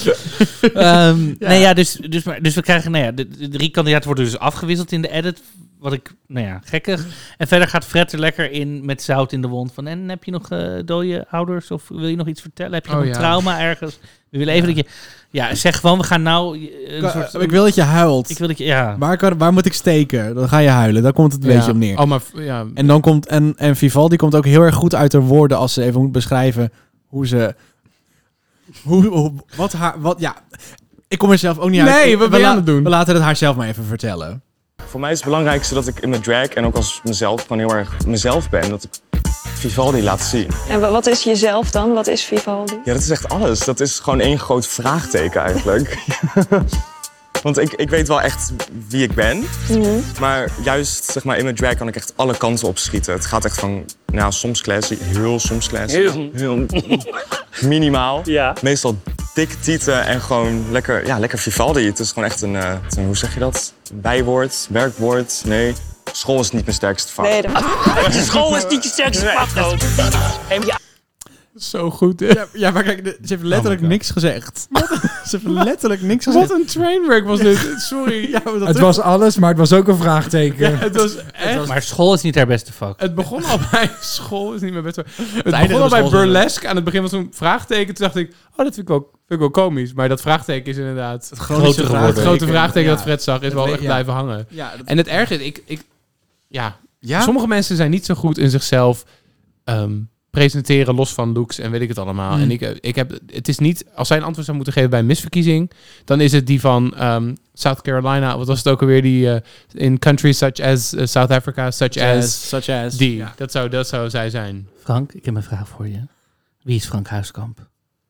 B: Ehm, Nee, ja, dus, dus, maar, dus we krijgen, nou ja, de, de drie kandidaten worden dus afgewisseld in de edit. Wat ik, nou ja, gekkig. En verder gaat Fred er lekker in met zout in de wond. Van, en heb je nog uh, dode ouders? Of wil je nog iets vertellen? Heb je nog
C: Oh,
B: een
C: ja.
B: trauma ergens? We willen even dat je... Ja, zeg gewoon, we gaan nou... Een
A: Ka-
B: soort,
A: ik wil dat je huilt.
B: ik wil dat je... Ja.
A: Waar, kan, waar moet ik steken? Dan ga je huilen. Daar komt het een
C: Ja.
A: beetje op neer.
C: Oh, maar f- ja.
A: En dan komt en, en Vivaldi komt ook heel erg goed uit de woorden als ze even moet beschrijven hoe ze hoe, hoe wat haar wat ja. Ik kom er zelf ook niet uit.
C: Nee, wat ben je
A: la-
C: aan het doen?
A: We laten het haar zelf maar even vertellen.
K: Voor mij is het belangrijkste dat ik in mijn drag en ook als mezelf gewoon heel erg mezelf ben. Dat ik Vivaldi laten zien.
J: En wat is jezelf dan? Wat is Vivaldi?
K: Ja, dat is echt alles. Dat is gewoon één groot vraagteken eigenlijk. Want ik, ik weet wel echt wie ik ben. Mm-hmm. Maar juist zeg maar, in mijn drag kan ik echt alle kanten opschieten. Het gaat echt van nou, soms classy, heel soms classy. Heel, heel minimaal. Ja. Meestal dikke tieten en gewoon lekker, ja, lekker Vivaldi. Het is gewoon echt een, uh, een, hoe zeg je dat? Bijwoord, werkwoord, nee. School is niet mijn sterkste vak.
F: Nee, dat... School is niet je sterkste vak ook. En ja.
C: Zo goed.
A: Ja, ja, maar kijk, ze heeft letterlijk oh niks gezegd. Ze heeft letterlijk niks gezegd.
C: Wat een trainwreck was dit. Sorry.
E: Ja, het terug... was alles, maar het was ook een vraagteken.
C: Ja, het was echt...
B: Het was... Maar school is niet haar beste vak.
C: Het begon al bij school is niet mijn beste vak. Het, het begon al bij burlesque. Aan het begin was zo'n vraagteken. Toen dacht ik, oh, dat vind ik wel, vind ik wel komisch. Maar dat vraagteken is inderdaad...
A: Het grote vraagteken,
C: het grote vraagteken ja. dat Fred zag is
A: het
C: wel
A: le-
C: echt
A: ja.
C: blijven hangen.
A: Ja, dat...
C: En het erge is, ik... ik ja,
A: ja,
C: sommige mensen zijn niet zo goed in zichzelf... Um, presenteren los van looks en weet ik het allemaal. Mm. En ik, ik heb, het is niet, als zij een antwoord zou moeten geven bij een misverkiezing, dan is het die van um, South Carolina. Wat was het ook alweer? Die uh, in countries such as uh, South Africa, such, such as,
A: as, such as.
C: Die.
A: Ja.
C: Dat zou, dat zou zij zijn.
B: Frank, ik heb een vraag voor je. Wie is Frank Huiskamp?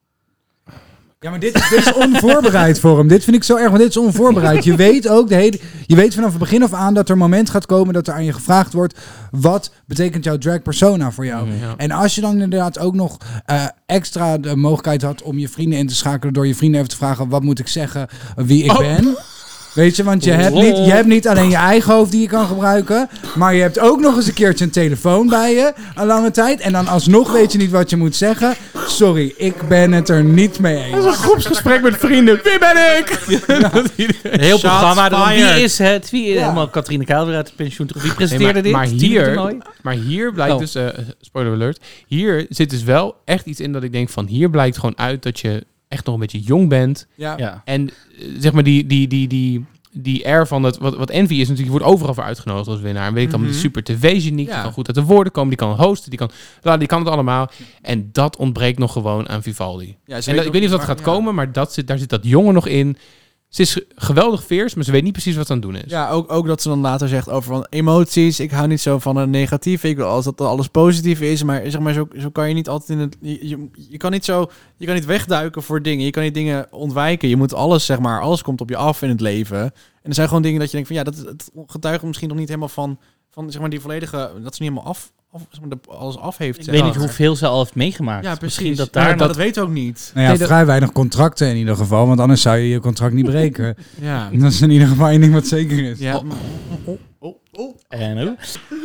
E: Ja, maar dit, dit is onvoorbereid voor hem. Dit vind ik zo erg, want dit is onvoorbereid. Je weet ook, de hele, je weet vanaf het begin af aan dat er een moment gaat komen dat er aan je gevraagd wordt, wat betekent jouw drag persona voor jou?
C: Mm, ja.
E: En als je dan inderdaad ook nog uh, extra de mogelijkheid had om je vrienden in te schakelen door je vrienden even te vragen, wat moet ik zeggen, wie ik oh. ben? Weet je, want je hebt, niet, je hebt niet alleen je eigen hoofd die je kan gebruiken, maar je hebt ook nog eens een keertje een telefoon bij je, een lange tijd. En dan alsnog weet je niet wat je moet zeggen. Sorry, ik ben het er niet mee eens.
C: Dat is een groepsgesprek met vrienden. Wie ben ik? Ja.
B: Een heel programma. Dan, wie is het? Wie is ja. helemaal Katrine Kuil weer uit het pensioen terug? Wie presenteerde
C: nee, maar,
B: dit?
C: Maar hier, maar hier blijkt oh. dus, uh, spoiler alert, hier zit dus wel echt iets in dat ik denk van, hier blijkt gewoon uit dat je echt nog een beetje jong bent.
A: Ja.
B: ja.
C: En uh, zeg maar die, die, die, die, die air van het, wat, wat Envy is natuurlijk, die wordt overal voor uitgenodigd als winnaar. En weet ik dan, mm-hmm. die super tv-geniek, ja. die kan goed uit de woorden komen, die kan hosten, die kan, die kan het allemaal. En dat ontbreekt nog gewoon aan Vivaldi. Ja, en dat, ik weet niet of dat gaat ja. komen, maar dat zit, daar zit dat jongen nog in. Ze is geweldig veers, maar ze weet niet precies wat ze aan het doen is.
A: Ja, ook, ook dat ze dan later zegt over van emoties. Ik hou niet zo van een negatief. Ik wil als dat alles positief is. Maar zeg maar, zo, zo kan je niet altijd in het... Je, je, je kan niet zo... Je kan niet wegduiken voor dingen. Je kan niet dingen ontwijken. Je moet alles, zeg maar... Alles komt op je af in het leven. En er zijn gewoon dingen dat je denkt van... Ja, dat het getuigt misschien nog niet helemaal van... Van zeg maar die volledige... Dat ze niet helemaal af... Of zeg maar, de, alles af heeft.
B: Ik weet niet hoeveel ze al heeft meegemaakt.
A: Ja, precies.
B: Misschien dat
A: daar
B: daar
A: ja,
B: nog...
A: dat weet ook niet.
E: Nou ja,
A: nee, dat...
E: vrij weinig contracten in ieder geval, want anders zou je je contract niet breken.
A: Ja.
E: Dat is in ieder geval één ding wat zeker is.
A: Ja.
E: Oh.
A: Oh, oh, oh.
B: En, oh.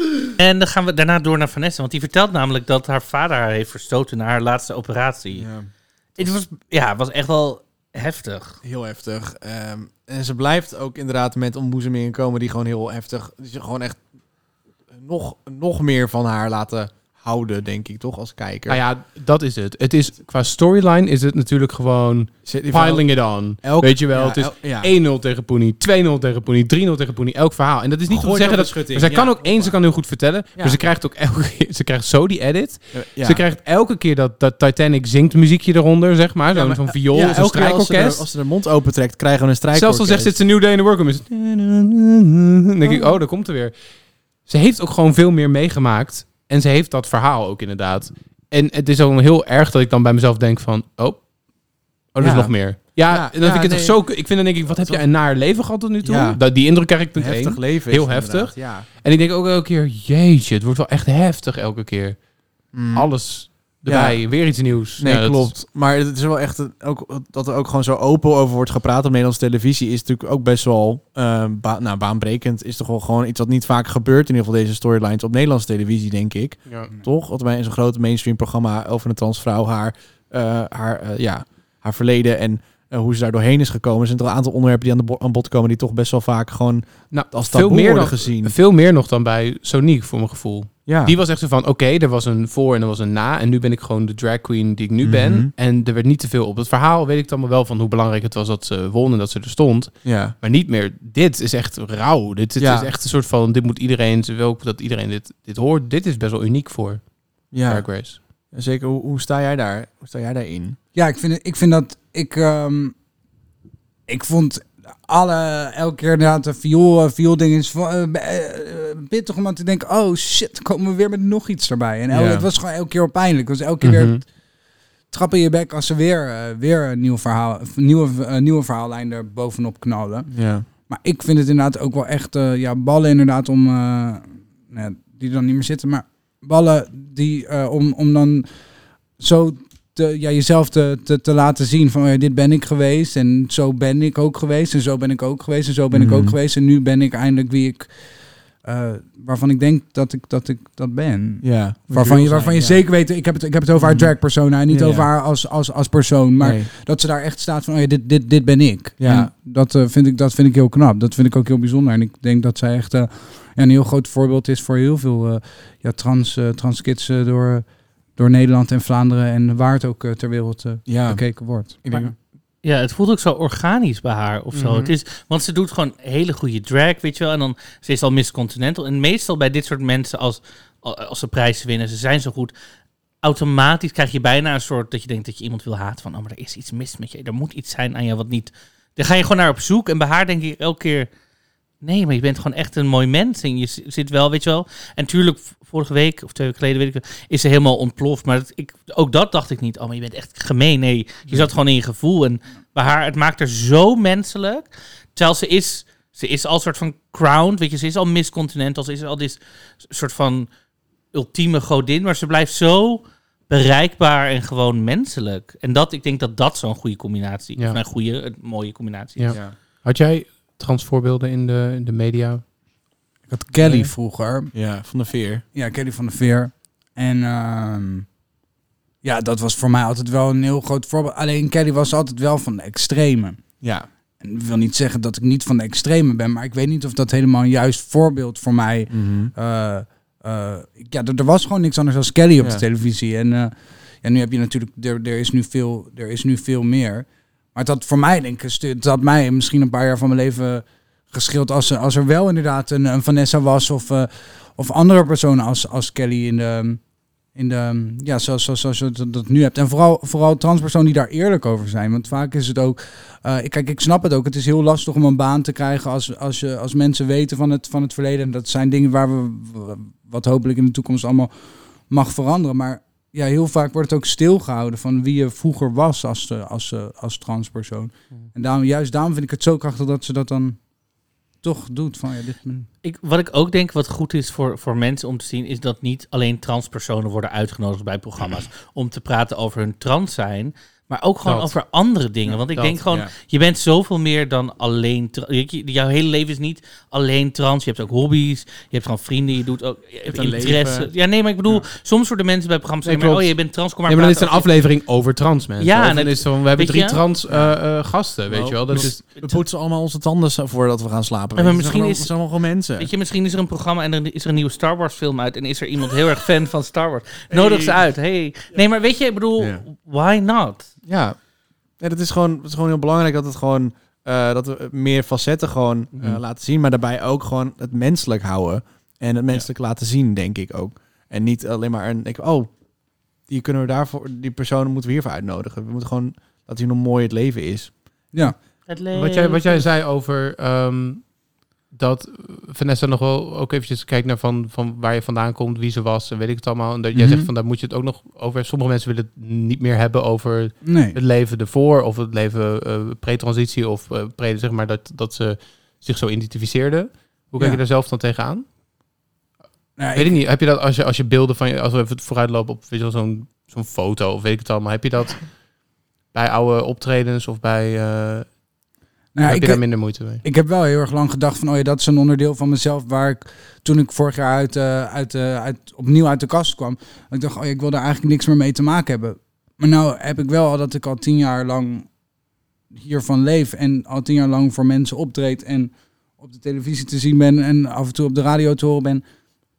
B: en dan gaan we daarna door naar Vanessa, want die vertelt namelijk dat haar vader haar heeft verstoten na haar laatste operatie. Ja. Het was, ja, was echt wel heftig.
A: Heel heftig. Um, en ze blijft ook inderdaad met ontboezemingen komen die gewoon heel heftig... Die gewoon echt nog, nog meer van haar laten houden, denk ik, toch, als kijker.
C: Nou ja, dat is het. Het is, qua storyline is het natuurlijk gewoon piling it on. Elk, weet je wel, ja, het is el, ja. één nul tegen Poenie, twee nul tegen Poenie, drie nul tegen Poenie, elk verhaal. En dat is niet om te zeggen dat... Schutting. Zij ja, kan ook één, ze kan heel goed vertellen, ja. maar ze krijgt ook elke keer, ze krijgt zo die edit. Ja. Ze krijgt elke keer dat, dat Titanic zingt muziekje eronder, zeg maar. Zo'n ja, zo'n viool, ja, zo'n strijkorkest.
A: Als, als ze de mond opentrekt, krijgen we een strijkorkest.
C: Zelfs al zegt ze, it's a new day in the workroom. Is het... Dan denk ik, oh, daar komt er weer. Ze heeft ook gewoon veel meer meegemaakt. En ze heeft dat verhaal ook inderdaad. En het is ook heel erg dat ik dan bij mezelf denk van... Oh, oh er is ja. nog meer. Ja, ja en dan ja, vind ik het nee. zo... Ik vind dan denk ik, wat heb je een naar leven gehad tot nu toe? Ja. Dat, die indruk krijg ik punt één.
A: Heftig leven
C: heel heftig. Ja. En ik denk ook elke keer... Jeetje, het wordt wel echt heftig elke keer. Mm. Alles... erbij, ja. weer iets nieuws.
A: Nee,
C: ja,
A: klopt. Is... Maar het is wel echt ook dat er ook gewoon zo open over wordt gepraat op Nederlandse televisie is natuurlijk ook best wel uh, ba- nou, baanbrekend. Is toch wel gewoon iets wat niet vaak gebeurt in ieder geval deze storylines op Nederlandse televisie, denk ik. Ja. Toch? Want bij zo'n grote mainstream programma over een transvrouw haar uh, haar uh, ja haar verleden en uh, hoe ze daar doorheen is gekomen. Er zijn er een aantal onderwerpen die aan, de bo- aan bod komen die toch best wel vaak gewoon nou, als taboe veel meer worden
C: nog,
A: gezien.
C: Veel meer nog dan bij Sonique voor mijn gevoel.
A: Ja.
C: Die was echt zo van, oké, okay, er was een voor en er was een na. En nu ben ik gewoon de drag queen die ik nu mm-hmm. ben. En er werd niet te veel op het verhaal. Weet ik dan wel van hoe belangrijk het was dat ze won en dat ze er stond.
A: Ja.
C: Maar niet meer, dit is echt rauw. Dit, dit ja. is echt een soort van, dit moet iedereen, ze wil ook dat iedereen dit, dit hoort. Dit is best wel uniek voor
A: ja.
C: Drag Race.
A: Zeker, hoe, hoe sta jij daar? Hoe sta jij daarin?
E: Ja, ik vind, ik vind dat, ik, um, ik vond... alle, elke keer inderdaad de viool, viool dingen, uh, uh, pittig om aan te denken, oh shit, komen we weer met nog iets erbij. En el- ja. het was gewoon elke keer wel pijnlijk. Het was elke keer mm-hmm. weer trappen in je bek als ze weer, uh, weer een nieuw verhaal, een nieuwe, uh, nieuwe verhaallijn er bovenop knallen.
A: Ja.
E: Maar ik vind het inderdaad ook wel echt, uh, ja, ballen inderdaad om, uh, nou, die dan niet meer zitten, maar ballen die, uh, om, om dan zo te, ja, jezelf te, te, te laten zien van, oh ja, dit ben ik geweest en zo ben ik ook geweest en zo ben ik ook geweest en zo ben mm-hmm. ik ook geweest en nu ben ik eindelijk wie ik, uh, waarvan ik denk dat ik dat, ik dat ben.
A: Ja,
E: waarvan je, waarvan je ja. zeker weet, ik heb het, ik heb het over haar drag persona en niet ja, ja. over haar als, als, als persoon, maar nee. dat ze daar echt staat van, oh ja, dit, dit, dit ben ik.
A: Ja.
E: En dat, uh, vind ik, dat vind ik heel knap. Dat vind ik ook heel bijzonder. En ik denk dat zij echt uh, een heel groot voorbeeld is voor heel veel uh, ja, trans, uh, trans kids uh, door, door Nederland en Vlaanderen en waar het ook uh, ter wereld uh, ja. bekeken wordt.
B: Ik denk, ja, het voelt ook zo organisch bij haar of zo. Mm-hmm. Het is, want ze doet gewoon hele goede drag, weet je wel. En dan ze is al Miss Continental. En meestal bij dit soort mensen, als, als ze prijzen winnen, ze zijn zo goed. Automatisch krijg je bijna een soort dat je denkt dat je iemand wil haten van, oh, maar er is iets mis met je. Er moet iets zijn aan je wat niet. Dan ga je gewoon naar op zoek. En bij haar denk ik elke keer, nee, maar je bent gewoon echt een mooi mens. En je zit wel, weet je wel. En natuurlijk, vorige week of twee weken geleden, weet ik, is ze helemaal ontploft. Maar dat, ik, ook dat dacht ik niet. Oh, maar je bent echt gemeen. Nee, je zat gewoon in je gevoel. En bij haar, het maakt haar zo menselijk. Terwijl ze is, ze is al soort van crowned. Weet je, ze is al Miss Continental. Ze is al dit soort van ultieme godin. Maar ze blijft zo bereikbaar en gewoon menselijk. En dat, ik denk dat dat zo'n goede combinatie is. Ja. Een goede, een mooie combinatie is.
C: Ja. Ja. Had jij transvoorbeelden in de, in de media?
E: Ik had Kelly nee. vroeger.
A: Ja, van de Veer.
E: Ja, Kelly van de Veer. En uh, ja, dat was voor mij altijd wel een heel groot voorbeeld. Alleen Kelly was altijd wel van de extreme.
A: Ja.
E: En ik wil niet zeggen dat ik niet van de extreme ben, maar ik weet niet of dat helemaal een juist voorbeeld voor mij... Mm-hmm. Uh, uh, ja, er, er was gewoon niks anders dan Kelly op ja. de televisie. En uh, ja, nu heb je natuurlijk... Er, er, is nu veel, er is nu veel meer. Maar het had voor mij, denk ik, het had mij misschien een paar jaar van mijn leven geschild als, als er wel inderdaad een, een Vanessa was of, uh, of andere personen als, als Kelly in de, in de ja, zoals, zoals, zoals je dat nu hebt. En vooral, vooral transpersonen die daar eerlijk over zijn. Want vaak is het ook, uh, kijk, ik snap het ook. Het is heel lastig om een baan te krijgen als, als, je, als mensen weten van het, van het verleden. En dat zijn dingen waar we, wat hopelijk in de toekomst allemaal mag veranderen. Maar ja, heel vaak wordt het ook stilgehouden van wie je vroeger was als, de, als, als, als transpersoon. Mm. En daarom, juist daarom vind ik het zo krachtig dat ze dat dan toch doet. Van, ja, dit men...
B: ik, wat ik ook denk wat goed is voor, voor mensen om te zien, is dat niet alleen transpersonen worden uitgenodigd bij programma's om te praten over hun trans zijn, maar ook gewoon dat. over andere dingen. Ja, Want ik dat, denk gewoon, ja. je bent zoveel meer dan alleen... Tra- jouw hele leven is niet alleen trans. Je hebt ook hobby's. Je hebt gewoon vrienden. Je doet ook je hebt interesse. Ja, nee, maar ik bedoel, ja. soms worden mensen bij programma's zeggen, nee, oh, je bent trans, kom maar
C: nee, maar dit is een aflevering over trans mensen.
B: Ja,
C: en dan is zo, we hebben drie je? trans uh, uh, gasten, weet
A: oh,
C: je wel. Dat is,
A: we poetsen allemaal onze tanden voordat we gaan slapen.
B: Ja, maar misschien is
A: het allemaal gewoon mensen.
B: Weet je, misschien is er een programma en er is er een nieuwe Star Wars film uit en is er iemand heel erg fan van Star Wars. Nodig hey. ze uit. Hey. Nee, maar weet je, ik bedoel, ja. why not?
A: Ja. Ja, dat is gewoon, het is gewoon heel belangrijk dat het gewoon uh, dat we meer facetten gewoon uh, mm. laten zien, maar daarbij ook gewoon het menselijk houden en het menselijk ja. laten zien, denk ik ook. En niet alleen maar een, denk, oh, die kunnen we daarvoor, die personen moeten we hiervoor uitnodigen. We moeten gewoon laten zien hoe mooi het leven is.
E: Ja.
B: Het leven.
C: Wat jij, wat jij zei over um, dat Vanessa nog wel ook eventjes kijkt naar van, van waar je vandaan komt, wie ze was en weet ik het allemaal. En dat mm-hmm. jij zegt van daar moet je het ook nog over. Sommige mensen willen het niet meer hebben over nee. het leven ervoor of het leven uh, pre-transitie of uh, pre, zeg maar dat, dat ze zich zo identificeerden. Hoe kijk ja. je daar zelf dan tegenaan? Nou, weet ik, ik niet. Heb je dat als je als je beelden van je, als we even vooruitlopen op weet je wel, zo'n zo'n foto of weet ik het allemaal, heb je dat bij oude optredens of bij uh, Nou, heb ik, je daar minder moeite mee?
E: Ik heb wel heel erg lang gedacht van, oh ja, dat is een onderdeel van mezelf waar ik, toen ik vorig jaar uit, uh, uit, uh, uit, opnieuw uit de kast kwam, ik dacht, oh ja, ik wil daar eigenlijk niks meer mee te maken hebben. Maar nou heb ik wel al dat ik al tien jaar lang hiervan leef en al tien jaar lang voor mensen optreed en op de televisie te zien ben en af en toe op de radio te horen ben.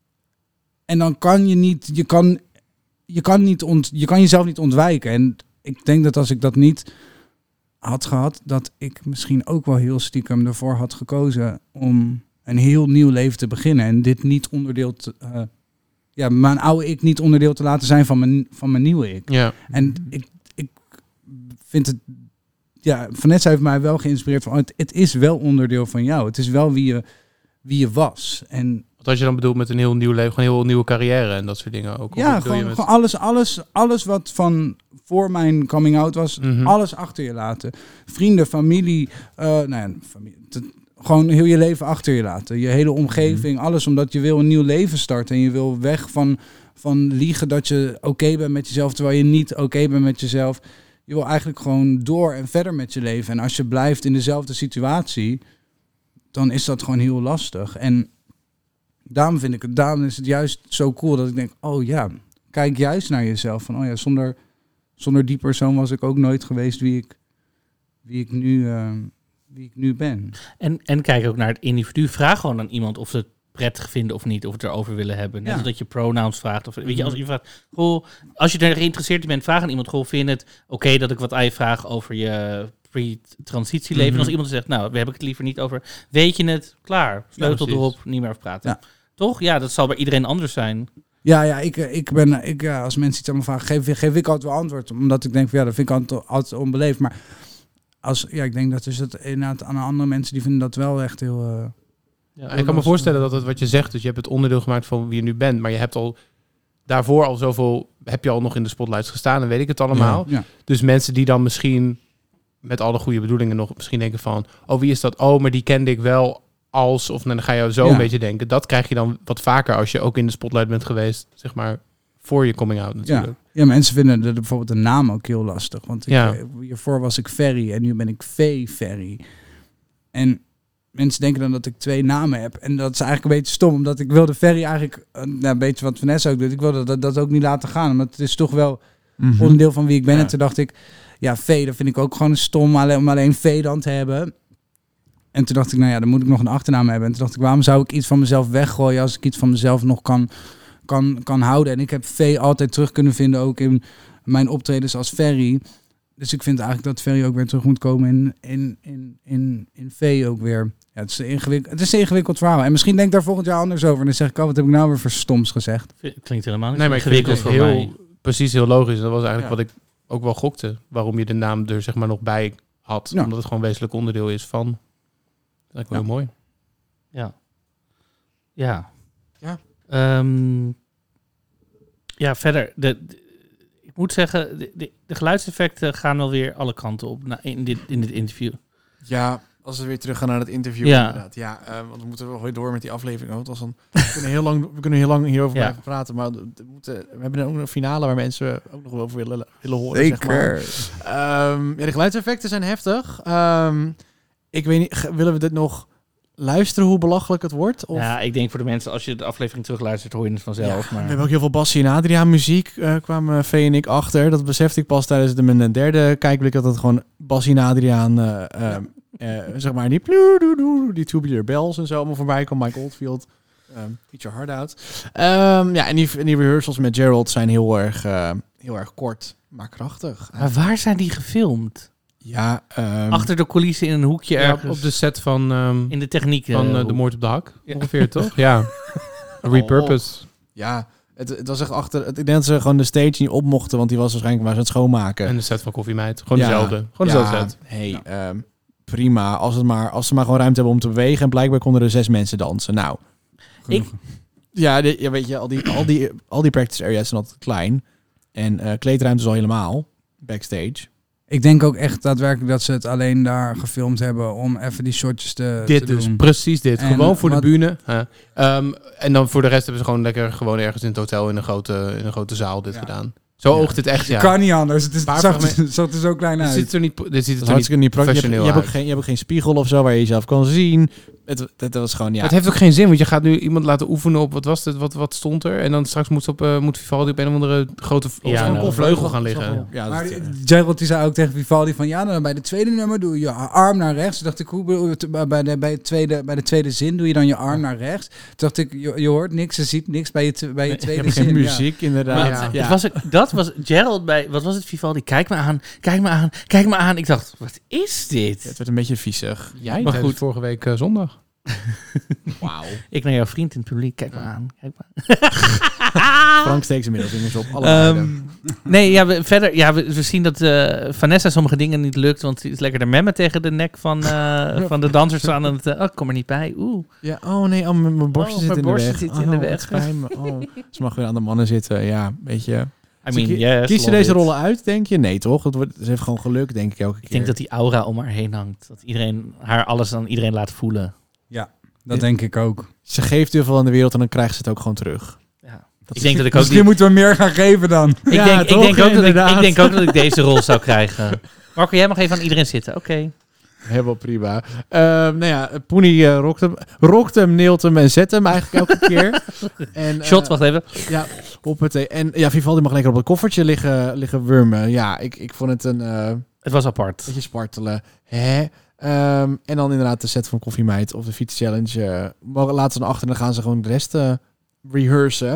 E: En dan kan je niet, je kan, je kan niet ont, je kan jezelf niet ontwijken. En ik denk dat als ik dat niet had gehad, dat ik misschien ook wel heel stiekem ervoor had gekozen om een heel nieuw leven te beginnen. En dit niet onderdeel te, uh, ja, mijn oude ik niet onderdeel te laten zijn van mijn, van mijn nieuwe ik.
C: Ja.
E: En ik, ik vind het, ja, Vanessa heeft mij wel geïnspireerd van, het, het is wel onderdeel van jou. Het is wel wie je, wie je was. En
C: Wat als je dan bedoelt met een heel nieuw leven, gewoon een heel nieuwe carrière en dat soort dingen ook?
E: Ja, gewoon, met... gewoon alles, alles, alles wat van voor mijn coming out was, mm-hmm. alles achter je laten. Vrienden, familie, uh, nou ja, familie te, gewoon heel je leven achter je laten. Je hele omgeving, mm-hmm. alles, omdat je wil een nieuw leven starten en je wil weg van, van liegen dat je oké okay bent met jezelf, terwijl je niet oké okay bent met jezelf. Je wil eigenlijk gewoon door en verder met je leven. En als je blijft in dezelfde situatie, dan is dat gewoon heel lastig. En daarom vind ik het, daarom is het juist zo cool dat ik denk, oh ja, kijk juist naar jezelf. Van, oh ja, zonder, zonder die persoon was ik ook nooit geweest wie ik, wie ik, nu, uh, wie ik nu ben.
B: En, en kijk ook naar het individu. Vraag gewoon aan iemand of ze het prettig vinden of niet, of het erover willen hebben. Net ja. als dat je pronouns vraagt. Of, weet je, als je vraagt, goh, als je er geïnteresseerd in bent, vraag aan iemand, goh, vind je het oké okay dat ik wat aan je vraag over je pre-transitieleven? Mm-hmm. En als iemand zegt, nou, we hebben het liever niet over, weet je het, klaar, sleutel ja, erop, niet meer over praten. Ja. Toch? Ja, dat zal bij iedereen anders zijn.
E: Ja, ja, ik, ik ben, ik, ja, als mensen iets aan me vragen, geef, geef ik altijd wel antwoord. Omdat ik denk, van, ja, dat vind ik altijd, altijd onbeleefd. Maar als, ja, ik denk dat dus het inderdaad aan andere mensen, die vinden dat wel echt heel... Uh,
C: ja, heel ik kan me voorstellen dat het wat je zegt, dus je hebt het onderdeel gemaakt van wie je nu bent, maar je hebt al daarvoor al zoveel, heb je al nog in de spotlights gestaan en weet ik het allemaal. Ja, ja. Dus mensen die dan misschien met alle goede bedoelingen nog misschien denken van, oh, wie is dat? Oh, maar die kende ik wel als, of dan ga je zo ja. een beetje denken. Dat krijg je dan wat vaker als je ook in de spotlight bent geweest, zeg maar, voor je coming out natuurlijk.
E: Ja, ja, mensen vinden de, de, bijvoorbeeld de naam ook heel lastig. Want ik, ja. hiervoor was ik Ferry en nu ben ik Vee Ferry. En mensen denken dan dat ik twee namen heb. En dat is eigenlijk een beetje stom, omdat ik wilde Ferry eigenlijk, uh, nou, een beetje wat Vanessa ook doet, ik wilde dat, dat ook niet laten gaan. Want het is toch wel mm-hmm. onderdeel van wie ik ben. Ja. En toen dacht ik, ja, Vee, dat vind ik ook gewoon stom alleen, om alleen Vee dan te hebben. En toen dacht ik, nou ja, dan moet ik nog een achternaam hebben. En toen dacht ik, waarom zou ik iets van mezelf weggooien als ik iets van mezelf nog kan, kan, kan houden? En ik heb Vee altijd terug kunnen vinden, ook in mijn optredens als Ferry. Dus ik vind eigenlijk dat Ferry ook weer terug moet komen in, in, in, in, in Vee ook weer. Ja, het is een ingewikkeld, het is een ingewikkeld verhaal. En misschien denk ik daar volgend jaar anders over. En dan zeg ik, oh, wat heb ik nou weer voor stoms gezegd?
B: Klinkt helemaal niet
C: nee, maar ingewikkeld voor heel, mij. Precies, heel logisch. Dat was eigenlijk ja. wat ik ook wel gokte. Waarom je de naam er zeg maar nog bij had. Ja. Omdat het gewoon een wezenlijk onderdeel is van. Dat lijkt me ja. heel mooi.
B: Ja. Ja.
C: Ja.
B: Um, ja, verder. De, de, ik moet zeggen, de, de, de geluidseffecten gaan wel weer alle kanten op na, in, dit, in dit interview.
A: Ja, als we weer terug gaan naar het interview. Ja, inderdaad. Ja, uh, want we moeten wel weer door met die aflevering. Want was dan, we, kunnen heel lang, we kunnen heel lang hierover ja. blijven praten. Maar we, moeten, we hebben ook een finale waar mensen ook nog wel over willen, willen horen.
D: Zeker.
A: Zeg maar. um, ja, de geluidseffecten zijn heftig. Um, ik weet niet, willen we dit nog luisteren hoe belachelijk het wordt? Of?
B: Ja, ik denk voor de mensen, als je de aflevering terugluistert, hoor je het vanzelf. Ja, maar...
A: We hebben ook heel veel Bassie en Adriaan muziek, uh, kwamen Vee en ik achter. Dat besefte ik pas tijdens de, mijn derde kijkblik, dat het gewoon Bassie en Adriaan, uh, uh, uh, zeg maar, die die tubular bells en zo allemaal voorbij kwam. Mike Oldfield, um, Feature Hard Out. Um, ja, en die, en die rehearsals met Gerald zijn heel erg, uh, heel erg kort, maar krachtig.
B: Maar waar zijn die gefilmd?
A: Ja, um,
B: achter de coulissen in een hoekje
C: ja,
B: ergens.
C: Op de set van... Um,
B: in de techniek.
C: Van uh, De Moord op de Hak, ja. ongeveer, toch? Ja. Repurpose.
A: Oh, ja, het, het was echt achter... Het, ik denk dat ze gewoon de stage niet op mochten, want die was waarschijnlijk maar aan het schoonmaken.
C: En de set van Koffiemeid. Gewoon
A: ja,
C: dezelfde. Gewoon
A: ja,
C: dezelfde set.
A: Hey, ja. um, prima. Als, het maar, als ze maar gewoon ruimte hebben om te bewegen en blijkbaar konden er zes mensen dansen. Nou.
B: Ik...
A: Ja, de, ja, weet je, al die, al, die, al die practice areas zijn altijd klein. En uh, kleedruimtes al helemaal. Backstage.
E: Ik denk ook echt daadwerkelijk dat ze het alleen daar gefilmd hebben om even die shotjes te,
C: dit
E: te
C: dus,
E: doen.
C: Precies dit. En gewoon voor wat... de bühne. Uh, um, en dan voor de rest hebben ze gewoon lekker gewoon ergens in het hotel in een grote, in een grote zaal dit ja. gedaan. Zo ja. oogt het echt, ja.
E: Het kan niet anders. Het is, het zag, het zag er zo klein uit.
C: Dit ziet er niet, dit ziet
A: er
C: niet, niet professioneel
A: je hebt, je, hebt ook geen, je hebt ook geen spiegel of zo waar je jezelf kan zien. Het, het, het was gewoon, ja.
C: Het heeft ook geen zin, want je gaat nu iemand laten oefenen op, wat was het, wat, wat stond er? En dan straks moet, op, uh, moet Vivaldi op een of andere grote
B: ja,
C: nou, vleugel gaan liggen. Ja.
E: Ja, maar die, Gerald die zei ook tegen Vivaldi van, ja, dan bij de tweede nummer doe je je arm naar rechts. Toen dacht ik, hoe, bij, de, bij, het tweede, bij de tweede zin doe je dan je arm naar rechts. Toen dacht ik, je, je hoort niks, je ziet niks bij je, bij je tweede
A: je
E: zin.
A: Geen muziek, ja. inderdaad.
B: Maar, ja. Het was, dat was Gerald bij, wat was het, Vivaldi? Kijk me aan, kijk me aan, kijk me aan. Ik dacht, wat is dit?
A: Ja, het werd een beetje viezig.
C: Jij, maar goed, vorige week uh, zondag.
A: Wauw.
B: Ik naar jouw vriend in het publiek. Kijk maar aan. Kijk maar.
A: Frank steekt zijn middelvingers op. Alle
B: um, nee, ja, we, verder, ja, we, we zien dat uh, Vanessa sommige dingen niet lukt, want ze is lekker de memmen tegen de nek van, uh, van de dansers aan. En het, uh, oh, kom er niet bij. Oeh.
A: Ja, oh nee, oh, mijn borstje
B: oh,
A: zit,
B: mijn
A: in,
B: borstje
A: de
B: zit
A: oh,
B: in de weg.
A: Oh, ze mag weer aan de mannen zitten. Ja, weet je.
B: I mean, yes,
A: kies je deze it. rollen uit, denk je? Nee, toch? Het, wordt, het heeft gewoon geluk, denk ik, elke keer.
B: Ik denk dat die aura om haar heen hangt. Dat iedereen haar alles aan iedereen laat voelen.
E: Ja, dat denk ik ook.
A: Ze geeft heel veel aan de wereld en dan krijgt ze het ook gewoon terug.
B: Ja. Ik denk dat ik ook
E: Misschien
B: die...
E: moeten we meer gaan geven dan.
B: Ik,
E: ja,
B: denk,
E: toch,
B: ik, denk ook dat ik, ik denk ook dat ik deze rol zou krijgen. Marco, jij mag even aan iedereen zitten. Oké. Okay.
A: Helemaal prima. Uh, nou ja, Poenie uh, rokt hem, rokt hem, neelt hem en zet hem eigenlijk elke keer. En, uh,
B: Shot, wacht even.
A: Ja, hoppatee. En ja, Vivaldi mag lekker op het koffertje liggen, liggen wurmen. Ja, ik, ik vond het een... Uh,
B: het was apart.
A: Beetje spartelen. Hè? Um, en dan inderdaad de set van Koffiemeid of de fiets challenge. Uh, laten ze dan achter en dan gaan ze gewoon de rest uh, rehearsen.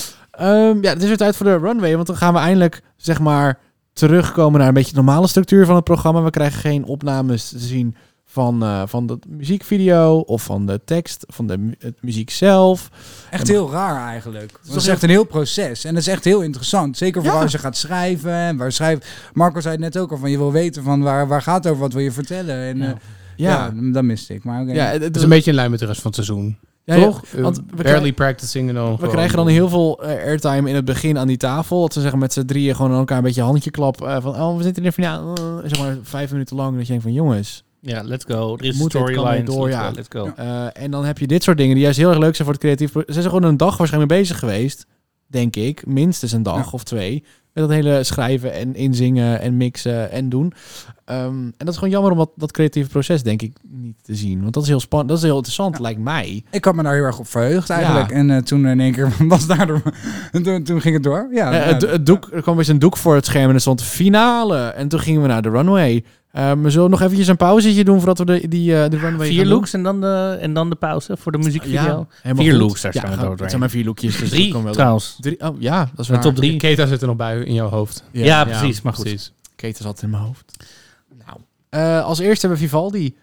A: Um, ja, het is weer tijd voor de runway. Want dan gaan we eindelijk, zeg maar, terugkomen naar een beetje de normale structuur van het programma. We krijgen geen opnames te zien van, uh, van de muziekvideo of van de tekst, van de mu- het muziek zelf.
E: Echt heel raar eigenlijk. Het is, dat is echt een heel proces. En dat is echt heel interessant. Zeker voor ja. als je gaat schrijven. En waar schrijft. Marco zei het net ook al van je wil weten van waar, waar gaat het over, wat wil je vertellen. En ja, uh, ja. ja dat miste ik. Maar okay.
C: ja, het, het is een beetje in lijn met de rest van het seizoen. Ja, toch?
A: Ja, want we
C: barely krijgen, practicing en dan.
A: We krijgen dan heel veel uh, airtime in het begin aan die tafel. Dat ze zeggen met z'n drieën gewoon aan elkaar een beetje handje klap. Uh, van oh, we zitten in de finale. Uh, zeg maar vijf minuten lang. Dat je denkt van jongens.
B: Ja, let's go. Er is een storyline.
A: Door,
B: let's
A: ja.
B: go. Let's go.
A: Uh, en dan heb je dit soort dingen die juist heel erg leuk zijn voor het creatief. Ze zijn gewoon een dag waarschijnlijk bezig geweest. Denk ik. Minstens een dag ja. of twee. Met dat hele schrijven en inzingen en mixen en doen. Um, en dat is gewoon jammer om dat, dat creatieve proces denk ik niet te zien. Want dat is heel spannend. Dat is heel interessant, ja. lijkt mij.
E: Ik had me daar heel erg op verheugd eigenlijk. Ja. En uh, toen in één keer was daardoor... toen, toen ging het door. Ja,
A: uh,
E: ja.
A: Het, het doek, er kwam eens een doek voor het scherm en er stond finale. En toen gingen we naar de runway. Uh, we zullen nog eventjes een pauzetje doen voordat we de, die, uh, de runway
B: Vier looks en dan, de, en dan de pauze voor de muziekvideo. Ja, vier
A: goed.
B: looks, daar
A: ja,
B: staan we door.
A: Het zijn maar vier lookjes. Dus
B: drie,
A: wel
B: trouwens.
A: Drie, oh, ja, dat is waar.
B: De top drie.
C: Keta zit er nog bij in jouw hoofd.
B: Ja, ja precies. Maar goed.
A: Precies. Keta zat in mijn hoofd. Nou. Uh, als eerste hebben we Vivaldi.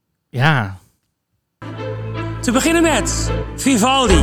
B: Ja.
F: Te beginnen met Vivaldi.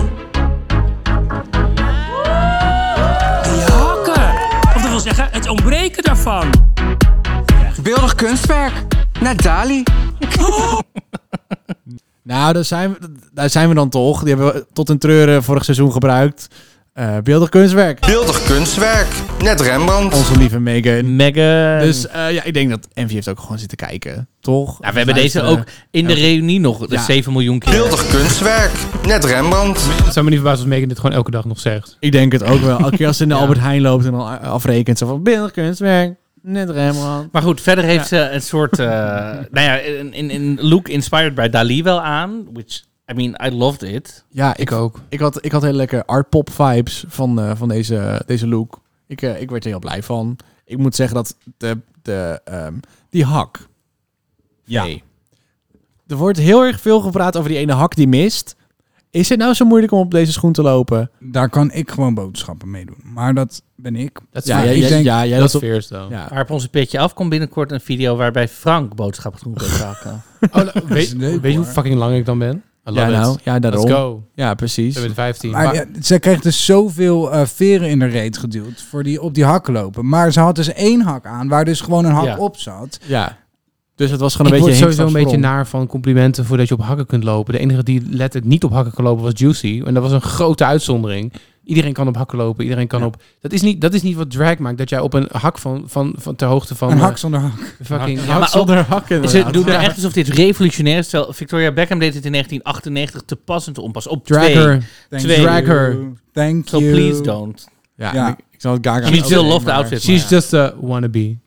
F: Die hakken. Of dat wil zeggen, het ontbreken daarvan.
L: Beeldig kunstwerk. Naar Dali.
A: Oh. Nou, daar zijn, we, daar zijn we dan toch. Die hebben we tot een treuren vorig seizoen gebruikt. Uh, beeldig kunstwerk.
L: Beeldig kunstwerk. Net Rembrandt.
A: Onze lieve Megan.
B: Megan.
A: Dus uh, ja, ik denk dat Envy heeft ook gewoon zitten kijken. Toch?
B: Nou, we hebben deze ook in de uh, reunie nog. De ja. zeven miljoen keer.
L: Beeldig kunstwerk. Net Rembrandt.
C: Het zou me niet verbazen als Megan dit gewoon elke dag nog zegt.
A: Ik denk het ook wel. Elke keer als ze in de ja. Albert Heijn loopt en dan afrekent. Zo van beeldig kunstwerk. Net Rembrandt.
B: Maar goed, verder heeft ja. ze een soort... Uh, nou ja, een, een look inspired by Dali wel aan. Which... I mean, I loved it.
A: Ja, ik, ik ook. Ik had, ik had hele lekker art-pop vibes van, uh, van deze, deze look. Ik, uh, ik werd er heel blij van. Ik moet zeggen dat de, de, um, die hak...
D: Ja.
A: Nee. Er wordt heel erg veel gepraat over die ene hak die mist. Is het nou zo moeilijk om op deze schoen te lopen?
E: Daar kan ik gewoon boodschappen mee doen. Maar dat ben ik.
A: Dat ja, ja, ik denk, ja, ja,
C: dat is first dan.
B: Ja. Maar op onze petje af komt binnenkort een video waarbij Frank boodschappen moet maken.
C: Oh, nou, weet, leuk, weet je hoe fucking lang ik dan ben?
A: Ja, nou, ja, daarom.
C: Let's go.
A: Ja, precies.
C: We hebben vijftien.
E: Maar, maar ja, ze kreeg dus zoveel uh, veren in de reet geduwd voor die op die hakken lopen. Maar ze had dus één hak aan waar dus gewoon een hak
A: ja.
E: op zat.
A: Ja. Dus het was gewoon een
C: ik
A: beetje...
C: Ik word sowieso een beetje naar van complimenten voordat je op hakken kunt lopen. De enige die letterlijk niet op hakken kon lopen was Juicy. En dat was een grote uitzondering. Iedereen kan op hakken lopen. Iedereen kan ja. op... Dat is, niet, dat is niet wat drag maakt. Dat jij op een hak van, van, van ter hoogte van...
E: Een
C: uh,
E: hak zonder hak.
C: Fucking
A: ja, hak maar zonder ook, hakken.
B: Ze doen er echt alsof dit revolutionair is. Terwijl Victoria Beckham deed het in negentien achtennegentig te pas en te onpas. Op
C: drag
B: twee.
C: Her.
B: twee.
C: Drag her.
E: Thank
B: so
E: you.
B: So please don't.
A: Ja, ja. Ik, ik zal het Gaga...
B: She still love the outfit.
C: She's maar, just a wannabe.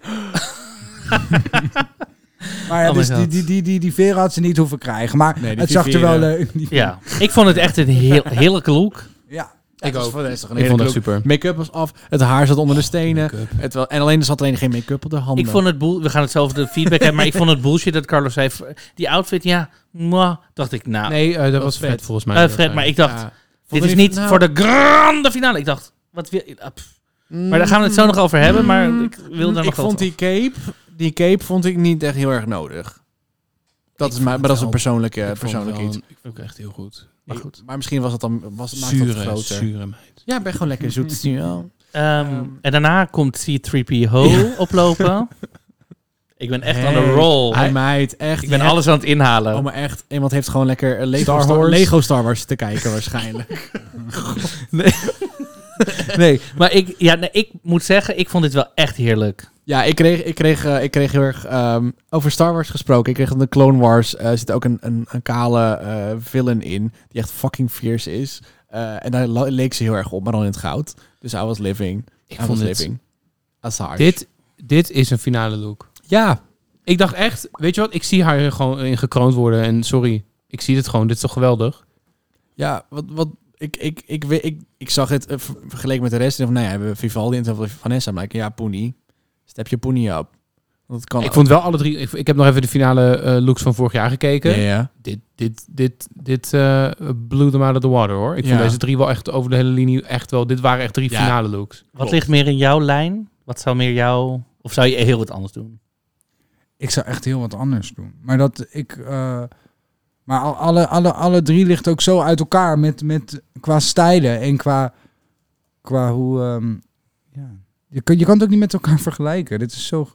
E: Maar ja, oh dus die, die, die, die, die veren had ze niet hoeven krijgen. Maar nee, het zag er wel leuk. Uh,
B: ja, ik vond het echt een heel, heerlijke look.
E: Ja.
A: Ik ook. Voor ik
C: vond het super.
A: Make-up was af. Het haar zat onder de stenen. Het wel, en alleen er zat alleen geen make-up op de handen.
B: Ik vond het boel. We gaan het zelf de feedback hebben. Maar ik vond het bullshit dat Carlos zei. Die outfit, ja. Mwah, dacht ik, nou.
C: Nee, uh, dat, dat was Fred, Fred volgens mij.
B: Uh, Fred, maar ik dacht. Ja. Dit is niet nou, voor de grande finale. Ik dacht, wat wil. Uh, maar daar gaan we het zo nog over hebben. Maar ik wil daar nog
A: Ik vond die cape. Die cape vond ik niet echt heel erg nodig. Dat is maar, maar dat is een persoonlijke, persoonlijke iets.
C: Ik vind het echt heel goed.
A: Maar goed. Maar misschien was het dan was het
C: zure,
A: het groter.
C: Zure meid.
A: Ja, ben gewoon lekker zoet. um,
B: um, en daarna komt C drie P O ja. oplopen. Ik ben echt hey, on a roll.
A: Hij meid, echt.
B: Ik ben alles aan het inhalen.
A: Oh, maar echt. Iemand heeft gewoon lekker Lego Star, Star, Wars. Lego Star Wars te kijken waarschijnlijk.
B: nee. nee, maar ik, ja, nee, ik moet zeggen, ik vond dit wel echt heerlijk.
A: Ja, ik kreeg, ik kreeg, uh, ik kreeg heel erg um, over Star Wars gesproken. Ik kreeg in de Clone Wars uh, zit ook een, een, een kale uh, villain in die echt fucking fierce is. Uh, en daar leek ze heel erg op, maar dan in het goud. Dus I was living.
C: Ik
A: I
C: vond
A: was
C: het,
A: living. As harsh.
C: Dit, dit is een finale look.
A: Ja.
C: Ik dacht echt, weet je wat? Ik zie haar gewoon in gekroond worden. En sorry, ik zie dit gewoon. Dit is toch geweldig?
A: Ja, wat... wat Ik, ik, ik, ik, ik, ik zag het uh, vergeleken met de rest. En van, nou ja, we hebben Vivaldi en toen Vanessa. Maar ik, ja, Poenie. Step je Poenie op. Dat kan
C: ik
A: ook.
C: vond wel alle drie... Ik, ik heb nog even de finale uh, looks van vorig jaar gekeken.
A: Ja, ja.
C: Dit, dit, dit, dit uh, blew them out of the water, hoor. Ik ja. vond deze drie wel echt over de hele linie echt wel... Dit waren echt drie ja. finale looks.
B: Wat Klopt. ligt meer in jouw lijn? Wat zou meer jou... Of zou je heel wat anders doen?
E: Ik zou echt heel wat anders doen. Maar dat ik... Uh, maar alle, alle, alle drie ligt ook zo uit elkaar met, met qua stijlen en qua, qua hoe... Um, ja. je, kan, je kan het ook niet met elkaar vergelijken. Dit is zo...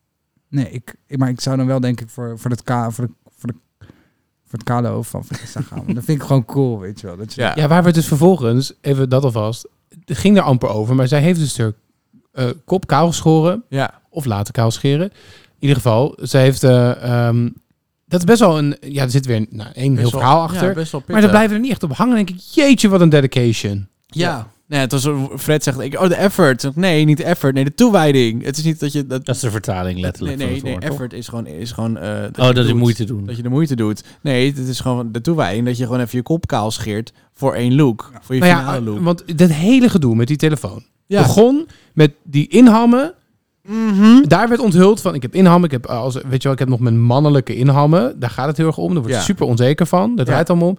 E: Nee, ik, ik, maar ik zou dan wel denk ik voor, voor, het, ka, voor, de, voor, de, voor het kale hoofd van Vanessa gaan. Dat vind ik gewoon cool, weet je wel. Dat je
C: ja. ja, waar we het dus vervolgens, even dat alvast, het ging er amper over, maar zij heeft dus haar uh, kop kaal geschoren.
A: Ja.
C: Of laten kaal scheren. In ieder geval, zij heeft... Uh, um, dat is best wel een... Ja, er zit weer nou, één heel verhaal wel, achter. Ja, best wel maar daar blijven er niet echt op hangen. Dan denk ik, jeetje, wat een dedication.
A: Ja. ja. Nee, het was, Fred zegt, ik, oh, de effort. Nee, niet de effort. Nee, de toewijding. Het is niet dat je... Dat,
B: dat is de vertaling, letterlijk.
A: Nee, nee,
B: van het
A: nee
B: woord,
A: effort is gewoon... Is gewoon uh, dat
B: oh,
A: je
B: dat
A: je
B: moeite doen.
A: Dat je de moeite doet. Nee, het is gewoon de toewijding. Dat je gewoon even je kop kaal scheert voor één look. Ja. Voor je
C: nou
A: finale
C: ja,
A: look.
C: Want dat hele gedoe met die telefoon
A: ja.
C: begon met die inhammen.
A: Mm-hmm.
C: Daar werd onthuld van, ik heb inhammen, ik heb, als, weet je wel, ik heb nog mijn mannelijke inhammen. Daar gaat het heel erg om. Daar word je ja. super onzeker van. Dat draait ja. allemaal om.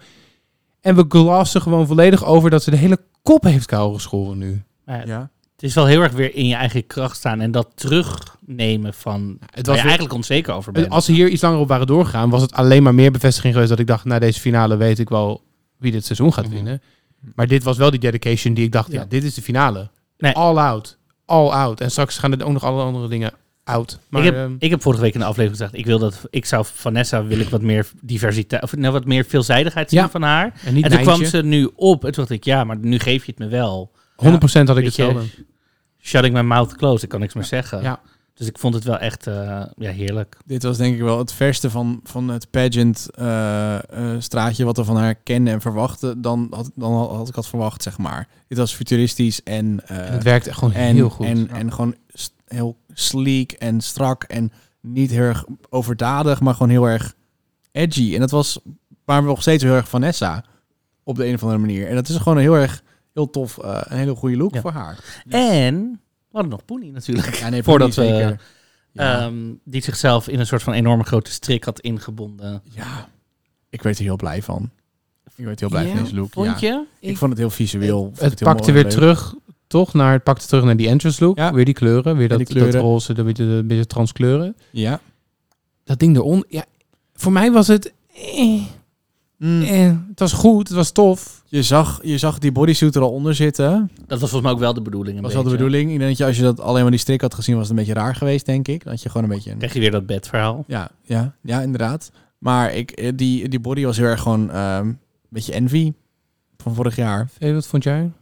C: En we glassen gewoon volledig over dat ze de hele kop heeft kaal geschoren nu.
B: Ja, ja. Het is wel heel erg weer in je eigen kracht staan en dat terugnemen van het was waar je weer, eigenlijk onzeker over bent.
C: Als ze hier iets langer op waren doorgegaan, was het alleen maar meer bevestiging geweest dat ik dacht, na deze finale weet ik wel wie dit seizoen gaat mm-hmm. winnen. Maar dit was wel die dedication die ik dacht, ja, ja dit is de finale. Nee. All out. All out. En straks gaan er ook nog alle andere dingen out. Maar,
B: ik, heb,
C: um,
B: ik heb vorige week in de aflevering gezegd, ik wil dat ik zou Vanessa wil ik wat meer diversiteit of nou, wat meer veelzijdigheid zien ja. van haar. En, niet en toen kwam ze nu op. En toen dacht ik, ja, maar nu geef je het me wel.
C: honderd procent had ik hetzelfde.
B: Shutting my mouth closed, ik kan niks meer
C: ja.
B: zeggen.
C: Ja.
B: Dus ik vond het wel echt uh, ja, heerlijk.
A: Dit was denk ik wel het verste van, van het pageant uh, uh, straatje wat we van haar kenden en verwachten. Dan had, dan had ik had verwacht, zeg maar. Dit was futuristisch en... Uh,
C: en het werkte gewoon
A: en,
C: heel goed.
A: En,
C: ja.
A: en gewoon st- heel sleek en strak en niet heel erg overdadig, maar gewoon heel erg edgy. En dat was, maar nog steeds heel erg Vanessa op de een of andere manier. En dat is gewoon een heel erg, heel tof, uh, een hele goede look ja. voor haar.
B: Dus. En... We hadden nog Poenie natuurlijk.
A: Ja, nee,
B: Voordat
A: Poenie,
B: we
A: zeker. Ja.
B: Um, die zichzelf in een soort van enorme grote strik had ingebonden.
A: Ja, ik werd er heel blij van. Ik werd heel blij
B: ja,
A: van deze look.
B: Vond je?
A: Ja. Ik, ik vond het heel visueel.
C: Het, het pakte weer leuk. terug, toch? Naar, het pakte terug naar die entrance look. Ja. Weer die kleuren. Weer dat, die kleuren. dat roze, dat beetje, een beetje transkleuren.
A: Ja.
C: Dat ding eronder. Ja, voor mij was het... Eh, mm. eh, het was goed, het was tof.
A: Je zag, je zag die bodysuit er al onder zitten.
B: Dat was volgens mij ook wel de bedoeling.
A: Dat was wel de bedoeling. Ik denk dat je, als je dat alleen maar die strik had gezien, was het een beetje raar geweest, denk ik. Dat je gewoon een beetje... Een...
B: Krijg je weer dat bedverhaal.
A: Ja, ja, ja, inderdaad. Maar ik, die, die body was heel erg gewoon um, een beetje envy van vorig jaar.
C: Hey, wat vond jij?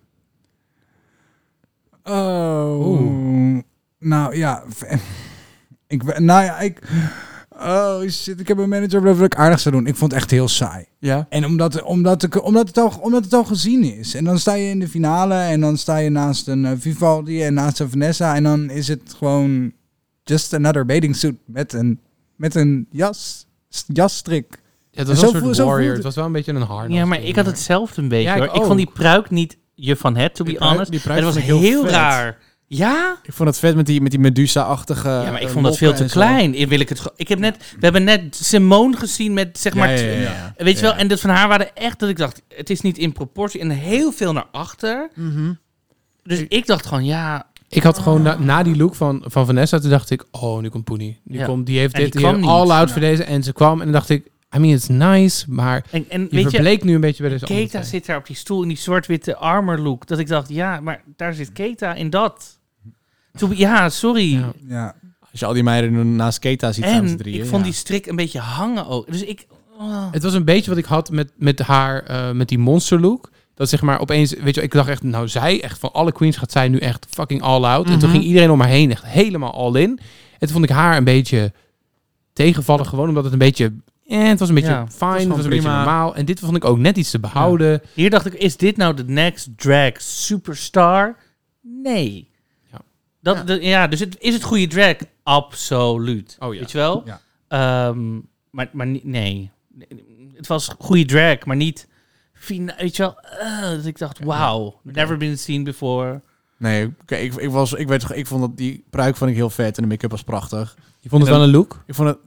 E: Oh. Oeh. Nou ja. Ik, nou ja, ik... Oh shit, ik heb een manager beloofd dat ik aardig zou doen. Ik vond het echt heel saai.
A: Ja.
E: En omdat, omdat, ik, omdat, het al, omdat het al gezien is. En dan sta je in de finale en dan sta je naast een uh, Vivaldi en naast een Vanessa. En dan is het gewoon just another bathing suit met een, met een jas, jasstrik.
C: Ja, het was een soort warrior. Het was wel een beetje een harnas.
B: Ja, maar ik had hetzelfde een beetje. Ja, ik, ik vond die pruik niet je van het, to be die honest. Die pruik, die pruik het was heel, heel raar. Ja?
A: Ik vond het vet met die, met die Medusa-achtige...
B: Ja, maar ik vond dat veel te klein. Ik wil ik het. Ik heb net, we hebben net Simone gezien met, zeg maar...
A: Ja, ja, ja, ja.
B: Weet je
A: ja.
B: wel? En dat van haar waren echt dat ik dacht, het is niet in proportie. En heel veel naar achter.
A: Mm-hmm.
B: Dus ik, ik dacht gewoon, ja...
C: Ik had gewoon na, na die look van, van Vanessa, toen dacht ik, oh, nu komt Poenie. Nu
B: ja.
C: komt, die heeft en dit die hier all out ja. voor deze. En ze kwam en dan dacht ik, I mean, it's nice, maar
B: en, en,
C: je
B: weet
C: verbleekt je, nu een beetje bij deze
B: Keita zit daar op die stoel in die zwart-witte armor look. Dat ik dacht, ja, maar daar zit Keita in dat. Toen, ja, sorry.
E: Ja. ja.
A: Als je al die meiden naast Keita ziet
B: en
A: drieën,
B: ik vond
A: ja.
B: die strik een beetje hangen ook. Dus ik... Oh.
C: Het was een beetje wat ik had met, met haar, uh, met die monster look. Dat zeg maar opeens, weet je, ik dacht echt, nou zij, echt van alle queens gaat zij nu echt fucking all out. Mm-hmm. En toen ging iedereen om haar heen echt helemaal all in. En toen vond ik haar een beetje tegenvallen, gewoon omdat het een beetje, eh, het was een beetje
B: ja,
C: fine, het was, het was een
A: prima.
C: beetje normaal. En dit vond ik ook net iets te behouden. Ja.
B: Hier dacht ik, is dit nou de next drag superstar? Nee.
C: Ja,
B: Dat,
A: ja.
B: De, ja dus het, is het goede drag? Absoluut.
C: Oh ja.
B: Weet je wel?
E: Ja.
B: Um, maar, maar nee. Het was goede drag, maar niet... Weet je wel? Uh, dat ik dacht, wow. Never been seen before.
A: Nee, okay, ik, ik, was, ik, weet, ik vond dat die pruik vond ik heel vet en de make-up was prachtig.
C: Je vond het wel een look?
A: Ik vond het...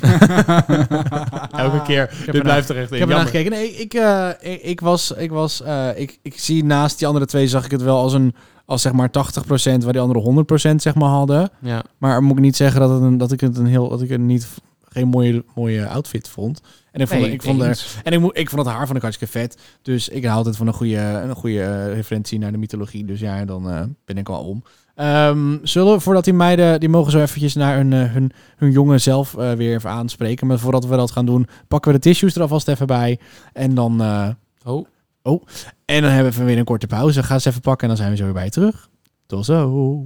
C: Elke keer. Dit blijft er echt in.
A: Ik heb ernaar gekeken. Nee, ik, uh, ik, ik was... Ik, was uh, ik, ik zie naast die andere twee zag ik het wel als een... Als zeg maar tachtig procent waar die andere honderd procent zeg maar hadden.
C: Ja.
A: Maar moet ik niet zeggen dat, het een, dat ik het een heel... Dat ik het niet... Geen mooie, mooie outfit vond. En ik vond, nee, ik vond er, en ik, ik vond het haar vond ik hartstikke vet. Dus ik hou altijd van een goede, een goede uh, referentie naar de mythologie. Dus ja, dan uh, ben ik al om. Um, zullen, voordat die meiden, die mogen zo eventjes naar hun, uh, hun, hun jongen zelf uh, weer even aanspreken. Maar voordat we dat gaan doen, pakken we de tissues er alvast even bij. En dan... Uh,
C: oh.
A: Oh. En dan hebben we weer een korte pauze. Ga ze even pakken en dan zijn we zo weer bij je terug. Tot zo.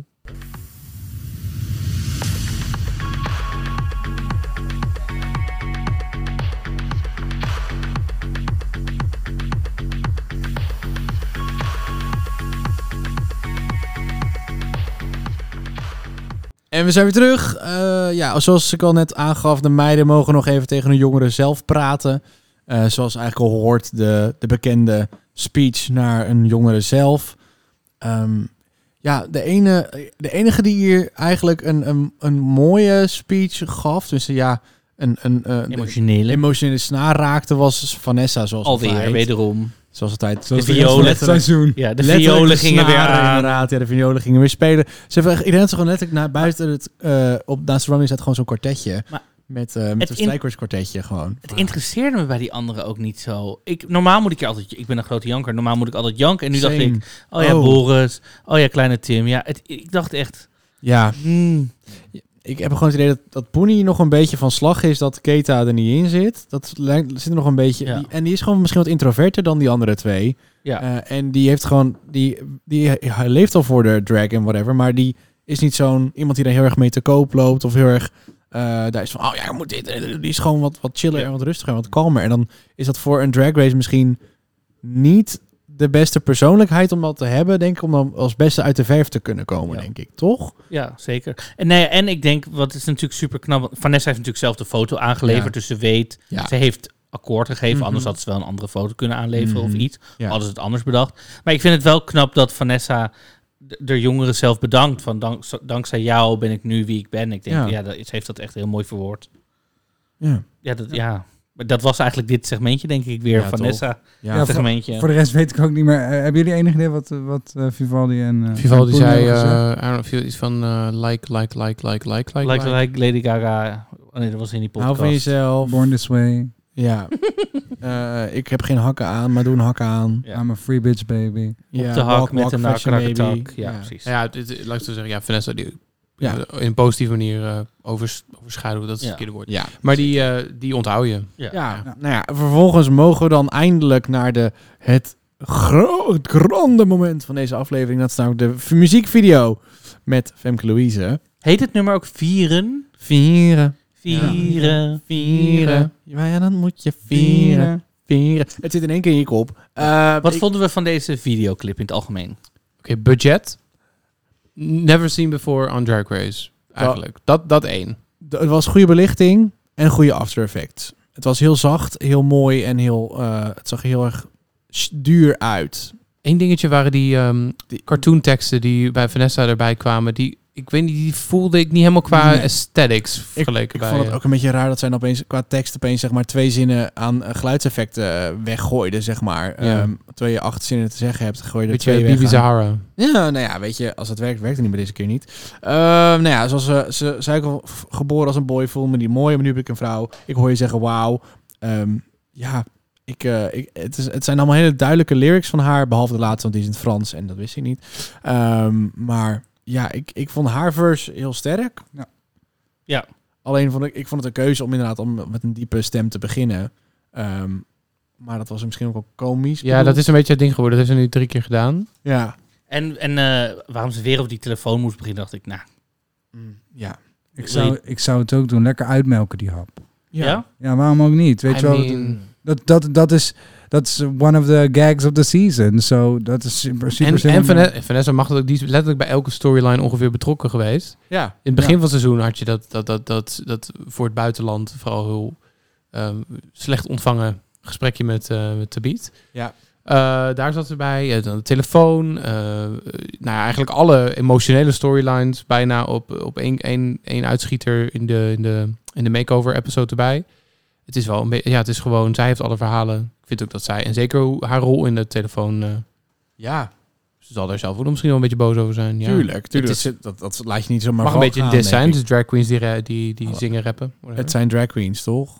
A: En we zijn weer terug. Uh, ja, zoals ik al net aangaf, de meiden mogen nog even tegen hun jongeren zelf praten. Uh, zoals eigenlijk al hoort, de, de bekende speech naar een jongere zelf. Um, ja, de, ene, de enige die hier eigenlijk een, een, een mooie speech gaf, dus ja, een, een, een
B: emotionele.
A: emotionele snaar raakte, was Vanessa, zoals
B: alweer,
A: altijd.
B: wederom.
A: Zoals altijd.
B: De violen.
E: Seizoen.
B: Ja, de violen gingen weer aan.
A: Inderdaad, ja, de violen gingen weer spelen. Ze hebben, ik denk dat ze gewoon letterlijk naar buiten het, uh, op naast de runway staat gewoon zo'n kwartetje. Maar met, uh, met een strijkerskwartetje gewoon.
B: Het interesseerde me bij die anderen ook niet zo. Ik, normaal moet ik er altijd... Ik ben een grote janker. Normaal moet ik altijd janken. En nu Same. dacht ik... Oh ja, oh. Boris. Oh ja, kleine Tim. Ja, het, ik dacht echt...
A: Ja.
B: Hmm.
A: Ik heb gewoon het idee dat, dat Poenie nog een beetje van slag is dat Keita er niet in zit. Dat lijkt, zit er nog een beetje...
B: Ja.
A: Die, en die is gewoon misschien wat introverter dan die andere twee.
B: Ja.
A: Uh, en die heeft gewoon... Die, die hij leeft al voor de drag en whatever. Maar die is niet zo'n iemand die daar heel erg mee te koop loopt. Of heel erg... Uh, daar is van, oh ja, je moet dit. Die is gewoon wat, wat chiller ja. en wat rustiger en wat kalmer. En dan is dat voor een drag race misschien niet de beste persoonlijkheid om dat te hebben, denk ik, om dan als beste uit de verf te kunnen komen, ja. denk ik, toch?
B: Ja, zeker. En, nee, en ik denk, wat is natuurlijk super knap, Vanessa heeft natuurlijk zelf de foto aangeleverd, ja. dus ze weet, ja. ze heeft akkoord gegeven, mm-hmm. anders had ze wel een andere foto kunnen aanleveren mm-hmm. of iets. Ja. Hadden ze het anders bedacht. Maar ik vind het wel knap dat Vanessa de jongeren zelf bedankt. Van dank, dankzij jou ben ik nu wie ik ben. Ik denk, ja, ja dat, ze heeft dat echt heel mooi verwoord.
A: Ja.
B: Ja, dat, ja. Maar dat was eigenlijk dit segmentje, denk ik, weer. Ja, Vanessa,
E: ja, ja, segmentje. Voor, voor de rest weet ik ook niet meer. Uh, hebben jullie enig idee wat, wat uh, Vivaldi en... Uh,
C: Vivaldi zei, uh, I iets van uh, like, like, like, like, like, like,
B: like, like Lady Gaga. Oh nee, dat was in die podcast.
A: Hou van jezelf.
E: Born This Way.
A: Ja. uh, ik heb geen hakken aan, maar doe een hakken aan.
E: Ja. I'm a free bitch baby.
B: Ja, op de hak walk, met walk, een nakrakketak. Ja, ja, precies.
C: Ja, dit, laat ik zo zeggen, ja, Vanessa die... Ja. In een positieve manier uh, overs, overschaduwen, dat is ja. het verkeerde woord.
A: Ja.
C: Maar die, uh, die onthoud je.
A: Ja. Ja. Ja. Nou ja, vervolgens mogen we dan eindelijk naar de, het gro- grande moment van deze aflevering. Dat is namelijk de muziekvideo met Femke Louise.
B: Heet het nummer ook Vieren?
A: Vieren.
B: Vieren.
A: Ja. Vieren. Ja, ja, dan moet je vieren. Vieren. Het zit in één keer in je kop.
B: Uh, Wat ik... vonden we van deze videoclip in het algemeen?
C: Oké, okay, budget. Never seen before on Drag Race. Eigenlijk. Dat, dat één.
A: Het was goede belichting en goede After Effects. Het was heel zacht, heel mooi en heel... Uh, het zag heel erg duur uit.
C: Eén dingetje waren die, um, die cartoonteksten die bij Vanessa erbij kwamen. Die, ik weet niet, die voelde ik niet helemaal qua nee. aesthetics vergeleken
A: ik, ik
C: bij...
A: Ik vond het ook een beetje raar dat zij opeens qua tekst opeens zeg maar twee zinnen aan uh, geluidseffecten weggooiden, zeg maar. Ja. Um, terwijl je acht zinnen te zeggen hebt, gooi je er twee weg.
C: Bibi Zahara.
A: Ja, nou ja, weet je, als het werkt, werkt het niet, maar deze keer niet. Uh, nou ja, zoals ze, ze zei ik al, geboren als een boy, voelde me die mooi, maar nu ben ik een vrouw. Ik hoor je zeggen, wauw. Um, ja, ik, uh, ik, het, is, het zijn allemaal hele duidelijke lyrics van haar. Behalve de laatste, want die is in het Frans. En dat wist ik niet. Um, maar ja, ik, ik vond haar verse heel sterk.
E: Ja.
B: ja.
A: Alleen vond ik, ik vond het een keuze om inderdaad om met een diepe stem te beginnen. Um, maar dat was misschien ook wel komisch.
C: Ja, bedoel. Dat is een beetje het ding geworden. Dat heeft ze nu drie keer gedaan.
A: Ja.
B: En, en uh, waarom ze weer op die telefoon moest beginnen, dacht ik, nou...
A: Mm, ja.
E: Ik zou, ik zou het ook doen. Lekker uitmelken, die hap.
B: Ja? Ja,
E: ja waarom ook niet? Weet I je wel, mean... dat, dat, dat is... Dat is one of the gags of the season. So, dat is super, super
C: en,
E: simpel.
C: En Vanessa mag dat ook, die is letterlijk bij elke storyline ongeveer betrokken geweest.
A: Ja.
C: In het begin
A: ja.
C: van het seizoen had je dat, dat, dat, dat, dat voor het buitenland vooral heel um, slecht ontvangen gesprekje met, uh, met Tabit.
A: Ja.
C: Uh, daar zat ze bij. Uh, dan de telefoon. Uh, nou ja, eigenlijk alle emotionele storylines bijna op, op één, één, één uitschieter in de, in de, in de makeover episode erbij. Het is wel een beetje, ja, het is gewoon, zij heeft alle verhalen. Ik vind ook dat zij, en zeker hoe, haar rol in de telefoon. Uh,
A: ja.
C: Ze zal daar zelf ook misschien wel een beetje boos over zijn. Ja.
A: Tuurlijk, tuurlijk.
C: Is,
A: dat, dat laat je niet zomaar
C: mag een beetje een diss zijn. Dus drag queens die, die, die oh. zingen, rappen.
A: Het zijn drag queens, toch?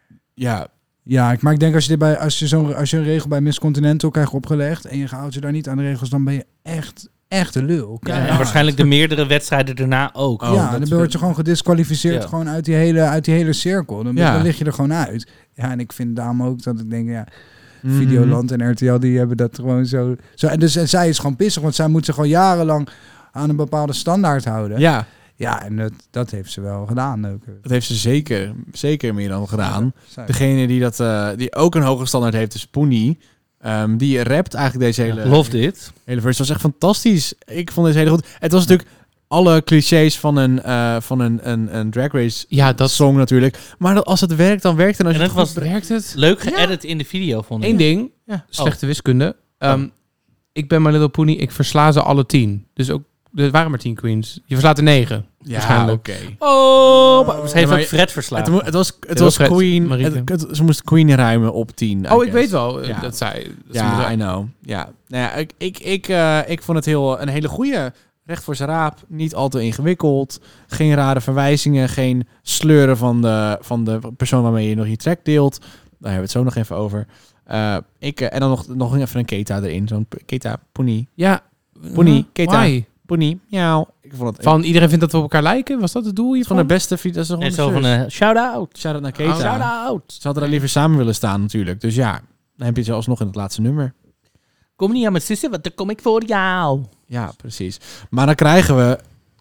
A: Ja.
E: Ja, maar ik denk als je, dit bij, als je, zo'n, als je een regel bij Miss Continental krijgt opgelegd en je houdt je daar niet aan de regels, dan ben je echt, echt een lul.
B: Ja, en ja. waarschijnlijk de meerdere wedstrijden daarna ook.
E: Oh, ja, dan word je gewoon gedisqualificeerd ja. gewoon uit die hele, uit die hele cirkel. Dan,
A: ja.
E: dan lig je er gewoon uit. Ja, en ik vind daarom ook dat ik denk, ja, mm-hmm. Videoland en R T L, die hebben dat gewoon zo. zo en, dus, en zij is gewoon pissig, want zij moet zich gewoon jarenlang aan een bepaalde standaard houden.
A: Ja.
E: Ja, en dat, dat heeft ze wel gedaan ook.
A: Dat heeft ze zeker, zeker meer dan gedaan. Ja, Degene die, dat, uh, die ook een hoge standaard heeft is Poenie. Um, die rapt eigenlijk deze hele...
B: Ja, love dit.
A: Hele verse. Het was echt fantastisch. Ik vond deze hele goed. Het was natuurlijk alle clichés van een, uh, van een, een, een Drag Race
C: ja, dat
A: song natuurlijk. Maar dat, als het werkt, dan werkt het. En als
B: en
A: je het
B: was
A: goed werkt het.
B: Leuk geëdit ja. in de video, vond ik.
C: Eén ding. Ja. Slechte oh. wiskunde. Um, oh. Ik ben My Little Poenie. Ik versla ze alle tien. Dus ook... Er waren maar tien queens. Je verslaat er negen.
A: Ja,
C: waarschijnlijk.
A: oké. Okay.
B: Oh, maar ze heeft ja, ook Fred verslagen.
A: Het, het was, het het was, was Queen. Het, het, ze moest Queen ruimen op tien.
C: Oh, ik weet wel. Ja. Dat zij. Dat
A: ja, I know. Ja. Nou ja, ik, ik, ik, uh, ik vond het heel een hele goede. Recht voor zijn raap. Niet al te ingewikkeld. Geen rare verwijzingen. Geen sleuren van de, van de persoon waarmee je nog je track deelt. Daar hebben we het zo nog even over. Uh, ik, uh, en dan nog, nog even een Keta erin. Zo'n Keta, Poenie.
C: Ja.
A: Poenie, Keta.
C: Why?
A: Poenie, miauw. Ik vond het
C: van iedereen vindt dat we op elkaar lijken? Was dat het doel hiervan?
A: Van de beste video. Dat is
B: zo van een shout-out.
A: Shout-out naar Keta.
B: Oh, shout-out.
A: Ze hadden daar liever samen willen staan natuurlijk. Dus ja, dan heb je ze alsnog in het laatste nummer.
B: Kom niet aan mijn zussen, want dan kom ik voor jou.
A: Ja, precies. Maar dan krijgen we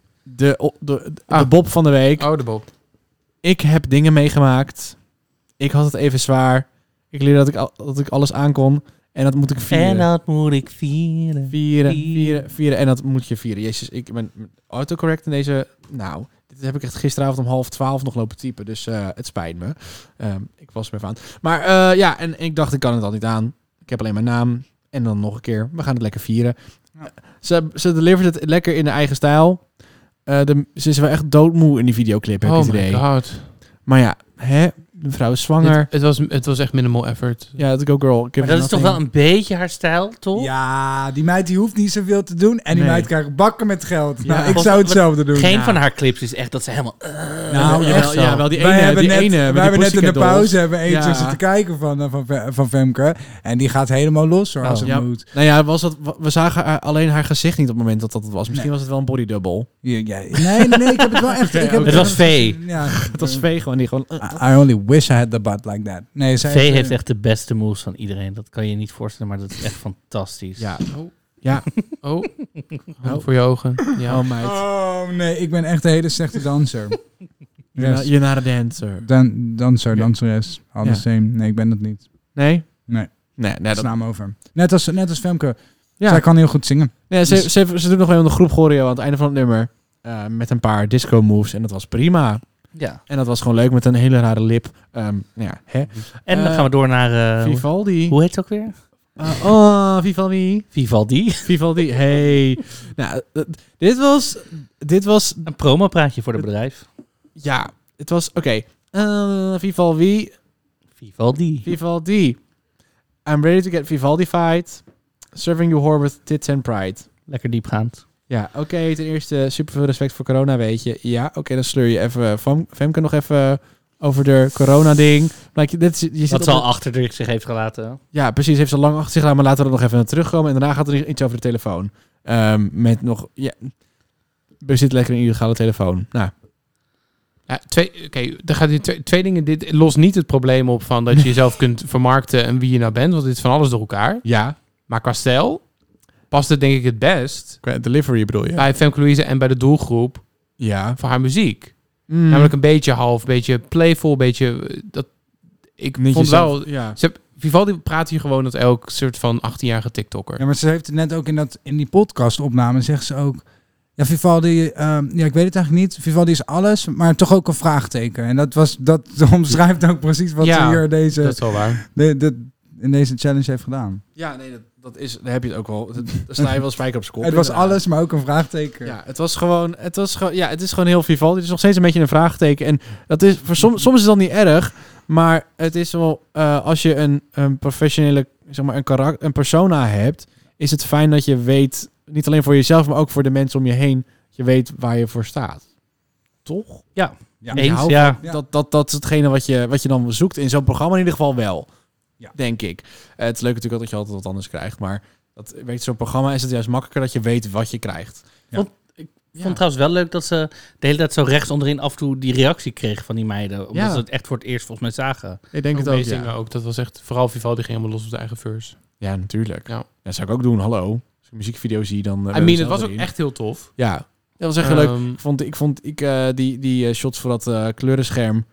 A: de, de, de,
C: ah.
A: de Bob van de week.
C: Oh, de Bob.
A: Ik heb dingen meegemaakt. Ik had het even zwaar. Ik leerde dat ik, al, dat ik alles aankon. En dat moet ik vieren.
B: En dat moet ik vieren.
A: Vieren, vieren, vieren. En dat moet je vieren. Jezus, ik ben autocorrect in deze... Nou, dit heb ik echt gisteravond om half twaalf nog lopen typen. Dus uh, het spijt me. Um, ik was er even aan. Maar uh, ja, en ik dacht, ik kan het al niet aan. Ik heb alleen mijn naam. En dan nog een keer. We gaan het lekker vieren. Ja. Ze, ze delivert het lekker in de eigen stijl. Uh, de, ze is wel echt doodmoe in die videoclip, heb ik
C: oh
A: het idee.
C: Oh my god.
A: Maar ja, hè... De vrouw is zwanger.
C: Het, het, was, het was echt minimal effort.
A: Ja, dat go girl.
B: Maar dat is toch wel een beetje haar stijl, toch?
E: Ja, die meid die hoeft niet zoveel te doen. En die nee. meid krijgt bakken met geld. Ja. Nou, ik
B: Of,
E: zou hetzelfde doen.
B: Geen
E: ja.
B: van haar clips is echt dat ze helemaal... Uh,
E: nou,
A: ja,
E: echt
A: wel, ja, wel die ene.
E: Wij hebben
A: die
E: net,
A: ene
E: wij hebben net in de pauze hebben eentje
A: ja.
E: zitten kijken van, van, van Femke. En die gaat helemaal los hoor, als
A: oh,
E: het
A: ja.
E: moet.
A: Nou ja, was dat, we zagen haar, alleen haar gezicht niet op het moment dat dat het was. Misschien nee. was het wel een body double.
E: Ja, ja. Nee, nee, nee, ik heb het wel echt... Ik heb
B: het was Vee.
E: Ja.
A: Het was Vee gewoon. Die gewoon
E: uh, I only wish I had the butt like that. Nee, zij
B: Vee heeft echt de beste moves van iedereen. Dat kan je niet voorstellen, maar dat is echt fantastisch.
A: Ja. Oh. Ja.
C: Oh. oh. Voor je ogen. Ja.
A: Oh, meid.
E: Oh, nee. Ik ben echt een hele slechte danser.
A: Yes. You're not a dancer.
E: Dan, danser, danseres. All the same. Nee, ik ben dat niet.
A: Nee?
E: Nee.
A: Nee, nee dat...
E: naam over. Net als, net als Femke. Ja. Zij kan heel goed zingen.
A: Ja, ze, dus... ze, ze, ze doet nog wel een groep choreo aan het einde van het nummer. Uh, met een paar disco moves. En dat was prima.
B: Ja.
A: En dat was gewoon leuk met een hele rare lip. Um, ja, hè?
B: En dan uh, gaan we door naar... Uh,
A: Vivaldi.
B: Hoe heet het ook weer?
A: Uh, oh, Vivaldi.
B: Vivaldi.
A: Vivaldi, hey. Nou, uh, dit was... Dit was...
B: Een promopraatje voor het bedrijf.
A: Ja, het was... Oké. Okay. Uh, Vivaldi.
B: Vivaldi.
A: Vivaldi. I'm ready to get Vivaldi-fied. Serving you whore with tits and pride.
B: Lekker diepgaand.
A: Ja, oké. Okay, ten eerste super veel respect voor corona, weet je. Ja, oké, okay, dan sleur je even Fem, Femke nog even over de corona-ding. Like, dit is, je zit
B: Wat ze al
A: de...
B: achter zich heeft gelaten.
A: Ja, precies. Heeft ze lang achter zich gelaten, maar laten we er nog even naar terugkomen. En daarna gaat er iets over de telefoon. Um, met nog... Ja, bezit lekker een illegale telefoon. Nou...
C: Ja, twee, oké, okay, dan gaat twee, twee dingen. Dit lost niet het probleem op van dat je jezelf kunt vermarkten en wie je nou bent, want dit is van alles door elkaar.
A: Ja.
C: Maar qua stijl past het denk ik het best.
A: Qua delivery bedoel je?
C: Bij Femke Louise en bij de doelgroep.
A: Ja.
C: Voor haar muziek.
A: Mm.
C: Namelijk een beetje half, beetje playful, beetje dat. Ik
A: Niet
C: vond
A: jezelf,
C: wel.
A: Ja.
C: Ze, Vivaldi praat hier gewoon dat elk soort van achttienjarige TikToker.
E: Ja, maar ze heeft het net ook in dat in die podcast-opname zegt ze ook. Ja, Vivaldi, um, ja, ik weet het eigenlijk niet. Vivaldi is alles, maar toch ook een vraagteken. En dat was dat omschrijft ook precies wat
C: ja,
E: ze hier deze,
C: dat is wel waar.
E: De, de, in deze challenge heeft gedaan.
A: Ja, nee, dat, dat is, daar heb je het ook wel. Daar sta je wel spijker op z'n kop.
E: Het was
A: inderdaad.
E: alles, maar ook een vraagteken.
A: Ja, het was gewoon, het was gewoon, ja, het is gewoon heel Vivaldi. Het is nog steeds een beetje een vraagteken. En dat is voor som, soms is dat niet erg, maar het is wel uh, als je een, een professionele, zeg maar, een karakter, een persona hebt, is het fijn dat je weet, niet alleen voor jezelf, maar ook voor de mensen om je heen, je weet waar je voor staat. Toch?
B: Ja.
E: Ja,
B: eens,
A: hou
B: ja.
A: van, dat, dat, dat is hetgene wat je, wat je dan zoekt. In zo'n programma in ieder geval wel.
E: Ja.
A: Denk ik. Uh, het is leuk natuurlijk dat je altijd wat anders krijgt. Maar dat, weet je, zo'n programma is het juist makkelijker dat je weet wat je krijgt.
B: Ja. Vond, ik ja. vond trouwens wel leuk dat ze de hele tijd zo rechts onderin af en toe die reactie kreeg van die meiden. Omdat
A: Ja.
B: ze het echt voor het eerst volgens mij zagen.
A: Ik denk het ook, ja.
C: Dingen ook. Dat was echt, vooral Vivaldi ging helemaal los op zijn eigen verse.
A: Ja, natuurlijk.
C: Ja.
A: Dat zou ik ook doen. Hallo. Als ik een muziekvideo zie, dan... Uh,
C: I mean, het was ook echt heel tof.
A: Ja. Dat was echt heel
C: Um,
A: leuk. Ik vond, ik vond ik, uh, die, die uh, shots voor dat uh, kleurenscherm.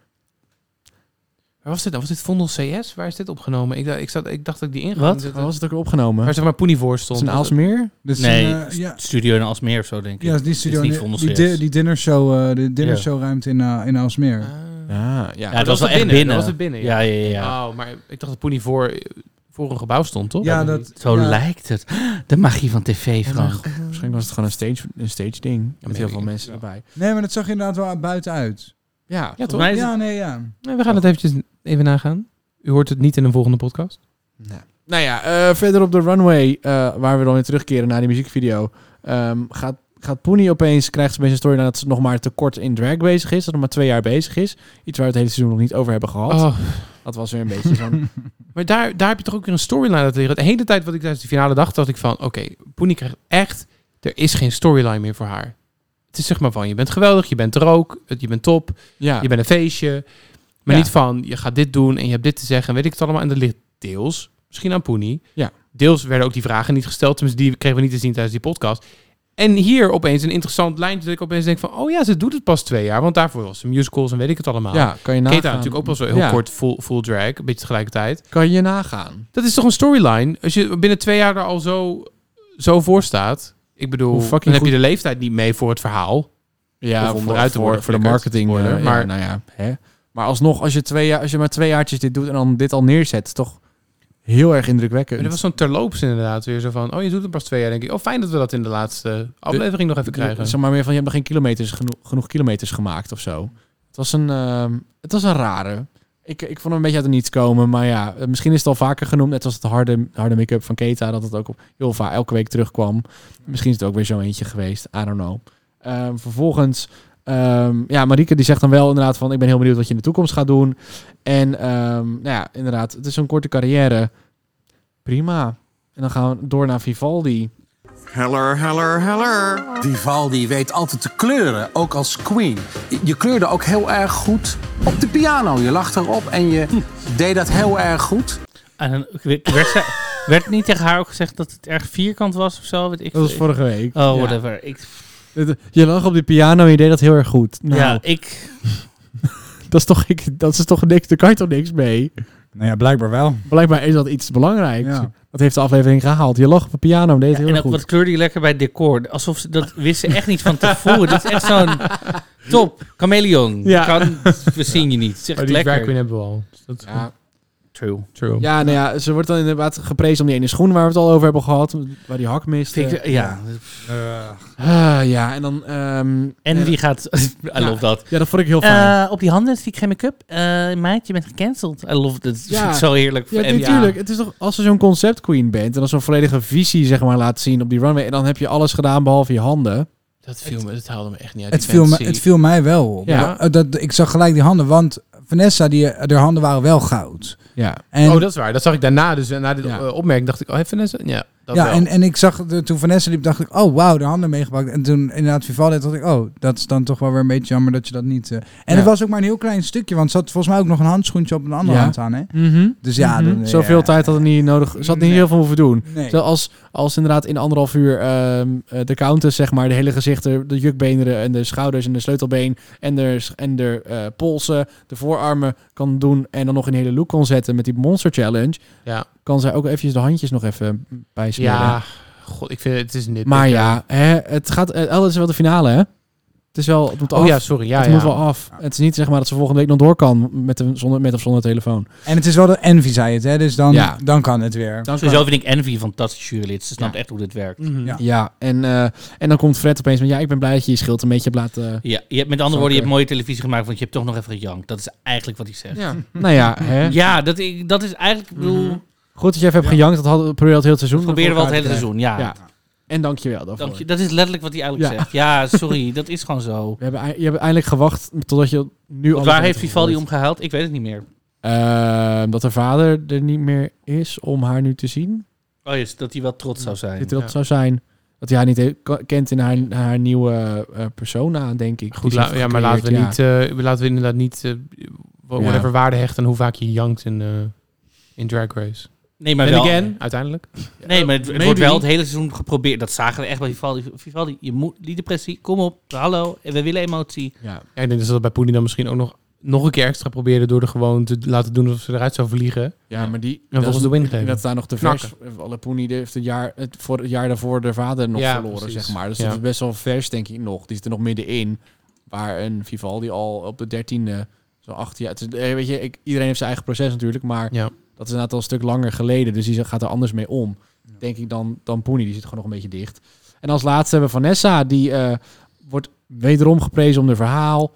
C: Waar was dit dan? Was dit Vondel C S? Waar is dit opgenomen? Ik dacht, ik zat, ik dacht dat ik die in
A: Wat? Waar was het ook weer opgenomen?
C: Waar zeg maar Poenie voor stond.
A: Is het een Aalsmeer?
E: Dus
B: nee,
E: een, uh, ja.
B: studio in Alsmeer of zo, denk ik.
E: Ja, die studio,
B: niet
E: die, die, di- die dinnershow, uh, de dinnershowruimte in, uh, in Aalsmeer.
C: Uh,
A: ja, ja.
B: ja, het was wel echt binnen. binnen.
C: Dat was het binnen,
B: ja.
C: Ja,
B: ja, ja, ja.
C: Oh, maar ik dacht dat Poenie voor, voor een gebouw stond, toch?
E: Ja, dat,
B: Zo
E: ja.
B: lijkt het. De magie van tv, Frank.
A: Ja, misschien was het gewoon een stage, een stage ding. Ja, met heel veel mensen ja. erbij.
E: Nee, maar dat zag je inderdaad wel buitenuit.
A: Ja,
C: ja toch?
B: Mij
E: ja, nee, ja.
C: Nee, we gaan het eventjes even nagaan. U hoort het niet in een volgende podcast.
A: Nee. Nou ja, uh, verder op de runway, uh, waar we dan weer terugkeren naar die muziekvideo, um, gaat, gaat Poenie opeens, krijgt ze opeens een story dat ze nog maar te kort in drag bezig is, dat nog maar twee jaar bezig is. Iets waar we het hele seizoen nog niet over hebben gehad.
C: Oh.
A: Dat was weer een beetje zo'n...
C: Maar daar, daar heb je toch ook weer een storyline uit liggen. De hele tijd wat ik tijdens de finale dacht, dacht ik van, oké, okay, Poenie krijgt echt, er is geen storyline meer voor haar. Het is zeg maar van, je bent geweldig, je bent er ook, je bent top,
A: ja.
C: je bent een feestje. Maar ja. niet van, je gaat dit doen en je hebt dit te zeggen en weet ik het allemaal. En dat ligt deels, misschien aan Poenie.
A: Ja.
C: Deels werden ook die vragen niet gesteld. Tenminste, die kregen we niet te zien tijdens die podcast. En hier opeens een interessant lijntje dat ik opeens denk van, oh ja, ze doet het pas twee jaar. Want daarvoor was ze musicals en weet ik het allemaal.
A: Ja, kan je nagaan.
C: Keta natuurlijk ook wel zo heel ja. kort full, full drag, een beetje tegelijkertijd.
A: Kan je nagaan.
C: Dat is toch een storyline? Als je binnen twee jaar er al zo, zo voor staat. Ik bedoel, dan heb goed. je de leeftijd niet mee voor het verhaal.
A: Ja, voor, voor, voor, voor de marketing. Worden, uh, maar ja, nou ja, hè. Maar alsnog, als je, twee jaar, als je maar twee jaartjes dit doet en dan dit al neerzet, is toch heel erg indrukwekkend.
C: Maar dat was zo'n terloops inderdaad. Weer zo van, oh, je doet het pas twee jaar. Denk ik, oh, fijn dat we dat in de laatste aflevering de, nog even krijgen.
A: De, zeg maar meer van, je hebt nog geen kilometers, genoeg, genoeg kilometers gemaakt of zo. Het was een, uh, het was een rare. Ik, ik vond hem een beetje uit de niets komen. Maar ja, misschien is het al vaker genoemd. Net als het harde, harde make-up van Keta. Dat het ook heel vaak elke week terugkwam. Misschien is het ook weer zo eentje geweest. I don't know. Uh, vervolgens... Um, ja, Marieke die zegt dan wel inderdaad van, ik ben heel benieuwd wat je in de toekomst gaat doen. En um, nou ja, inderdaad, het is een korte carrière. Prima. En dan gaan we door naar Vivaldi.
M: Heller, heller, heller. Vivaldi weet altijd te kleuren, ook als queen. Je kleurde ook heel erg goed op de piano. Je lag erop en je hm. deed dat heel erg goed.
B: En dan werd, ze, werd niet tegen haar ook gezegd dat het erg vierkant was of zo? Weet ik,
A: dat was vorige week.
B: Oh, whatever. Ja. Ik...
A: Je lag op die piano en je deed dat heel erg goed. Nou,
B: ja, ik...
A: dat is toch, ik, dat is toch niks, daar kan je toch niks mee?
E: Nou ja, blijkbaar wel.
A: Blijkbaar is dat iets belangrijks. Ja. Dat heeft de aflevering gehaald. Je lag op een piano en deed het ja, heel
B: en
A: goed.
B: En wat kleurde je lekker bij het decor? Alsof ze dat wisten echt niet van tevoren. Dat is echt zo'n top. Chameleon. Ja. Kan, we zien je niet. Zeg
C: oh, die
B: lekker.
C: werk hebben we al. Dus dat is
A: ja.
B: True.
C: True.
A: Ja, nou ja, ze wordt dan inderdaad geprezen om die ene schoen waar we het al over hebben gehad. Waar die hak mist.
B: Ik, ja.
A: Uh, uh, ja, en dan... Um,
B: en uh, wie gaat... I ja, love dat.
A: Ja, dat vond ik heel fijn.
B: Uh, op die handen zie ik geen make-up. Uh, meid, je bent gecanceld. I love that.
A: Ja.
B: Het zo heerlijk.
A: Ja, en, natuurlijk. Ja. Het is toch, als ze zo'n concept queen bent en dan zo'n volledige visie zeg maar laat zien op die runway en dan heb je alles gedaan behalve je handen.
C: Dat viel me, dat haalde me echt niet uit.
E: Het viel, me, het viel mij wel op. Ja. Ja, dat, ik zag gelijk die handen, want Vanessa, die, haar handen waren wel goud.
A: Ja.
E: En,
C: oh, dat is waar. Dat zag ik daarna. Dus na de ja. opmerking dacht ik, oh, hey, Vanessa? Ja, dat
E: ja
C: wel.
E: En, en ik zag, de, toen Vanessa liep, dacht ik, oh, wauw, de handen meegepakt. En toen inderdaad Vivaldi, dacht ik, oh, dat is dan toch wel weer een beetje jammer dat je dat niet... Uh... En ja. het was ook maar een heel klein stukje, want er zat volgens mij ook nog een handschoentje op een andere ja. hand aan, hè?
A: Mm-hmm.
E: Dus ja...
A: Mm-hmm.
E: Dan,
A: Zoveel
E: ja,
A: tijd had het niet nodig. Ze had niet nee. heel veel hoeven doen.
E: Nee.
A: Zoals als inderdaad in anderhalf uur uh, de countess, zeg maar, de hele gezichten, de jukbeenderen en de schouders en de sleutelbeen en de, en de uh, polsen, de voorarmen kan doen en dan nog een hele look kon zetten met die Monster Challenge,
C: ja.
A: kan zij ook eventjes de handjes nog even bijspelen.
C: Ja, god, ik vind het is niet.
A: Maar ja, hè, het gaat, uh, oh, het is wel de finale, hè? Het is wel, het moet
C: oh
A: af.
C: ja, sorry. Ja,
A: het
C: ja.
A: moet wel af. Het is niet zeg maar dat ze volgende week nog door kan met, de, zonder, met of zonder telefoon.
E: En het is wel de Envy, zei het, hè? Dus dan, ja. dan kan het weer.
B: Dan Sowieso vind ik Envy een fantastisch jurylid. Ze snapt ja. echt hoe dit werkt.
A: Mm-hmm. Ja, ja en, uh, en dan komt Fred opeens met, ja, ik ben blij dat je je schild een beetje hebt laten...
B: Ja, je hebt, met andere woorden, je hebt mooie televisie gemaakt, want je hebt toch nog even gejankt. Dat is eigenlijk wat hij zegt.
A: Ja. nou ja, hè?
B: Ja, dat, dat is eigenlijk, ik bedoel...
A: Mm-hmm. Goed dat je even hebt ja. gejankt, dat had, probeer je al het hele seizoen.
B: Probeer wel het hele seizoen, ja. ja.
A: En dankjewel daarvoor.
B: Dank je, dat is letterlijk wat hij eigenlijk ja. zegt. Ja, sorry, dat is gewoon zo.
A: We hebben, je hebt eindelijk gewacht totdat je nu...
B: Waar heeft Vivaldi om gehuild? Ik weet het niet meer.
A: Uh, dat haar vader er niet meer is om haar nu te zien.
B: Oh yes, dat hij wel trots zou zijn.
A: Dat hij trots ja. zou zijn. Dat hij haar niet he- kent in haar, haar nieuwe uh, persona, denk ik.
C: Goed, la- ja, maar laten we, ja. niet, uh, laten we inderdaad niet uh, whatever ja. waarde hechten aan hoe vaak je jankt in, uh, in Drag Race.
B: Nee, maar
C: en
B: wel.
C: again, uiteindelijk.
B: Nee, maar het, het wordt wel het hele seizoen geprobeerd. Dat zagen we echt bij Vivaldi. Vivaldi, je moet die depressie, kom op, hallo, we willen emotie.
C: Ja, ja ik denk dat ze dat bij Poenie dan misschien ook nog, nog een keer extra proberen door er gewoon te laten doen alsof ze eruit zou vliegen.
A: Ja, maar die...
C: En volgens de win geven.
A: Dat daar nog te vers... Alle Poenie heeft het jaar, het, voor het jaar daarvoor de vader nog ja, verloren, precies. zeg maar. Dus ja. dat is best wel vers, denk ik nog. Die zit er nog middenin. Waar een Vivaldi al op de dertiende, zo acht jaar... Het is, weet je, ik, iedereen heeft zijn eigen proces natuurlijk, maar... Ja. Dat is inderdaad al een stuk langer geleden. Dus die gaat er anders mee om. Ja. Denk ik dan, dan Poenie. Die zit gewoon nog een beetje dicht. En als laatste hebben we Vanessa. Die uh, wordt wederom geprezen om haar verhaal.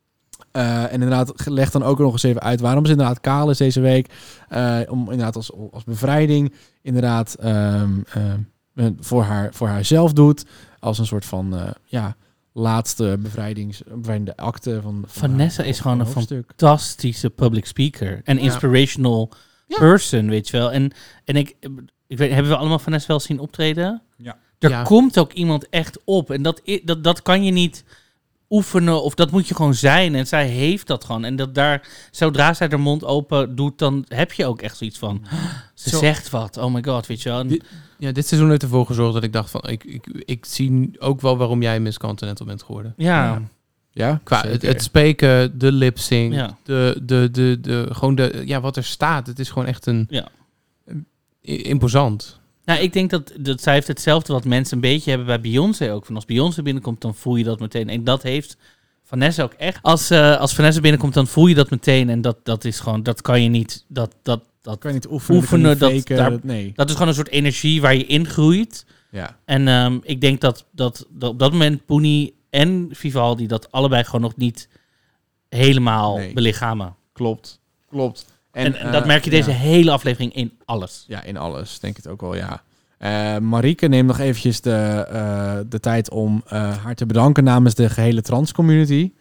A: Uh, en inderdaad legt dan ook nog eens even uit waarom ze inderdaad kaal is deze week. Uh, om inderdaad als, als bevrijding inderdaad um, uh, voor, haar, voor haarzelf doet. Als een soort van uh, ja, laatste bevrijdings, bevrijdende acte. Van, van
B: Vanessa
A: haar,
B: is gewoon een
A: hoofdstuk.
B: fantastische public speaker. En inspirational... Ja. Ja. person, weet je wel. En, en ik, ik weet, hebben we allemaal Vanessa wel zien optreden?
E: Ja.
B: Er
E: ja.
B: komt ook iemand echt op. En dat, dat, dat kan je niet oefenen of dat moet je gewoon zijn. En zij heeft dat gewoon. En dat daar, zodra zij haar mond open doet, dan heb je ook echt zoiets van... Ze Zo. zegt wat. Oh my god, weet je wel. En,
C: dit, ja, dit seizoen heeft ervoor gezorgd dat ik dacht van... Ik, ik, ik zie ook wel waarom jij Miss Continental bent geworden.
B: Ja. ja.
A: Ja,
C: qua het, het spreken, de lip-sync, ja. de, de, de, de, gewoon de, ja, wat er staat. Het is gewoon echt een,
B: ja.
C: een imposant.
B: Nou, ik denk dat, dat zij heeft hetzelfde wat mensen een beetje hebben bij Beyoncé ook. Van als Beyoncé binnenkomt, dan voel je dat meteen. En dat heeft Vanessa ook echt. Als, uh, als Vanessa binnenkomt, dan voel je dat meteen. En dat, dat is gewoon, dat kan je niet, dat, dat, dat
A: kan je niet oefenen.
B: oefenen
A: dat,
B: dat, daar, nee. dat is gewoon een soort energie waar je in groeit.
A: Ja.
B: En um, ik denk dat, dat, dat op dat moment Poenie en Vivaldi dat allebei gewoon nog niet helemaal nee. belichamen.
A: Klopt, klopt.
B: En, en, en uh, dat merk je deze ja. hele aflevering in alles.
A: Ja, in alles, denk ik het ook wel, ja. Uh, Marieke neemt nog eventjes de, uh, de tijd om uh, haar te bedanken namens de gehele trans-community.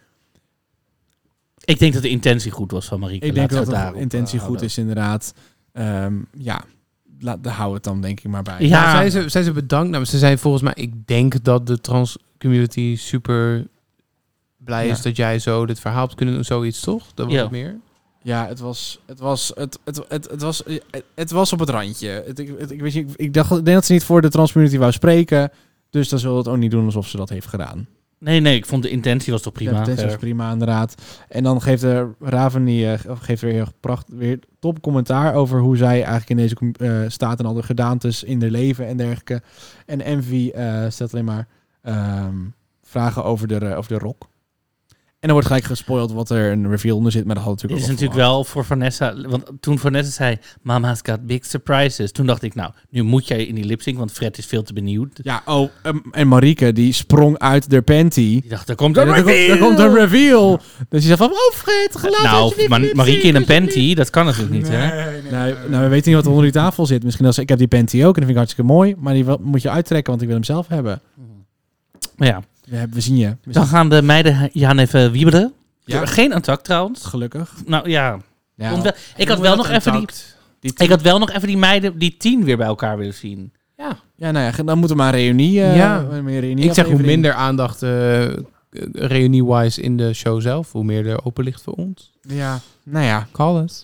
B: Ik denk dat de intentie goed was van Marieke.
A: Ik denk dat de intentie uh, goed is, inderdaad. Um, ja, laat, daar hou het dan denk ik maar bij.
C: Ja, ja zijn, ze, zijn ze bedankt? Nou, ze zijn volgens mij, ik denk dat de trans-community super blij is ja. dat jij zo dit verhaal hebt kunnen doen, zoiets toch? Dat was
B: ja.
C: het meer.
A: Ja, het was, het was, het, het, het, het was, het, het was op het randje. Het, ik, het, ik, weet niet, ik dacht, ik denk dat ze niet voor de transcommunity wou spreken, dus dan zullen we het ook niet doen alsof ze dat heeft gedaan.
B: Nee, nee, ik vond de intentie was toch prima.
A: De intentie was prima, inderdaad. En dan geeft de Raven die uh, geeft weer heel pracht, weer top commentaar over hoe zij eigenlijk in deze uh, staat en al de gedaantes in haar leven en dergelijke. En Envy uh, stelt alleen maar um, vragen over de, uh, over de rok. En dan wordt gelijk gespoild wat er een reveal onder zit, maar dat had natuurlijk
B: ook. Het is natuurlijk wel voor Vanessa, want toen Vanessa zei, Mama's got big surprises, toen dacht ik, nou, nu moet jij in die lipsync, want Fred is veel te benieuwd.
A: Ja, oh, um, en Marieke, die sprong uit de panty.
B: Die dacht, er komt een reveal!
A: Er komt een reveal! Dus die zei van, oh Fred, geluid.
B: Nou, Ma- Marieke in een panty, dat kan natuurlijk niet,
A: nee,
B: hè?
A: Nee, nee, nou, nou, we weten niet wat er onder die tafel zit. Misschien als ik heb die panty ook, en dat vind ik hartstikke mooi, maar die moet je uittrekken, want ik wil hem zelf hebben.
B: Maar ja.
A: We, hebben, we zien je. We
B: Dan
A: zien.
B: gaan de meiden Jan even wieberen.
A: Ja.
B: Geen Antact trouwens.
A: Gelukkig.
B: Nou ja.
A: ja.
B: Wel, ik had wel nog even die, die ik had wel nog even die meiden, die tien weer bij elkaar willen zien.
A: Ja, ja nou ja, dan moeten we maar een reunie. Uh,
C: ja.
A: een reunie
C: ik zeg hoe minder aandacht uh, reunie-wise in de show zelf, hoe meer er open ligt voor ons.
A: Ja, nou ja.
C: Call it.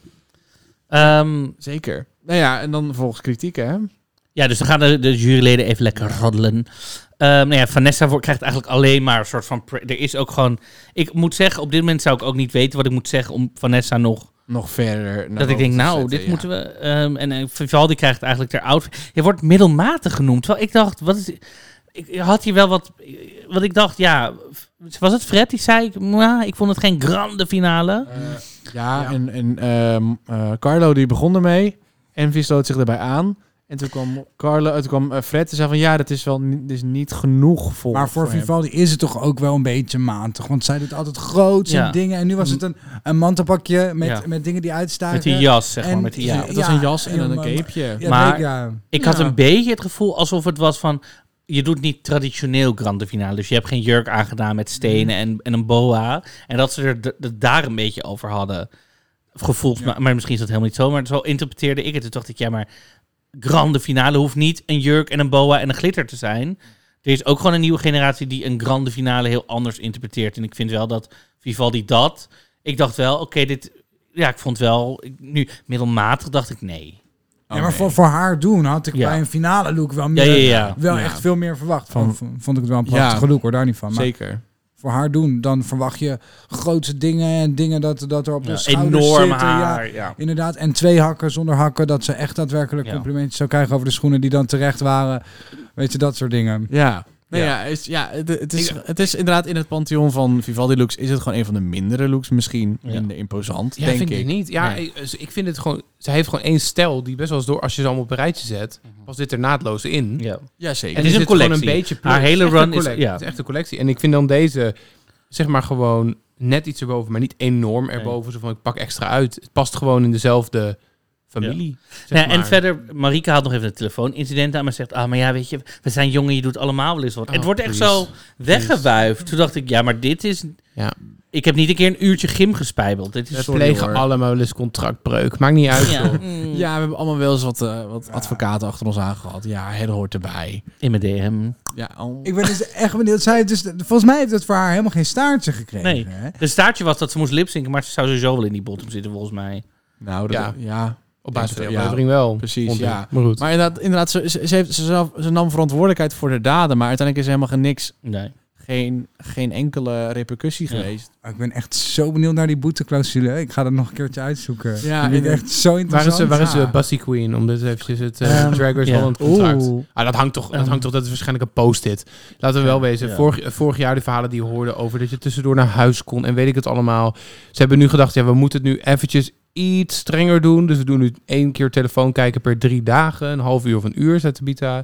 B: Um,
A: Zeker. Nou ja, en dan vervolgens kritiek, hè?
B: Ja, dus dan gaan de, de juryleden even lekker roddelen. Um, nou ja, Vanessa wordt, krijgt eigenlijk alleen maar een soort van... Pre- er is ook gewoon... Ik moet zeggen, op dit moment zou ik ook niet weten wat ik moet zeggen om Vanessa nog...
A: Nog verder.
B: Dat ik denk, nou, zetten, dit ja. moeten we... Um, en uh, Vivaldi krijgt eigenlijk ter outfit... Je wordt middelmatig genoemd. Terwijl ik dacht, wat is... Ik had hier wel wat... Wat ik dacht, ja... Was het Fred die zei... Nou, ik vond het geen grande finale.
A: Uh, ja, ja, en, en um, uh, Carlo die begon ermee. Envy sloot zich erbij aan. En toen kwam Carlo, toen kwam uh, Fred en zei van ja, dat is wel niet, is niet genoeg voor.
E: Maar voor, voor Vivaldi is het toch ook wel een beetje matig, want zij doet altijd grootse ja. dingen en nu was het een, een mantelpakje met, ja. met dingen die uitstaken.
B: Met die jas, zeg en, maar. Met die,
A: ja, het was ja, een jas en, en een capeje.
B: Ja, maar ja. ik had een beetje het gevoel alsof het was van, je doet niet traditioneel grande finale, dus je hebt geen jurk aangedaan met stenen mm. en, en een boa. En dat ze er d- d- daar een beetje over hadden. Gevoels, ja. maar, maar misschien is dat helemaal niet zo, maar zo interpreteerde ik het. Toen dacht ik, ja, maar grande finale hoeft niet een jurk en een boa en een glitter te zijn. Er is ook gewoon een nieuwe generatie die een grande finale heel anders interpreteert. En ik vind wel dat Vivaldi dat... Ik dacht wel, oké, okay, dit... Ja, ik vond wel... Nu middelmatig dacht ik, nee.
E: Ja, maar voor, voor haar doen had ik ja. bij een finale look wel, meer, ja, ja, ja. wel ja. echt veel meer verwacht. Van, van, vond ik het wel een prachtige ja. look, hoor, daar niet van. Maar
A: zeker.
E: Voor haar doen, dan verwacht je grootse dingen en dingen dat, dat er op de ja, schouders
B: enorm
E: zitten.
B: Haar,
E: ja,
B: ja.
E: Inderdaad. En twee hakken zonder hakken, dat ze echt daadwerkelijk ja. complimentjes zou krijgen over de schoenen die dan terecht waren. Weet je, dat soort dingen.
A: Ja. Nee, ja. Ja, is, ja het, het, is, het is inderdaad in het pantheon van Vivaldi looks is het gewoon een van de mindere looks, misschien ja. minder imposant,
C: ja,
A: denk
C: vind
A: ik.
C: ik niet. Ja, nee. ik, ik vind het gewoon. Ze heeft gewoon één stijl die best wel eens door als je ze allemaal op een rijtje zet, pas dit er naadloos in.
B: Ja,
A: ja zeker.
C: En
B: het is een collectie.
C: Een beetje
B: Haar hele run is,
C: is ja, het is echt een collectie. En ik vind dan deze, zeg maar gewoon net iets erboven, maar niet enorm erboven. Nee. Zo van ik pak extra uit. Het past gewoon in dezelfde familie.
B: Ja. Ja, en verder, Marika had nog even een telefoonincident aan, maar zegt, ah, maar ja, weet je, we zijn jongen, je doet allemaal wel eens wat. Oh, het wordt echt please. zo weggewuifd. Toen dacht ik, ja, maar dit is...
C: Ja.
B: Ik heb niet een keer een uurtje gym gespijbeld. Dit is
C: we plegen allemaal wel eens contractbreuk. Maakt niet uit.
A: Ja, mm. ja we hebben allemaal wel eens wat, uh, wat ja. advocaten achter ons aangehad. Ja, het hoort erbij.
B: In mijn D M.
A: Ja, oh.
E: Ik ben dus echt benieuwd. Zij dus, volgens mij heeft het voor haar helemaal geen staartje gekregen.
B: Nee,
E: hè?
B: de staartje was dat ze moest lipzinken, maar ze zou sowieso wel in die bottom zitten, volgens mij.
A: Nou, dat, ja. ja.
C: Op basis van de aflevering wel.
A: Precies, ja. Maar, goed. maar inderdaad, inderdaad ze, ze, heeft, ze, zelf, ze nam verantwoordelijkheid voor de daden, maar uiteindelijk is er helemaal niks...
B: Nee.
A: Geen, geen enkele repercussie ja. geweest.
E: Ik ben echt zo benieuwd naar die boeteclausule. Ik ga dat nog een keertje uitzoeken.
A: Ja,
E: ik ben echt zo interessant.
C: Waar is, waar is uh, Bussy Queen? Om dit eventjes het uh, um, Drag Race Holland ja. contract. Ah, dat hangt toch, dat hangt toch, dat is waarschijnlijk een post-it. Laten we wel wezen. Ja. Vorig, vorig jaar de verhalen die we hoorden over dat je tussendoor naar huis kon en weet ik het allemaal. Ze hebben nu gedacht, ja, we moeten het nu eventjes iets strenger doen. Dus we doen nu één keer telefoon kijken per drie dagen. Een half uur of een uur, zei Tabitha.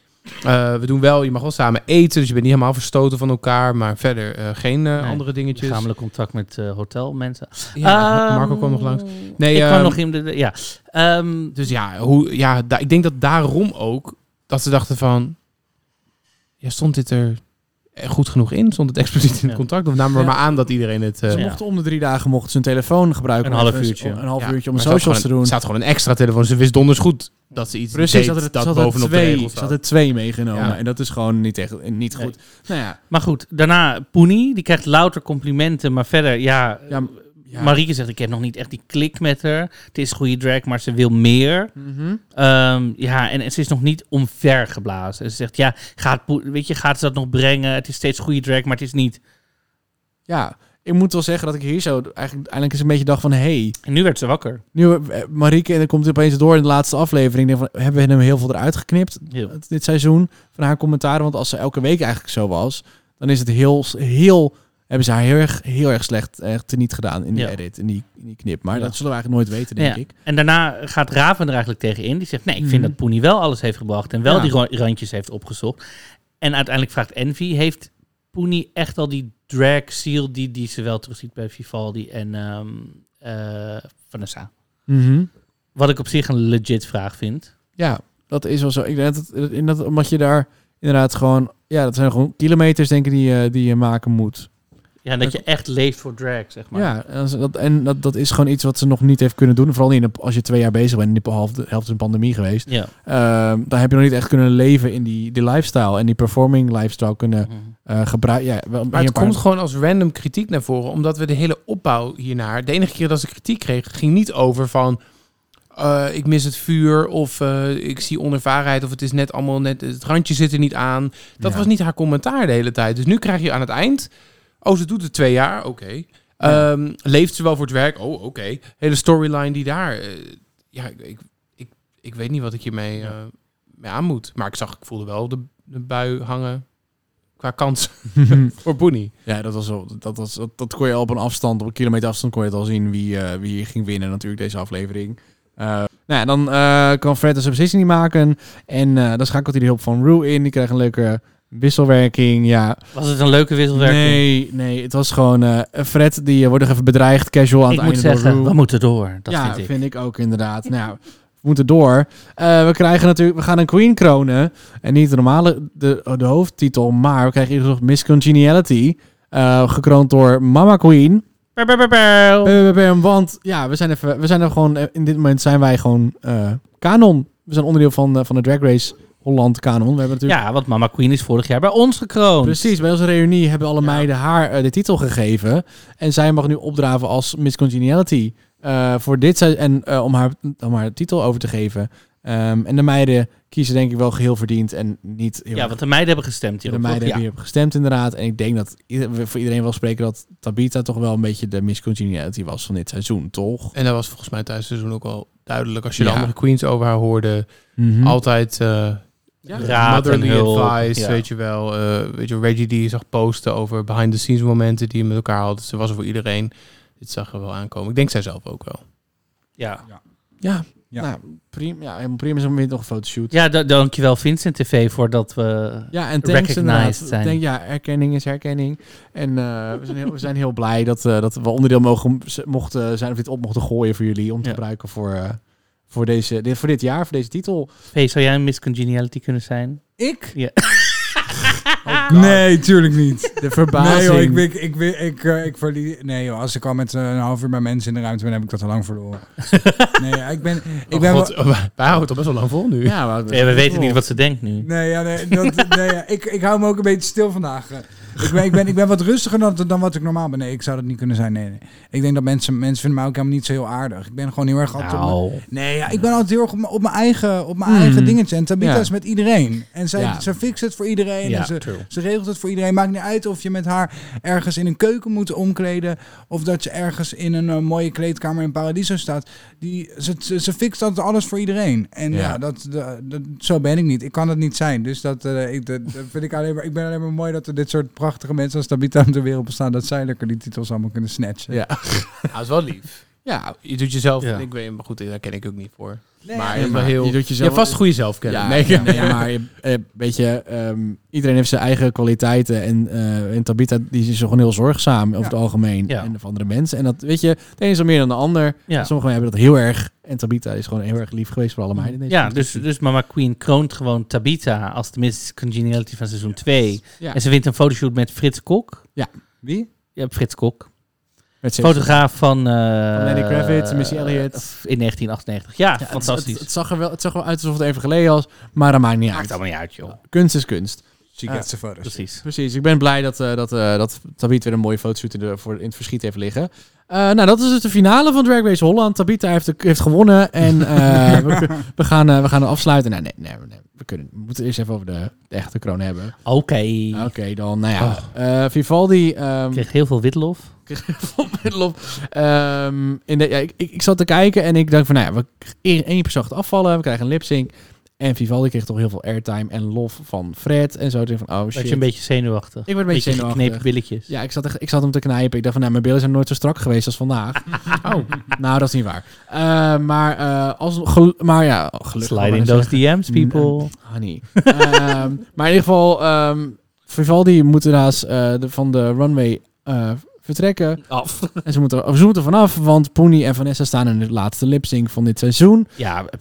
C: Uh, we doen wel, je mag wel samen eten, dus je bent niet helemaal verstoten van elkaar, maar verder uh, geen uh, nee, andere dingetjes.
B: Lichamelijk contact met uh, hotelmensen.
C: Ja, um, Marco kwam nog langs. Nee,
B: ik
C: um,
B: kwam nog in de, ja. Um,
C: dus ja, hoe, ja da- ik denk dat daarom ook, dat ze dachten van, ja, stond dit er goed genoeg in? Stond het expliciet in het contract? Of namen we ja. maar aan dat iedereen het... Uh,
A: ze mochten om de drie dagen mochten ze een telefoon gebruiken.
B: Een half uurtje.
A: Een half
C: ja,
A: uurtje om socials te doen.
C: Er staat gewoon een extra telefoon. Ze wist donders goed dat ze iets
A: Precies,
C: deed
A: het,
C: dat
A: zat
C: bovenop
A: twee,
C: de regels
A: Ze hadden twee meegenomen. Ja. En dat is gewoon niet, echt, niet goed. Nee. Nou ja.
B: Maar goed, daarna Poenie. Die krijgt louter complimenten. Maar verder, ja... ja Ja. Marieke zegt, ik heb nog niet echt die klik met haar. Het is goede drag, maar ze wil meer.
A: Mm-hmm.
B: Um, ja, en, en ze is nog niet omver geblazen. Ze zegt, ja, gaat, weet je, gaat ze dat nog brengen? Het is steeds goede drag, maar het is niet...
A: Ja, ik moet wel zeggen dat ik hier zo eigenlijk, eigenlijk eens een beetje dacht van... Hey,
B: en nu werd ze wakker.
A: Nu, Marieke, en dan komt het opeens door in de laatste aflevering. Denk van, hebben we hem heel veel eruit geknipt
B: heel.
A: dit seizoen van haar commentaren? Want als ze elke week eigenlijk zo was, dan is het heel... heel hebben ze haar heel erg, heel erg slecht echt teniet gedaan in die ja. edit, in die, in die knip. Maar ja. dat zullen we eigenlijk nooit weten, denk ja. ik.
B: En daarna gaat Raven er eigenlijk tegenin. Die zegt, nee, ik vind mm-hmm. dat Poenie wel alles heeft gebracht en wel ja. die randjes heeft opgezocht. En uiteindelijk vraagt Envy, heeft Poenie echt al die drag seal die, die ze wel terugziet bij Vivaldi en um, uh, Vanessa?
A: Mm-hmm.
B: Wat ik op zich een legit vraag vind.
A: Ja, dat is wel zo. Ik denk dat, in dat omdat je daar inderdaad gewoon... Ja, dat zijn gewoon kilometers, denk ik, die, uh, die je maken moet.
B: Ja, en dat je echt leeft voor drag, zeg maar.
A: Ja, en, dat, en dat, dat is gewoon iets wat ze nog niet heeft kunnen doen. Vooral niet in de, als je twee jaar bezig bent en die half, de helft is een pandemie geweest.
B: Ja.
A: Uh, dan heb je nog niet echt kunnen leven in die, die lifestyle. En die performing lifestyle kunnen uh, gebruiken. Ja, wel,
C: maar het
A: paar...
C: komt gewoon als random kritiek naar voren. Omdat we de hele opbouw hiernaar... De enige keer dat ik kritiek kreeg, ging niet over van... Uh, ik mis het vuur of uh, ik zie onervarenheid of het is net allemaal net... Het randje zit er niet aan. Dat ja. was niet haar commentaar de hele tijd. Dus nu krijg je aan het eind... Oh, ze doet het twee jaar, oké. Okay. Ja. Um, leeft ze wel voor het werk? Oh, oké. Okay. Hele storyline die daar... Uh, ja, ik, ik, ik weet niet wat ik hiermee uh, mee aan moet. Maar ik zag, ik voelde wel de, de bui hangen qua kans voor Poenie.
A: Ja, dat was wel, dat was dat, dat kon je al op een afstand, op een kilometer afstand kon je het al zien wie, uh, wie hier ging winnen natuurlijk deze aflevering. Uh, nou ja, dan uh, kan Fred dus een beslissing niet maken en uh, dan schakelt hij de hulp van Rue in. Die krijgt een leuke wisselwerking, ja.
B: Was het een leuke wisselwerking?
A: Nee, nee, het was gewoon uh, Fred die uh, wordt nog even bedreigd, casual aan
B: ik
A: het einde
B: zeggen,
A: door Rue.
B: We moeten door, dat
A: ja,
B: vind ik.
A: vind ik ook inderdaad. Nou ja, we moeten door. Uh, we krijgen natuurlijk, we gaan een queen kronen en niet de normale, de, de hoofdtitel, maar we krijgen eerst nog Miss Congeniality, uh, gekroond door Mama Queen. Want ja, we zijn even, we zijn er gewoon, in dit moment zijn wij gewoon uh, kanon. We zijn onderdeel van, uh, van de Drag Race Holland kanon. We hebben natuurlijk...
B: Ja, want Mama Queen is vorig jaar bij ons gekroond.
A: Precies, bij onze reunie hebben alle ja. meiden haar uh, de titel gegeven. En zij mag nu opdraven als Miss Congeniality uh, voor dit en uh, om, haar, om haar titel over te geven. Um, en de meiden kiezen denk ik wel geheel verdiend en niet heel...
B: Ja, want de meiden hebben gestemd.
A: De meiden hebben ja. hier gestemd inderdaad. En ik denk dat ieder, voor iedereen wel spreken dat Tabitha toch wel een beetje de Miss Congeniality was van dit seizoen, toch?
C: En dat was volgens mij tijdens het seizoen ook wel duidelijk. Als je ja. de andere queens over haar hoorde, mm-hmm. altijd... Uh, Ja, Raad motherly advice, ja. weet je wel. Uh, weet je, Reggie die zag posten over behind the scenes momenten die je met elkaar had. Ze was er voor iedereen. Dit zag er wel aankomen. Ik denk zij zelf ook wel.
B: Ja.
A: Ja. ja. Ja, nou, prima. Ja, helemaal prima. Is nog een fotoshoot.
B: Ja, d- dankjewel Vincent T V voordat we
A: ja, en recognized zijn. Ik denk, ja, erkenning is herkenning. En uh, we, zijn heel, we zijn heel blij dat, uh, dat we onderdeel mogen, mochten zijn of dit op mochten gooien voor jullie om te ja. gebruiken voor... Uh, Voor, deze, dit, voor dit jaar, voor deze titel.
B: Hey, zou jij een Miss Congeniality kunnen zijn?
E: Ik?
B: Ja.
E: Oh nee, tuurlijk niet.
A: De verbazing.
E: Nee joh, ik, ik, ik, ik, ik, uh, ik verlie... Nee joh, als ik al met uh, een half uur bij mensen in de ruimte ben, heb ik dat al lang verloren. Nee, ik ben... Ik
C: oh
E: ben
C: God, wel... Wij houden het al best wel lang vol nu.
B: Ja, maar we, ja, we weten niet wat ze denkt nu.
E: Nee, ja, nee, dat, nee ja, ik, ik hou me ook een beetje stil vandaag. Ik ben, ik, ben, ik ben wat rustiger dan, dan wat ik normaal ben. Nee, ik zou dat niet kunnen zijn. Nee, nee. Ik denk dat mensen, mensen vinden mij ook helemaal niet zo heel aardig. Ik ben gewoon heel erg altijd nou. op mijn, Nee, ja, ik ben altijd heel erg op mijn, op mijn eigen, op mijn mm. eigen dingetje. En Tabitha ja. is met iedereen. En zij, ja. ze fixt het voor iedereen. Ja, en ze, ze regelt het voor iedereen. Maakt niet uit of je met haar ergens in een keuken moet omkleden. Of dat je ergens in een uh, mooie kleedkamer in Paradiso staat. Die, ze, ze, ze fixt altijd alles voor iedereen. En ja, ja dat, dat, dat, zo ben ik niet. Ik kan het niet zijn. Dus dat, uh, ik, dat, dat vind ik alleen maar... Ik ben alleen maar mooi dat er dit soort prachtige mensen als Tabitha op de wereld bestaan, dat zij lekker die titels allemaal kunnen snatchen.
C: Ja, nou, dat is wel lief. Ja, je doet jezelf, ja. ik weet, maar goed, daar ken ik ook niet voor. Nee, maar, nee, maar heel, je doet jezelf. Je hebt vast goede zelfkennis.
A: Ja, nee, ja, nee, ja, maar uh, weet je, um, iedereen heeft zijn eigen kwaliteiten en, uh, en Tabitha die is gewoon heel zorgzaam over ja. het algemeen ja. en van andere mensen. En dat weet je, de een is al meer dan de ander. Ja. Sommigen hebben dat heel erg. En Tabitha is gewoon heel erg lief geweest voor alle meiden.
B: Ja, dus, dus Mama Queen kroont gewoon Tabitha als de Miss Congeniality van seizoen twee. Ja. En ze wint een fotoshoot met Frits Kok.
A: Ja. Wie?
B: Ja, Frits Kok. Fotograaf van... Uh,
A: van Lenny Kravitz, Missy Elliott.
B: In negentien achtennegentig. Ja, ja fantastisch.
A: Het, het, het, zag er wel, het zag er wel uit alsof het even geleden was, maar dat maakt niet
B: maakt
A: uit.
B: Maakt allemaal niet uit, joh.
A: Kunst is kunst.
E: She gets the photos.
B: Precies.
A: Precies. Ik ben blij dat, uh, dat, uh, dat Tabitha weer een mooie fotoshoot in, de, voor, in het verschiet heeft liggen. Uh, nou, dat is dus de finale van Drag Race Holland. Tabitha heeft, heeft gewonnen en uh, we, we, gaan, uh, we gaan het afsluiten. Nou, nee, nee, nee, we, kunnen, we moeten eerst even over de, de echte kroon hebben.
B: Oké. Okay.
A: Oké, okay, dan, nou ja. Oh. Uh, Vivaldi... Um,
B: kreeg heel veel witlof.
A: Kreeg heel veel witlof. Um, in de, ja, ik, ik, ik zat te kijken en ik dacht van, nou ja, we één persoon gaat afvallen, we krijgen een lip-sync. En Vivaldi kreeg toch heel veel airtime en lof van Fred en zo. Van, oh shit.
B: Was je een beetje zenuwachtig?
A: Ik werd een beetje, beetje zenuwachtig.
B: Geknepen billetjes.
A: Ja, ik zat, echt, ik zat hem te knijpen. Ik dacht van, nou, mijn billen zijn nooit zo strak geweest als vandaag. oh, nou, dat is niet waar. Uh, maar, uh, als, gel- maar ja, gelukkig.
B: Slide in those D M's, people.
A: Mm, honey. um, maar in ieder geval, um, Vivaldi moet helaas uh, de, van de runway uh, vertrekken.
B: Af.
A: En ze moeten, ze moeten vanaf, want Poenie en Vanessa staan in de laatste lip-sync van dit seizoen.
B: Ja,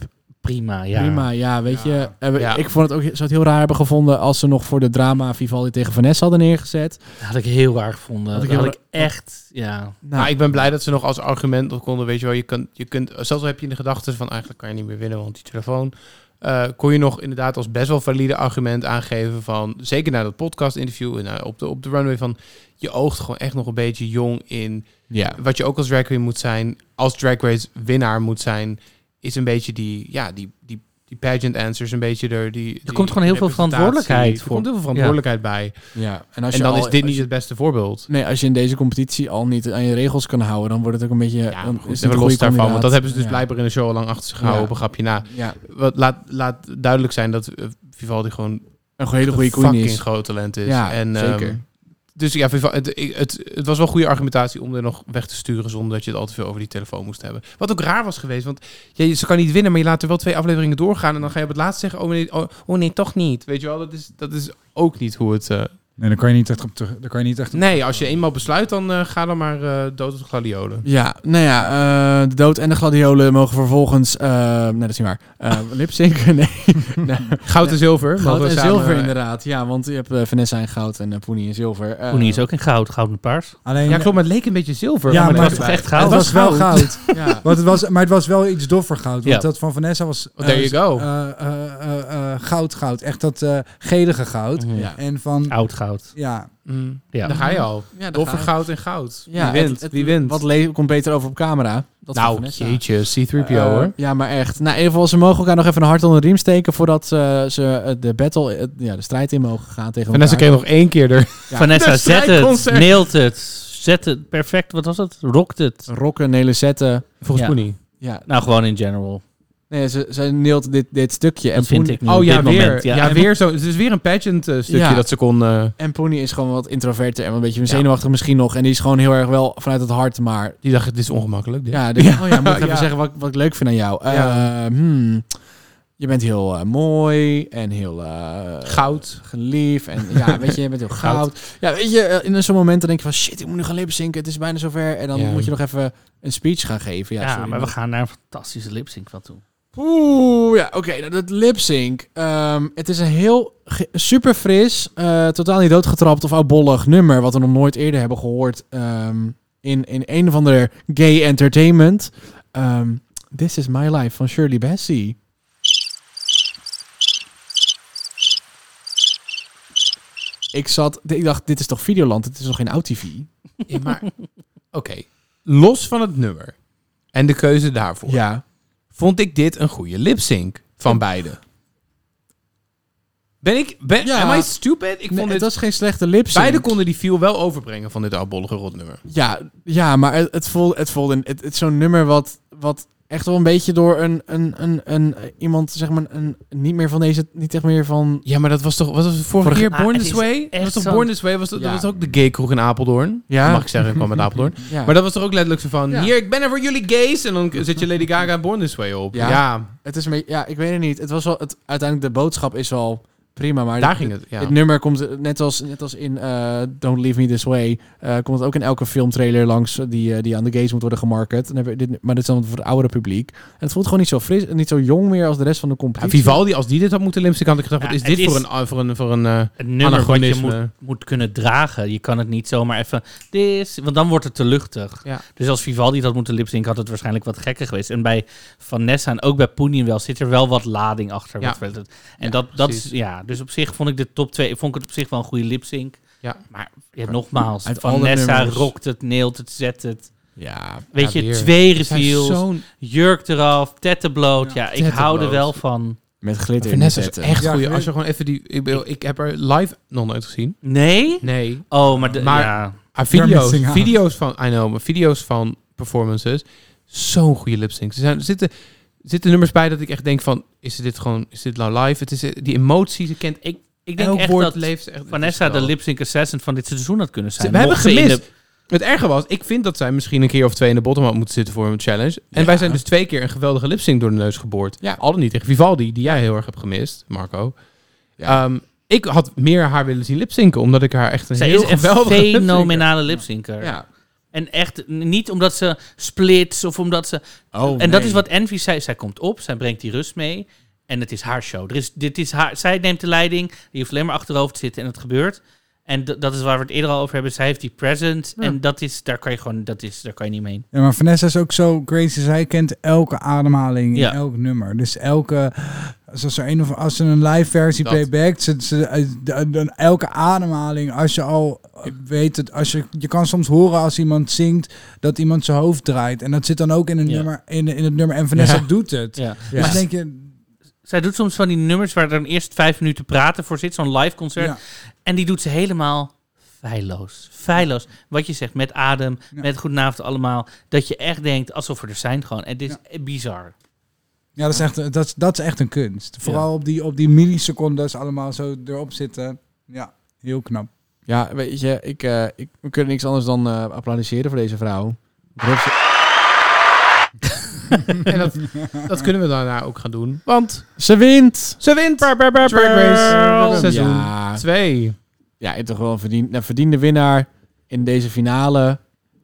B: prima, ja.
A: Prima, ja, weet
C: Ja.
A: je. Uh,
C: Ja.
A: Ik vond het ook, zou het heel raar hebben gevonden als ze nog voor de drama Vivaldi tegen Vanessa hadden neergezet.
B: Dat had ik heel raar gevonden.
A: Had
B: Dat
A: ik
B: had
A: heel
B: ik echt, ja.
A: Nou,
C: Nou, ik ben blij dat ze nog als argument nog konden, weet je wel, je kunt, je kunt, zelfs al heb je in de gedachten van eigenlijk kan je niet meer winnen, want die telefoon, uh, kon je nog inderdaad als best wel valide argument aangeven van, zeker na dat podcast interview en uh, op, de, op de runway van, je oogt gewoon echt nog een beetje jong in
A: ja.
C: wat je ook als drag queen moet zijn, als drag race winnaar moet zijn, is een beetje die, ja, die, die, die pageant answers, een beetje er, die, die
B: Er komt gewoon heel veel verantwoordelijkheid.
C: Er komt heel veel verantwoordelijkheid ja. bij.
A: Ja. En, als
C: en
A: je
C: dan
A: al,
C: is dit niet
A: je,
C: het beste voorbeeld.
A: Nee, als je in deze competitie al niet aan je regels kan houden, dan wordt het ook een beetje...
C: Ja,
A: dan
C: goed,
A: is het
C: even
A: een
C: los daarvan,
A: kandidaat.
C: want dat hebben ze dus
A: ja.
C: blijkbaar in de show al lang achter zich gehouden
A: Ja.
C: op een grapje na.
A: Ja.
C: Wat, laat, laat duidelijk zijn dat uh, Vivaldi gewoon
A: een hele goede queen
C: fucking
A: is.
C: groot talent is.
A: Ja,
C: en,
A: zeker.
C: Um, dus ja, Vivaldi, het, het, het was wel goede argumentatie om er nog weg te sturen zonder dat je het al te veel over die telefoon moest hebben. Wat ook raar was geweest, want ja, ze kan niet winnen, maar je laat er wel twee afleveringen doorgaan en dan ga je op het laatst zeggen, oh nee, oh, oh nee toch niet. Weet je wel, dat is, dat is ook niet hoe het... Uh,
E: Nee, dan kan je niet echt op terug. Dan kan je niet echt op
C: nee, als je eenmaal besluit, dan uh, ga dan maar uh, dood op de gladiolen.
A: Ja, nou ja, uh, de dood en de gladiolen mogen vervolgens... Uh, nee, dat is niet waar. Uh, lipzinken, nee. nee.
C: Goud en zilver.
A: Goud en
C: samen,
A: zilver,
C: uh,
A: inderdaad. Ja, want je hebt uh, Vanessa in goud en uh, Poenie in zilver. Uh,
B: Poenie is ook in goud, goud en paars.
E: Alleen,
C: ja, klopt, maar het leek een beetje zilver.
E: Ja,
B: maar
E: maar
B: het was toch echt goud?
E: Het was wel goud.
A: ja.
E: Want het was, maar het was wel iets doffer goud. Want
B: Ja.
E: dat van Vanessa was...
C: Oh, there
E: uh,
C: you go.
E: Uh, uh, uh, uh, goud, goud. Echt dat uh, gelige goud.
B: Mhm.
A: Ja.
E: En van...
B: Oud goud.
E: Ja.
C: Mm.
B: Ja.
C: Daar ga je al.
A: Ja,
C: Doffer goud en goud.
A: Ja,
C: Wie wint?
A: het, het,
C: Wie wint?
A: Wat le- komt beter over op camera? Dat
C: nou, jeetje, C drie P O uh, hoor.
A: Ja, maar echt. Nou, in ieder geval, ze mogen elkaar nog even een hart onder de riem steken voordat uh, ze uh, de battle, uh, ja, de strijd in mogen gaan tegen
C: Vanessa
A: elkaar.
C: kreeg nog één keer er.
B: Ja. Vanessa, zet het, neelt het, zet het, perfect, wat was het? Rokt het.
A: Rocken, nelen, zetten.
C: Volgens
B: ja.
C: Poenie.
A: Ja.
B: Nou, gewoon in general.
A: Nee, ze, ze neelt dit, dit stukje.
B: Dat
A: en
B: vind
A: Poen,
B: ik nu
C: Oh
B: op
C: ja,
B: dit
C: weer.
B: moment. Ja,
C: ja
B: en
C: weer zo. Het is weer een pageant uh, stukje
A: Ja.
C: dat ze kon... Uh,
A: en Poenie is gewoon wat introverter en een beetje zenuwachtig misschien nog. En die is gewoon heel erg wel vanuit het hart, maar...
C: die dacht, dit is ongemakkelijk. Dit.
A: Ja, die, oh ja, moet ik even
C: Ja.
A: zeggen wat, wat ik leuk vind aan jou. Uh,
C: Ja.
A: hmm, je bent heel uh, mooi en heel... Uh,
C: Goud.
A: Geliefd. En ja, weet je, je bent heel goud. goud. Ja, weet je, in zo'n moment dan denk je van... Shit, ik moet nu gaan lipzinken. Het is bijna zover. En dan
C: Ja.
A: moet je nog even een speech gaan geven. Ja,
B: Ja,
A: sorry,
B: maar we gaan naar een fantastische lipsync van toe.
A: Oeh, ja, oké. Okay, nou, dat lip-sync. Um, het is een heel ge- super fris, uh, totaal niet doodgetrapt of oudbollig nummer, wat we nog nooit eerder hebben gehoord um, in, in een of andere gay entertainment. Um, This is My Life van Shirley Bassey. Ik zat, ik dacht, dit is toch Videoland? Het is nog geen Oud T V?
C: Ja, maar oké. Okay. Los van het nummer en de keuze daarvoor.
A: Ja.
C: Vond ik dit een goede lip-sync van beide. Ben ik... Ben,
A: Ja.
C: Am I stupid? Ik
A: Nee,
C: vond
A: het
C: dit,
A: was geen slechte lip-sync.
C: beide konden die feel wel overbrengen van dit oudbollige rotnummer.
A: Ja, ja, maar het, het voelde, het voelde het, het, zo'n nummer wat, wat echt wel een beetje door een, een, een, een iemand, zeg maar, een, niet meer van deze, niet echt meer van...
C: Ja, maar dat was toch... Wat was het vorige,
A: Vorige-
C: keer? Born
B: Ah,
C: This
B: het is
C: Way?
B: echt
C: Was toch
B: zo-
C: Born This Way? Was dat,
A: Ja.
C: dat was ook de gay kroeg in Apeldoorn.
A: Ja.
C: Dat mag ik zeggen, ik kwam uit Apeldoorn.
A: Ja.
C: Maar dat was toch ook letterlijk zo van...
A: Ja.
C: Hier, ik ben er voor jullie gays. En dan zet je Lady Gaga Born This Way op.
A: Ja.
C: Ja,
A: Het is een beetje, ja, ik weet het niet. Het was wel, het, uiteindelijk de boodschap is wel prima, maar
C: daar
A: het,
C: ging het. Ja.
A: het nummer komt net als, net als in uh, Don't Leave Me This Way, uh, komt het ook in elke filmtrailer langs die, uh, die aan de gays moet worden gemarket. Dan hebben we dit, maar dit is dan voor het oudere publiek. En het voelt gewoon niet zo fris en niet zo jong meer als de rest van de
C: Ja,
A: competitie.
C: Vivaldi, als die dit had moeten lipsync, had ik gedacht,
B: Ja,
C: wat is
B: het
C: dit
B: is
C: voor een, voor een, voor een uh,
B: Het nummer wat je
C: anachronisme?
B: moet, moet kunnen dragen. Je kan het niet zomaar even... This, want dan wordt het te luchtig.
C: Ja.
B: Dus als Vivaldi dat moeten lipzinken, had het waarschijnlijk wat gekker geweest. En bij Vanessa en ook bij Poenie wel zit er wel wat lading achter.
C: Ja.
B: Wat wel het, en
C: Ja,
B: dat, dat is,
C: precies.
B: ja, dus op zich vond ik de top twee, vond ik het op zich wel een goede lipsync.
C: Ja.
B: Maar ja, nogmaals,
A: Uit alle
B: Vanessa
A: nummers.
B: rokt het, neelt het, zet het.
A: Ja,
B: Weet
C: Ja,
B: je,
C: weer.
B: twee
C: Zij is
B: reveals,
C: zo'n-
B: jurk eraf, tetten bloot. Ja, ik
C: tetten
B: hou er
C: bloot.
B: wel van.
A: met glitter
C: Vanessa
A: in
C: is
A: de zetten.
C: echt
E: Ja,
C: goeie.
E: ik
C: Als je gewoon even die... Ik, bedoel, ik heb haar live nog nooit gezien.
B: Nee?
C: Nee.
B: Oh, maar, de,
C: Maar-
B: ja.
C: Haar
E: You're
C: video's,
E: missing out.
C: video's van... I know, maar video's van performances. Zo'n goede lip-sync. Er, zijn, er zitten, er zitten nummers bij dat ik echt denk van... Is dit gewoon... Is dit nou live? Het is, die emotie, ze kent...
B: Ik, ik denk
C: elk
B: echt
C: woord
B: dat
C: leeft echt...
B: Vanessa
C: het is
B: de
C: wel-
B: lip-sync assassin van dit seizoen had kunnen zijn.
C: We hebben
B: Mocht ze in
C: gemist.
B: de-
C: Het erge was, ik vind dat zij misschien een keer of twee in de bottom had moeten zitten voor een challenge. En
A: Ja.
C: wij zijn dus twee keer een geweldige lip-sync door de neus geboord.
A: Ja.
C: Al dan niet tegen Vivaldi, die jij heel erg hebt gemist, Marco.
A: Ja.
C: Ehm, ik had meer haar willen zien lip-synken, omdat ik haar echt een
B: Zij
C: heel
B: is een
C: geweldige lip-synker-
B: fenomenale lipzinker.
A: Ja.
B: En echt niet omdat ze splits of omdat ze...
A: Oh,
B: en
A: nee.
B: dat is wat Envy zei. Zij komt op, zij brengt die rust mee. En het is haar show. Er is, dit is haar, zij neemt de leiding. Je hoeft alleen maar achterover te zitten en het gebeurt. En d- dat is waar we het eerder al over hebben. Zij heeft die presence. Ja. En dat is, daar kan je gewoon, dat is, daar kan je niet mee heen.
E: Ja, maar Vanessa is ook zo crazy. Zij kent elke ademhaling in
B: Ja.
E: elk nummer. Dus elke, als er een of als ze een live versie
C: Dat.
E: playbackt, ze, ze, de, de, elke ademhaling. Als je al weet het, als je, je kan soms horen als iemand zingt dat iemand zijn hoofd draait. En dat zit dan ook in een
B: Ja.
E: nummer, in, in het nummer. En Vanessa
B: Ja.
E: doet het.
B: Ja.
E: Dus
B: Maar
E: denk je,
B: zij doet soms van die nummers waar dan eerst vijf minuten praten voor zit, zo'n live concert.
E: Ja.
B: En die doet ze helemaal feilloos. Feilloos. Wat je zegt, met adem,
E: Ja.
B: met goedenavond allemaal. Dat je echt denkt alsof we er zijn gewoon. Het is bizar.
E: ja, dat is echt, dat, is- dat is echt een kunst. Vooral op die, op die millisecondes allemaal zo erop zitten. Ja, heel knap.
A: Ja, weet je, ik, uh, ik, we kunnen niks anders dan uh, applaudisseren voor deze vrouw.
C: En dat, dat kunnen we daarna ook gaan doen. Want
A: ze wint!
C: Ze wint!
A: Brr, brr, brr,
C: Drag Race
A: brr.
C: seizoen
A: Ja.
C: twee.
A: Ja, toch wel een verdien, een verdiende winnaar in deze finale.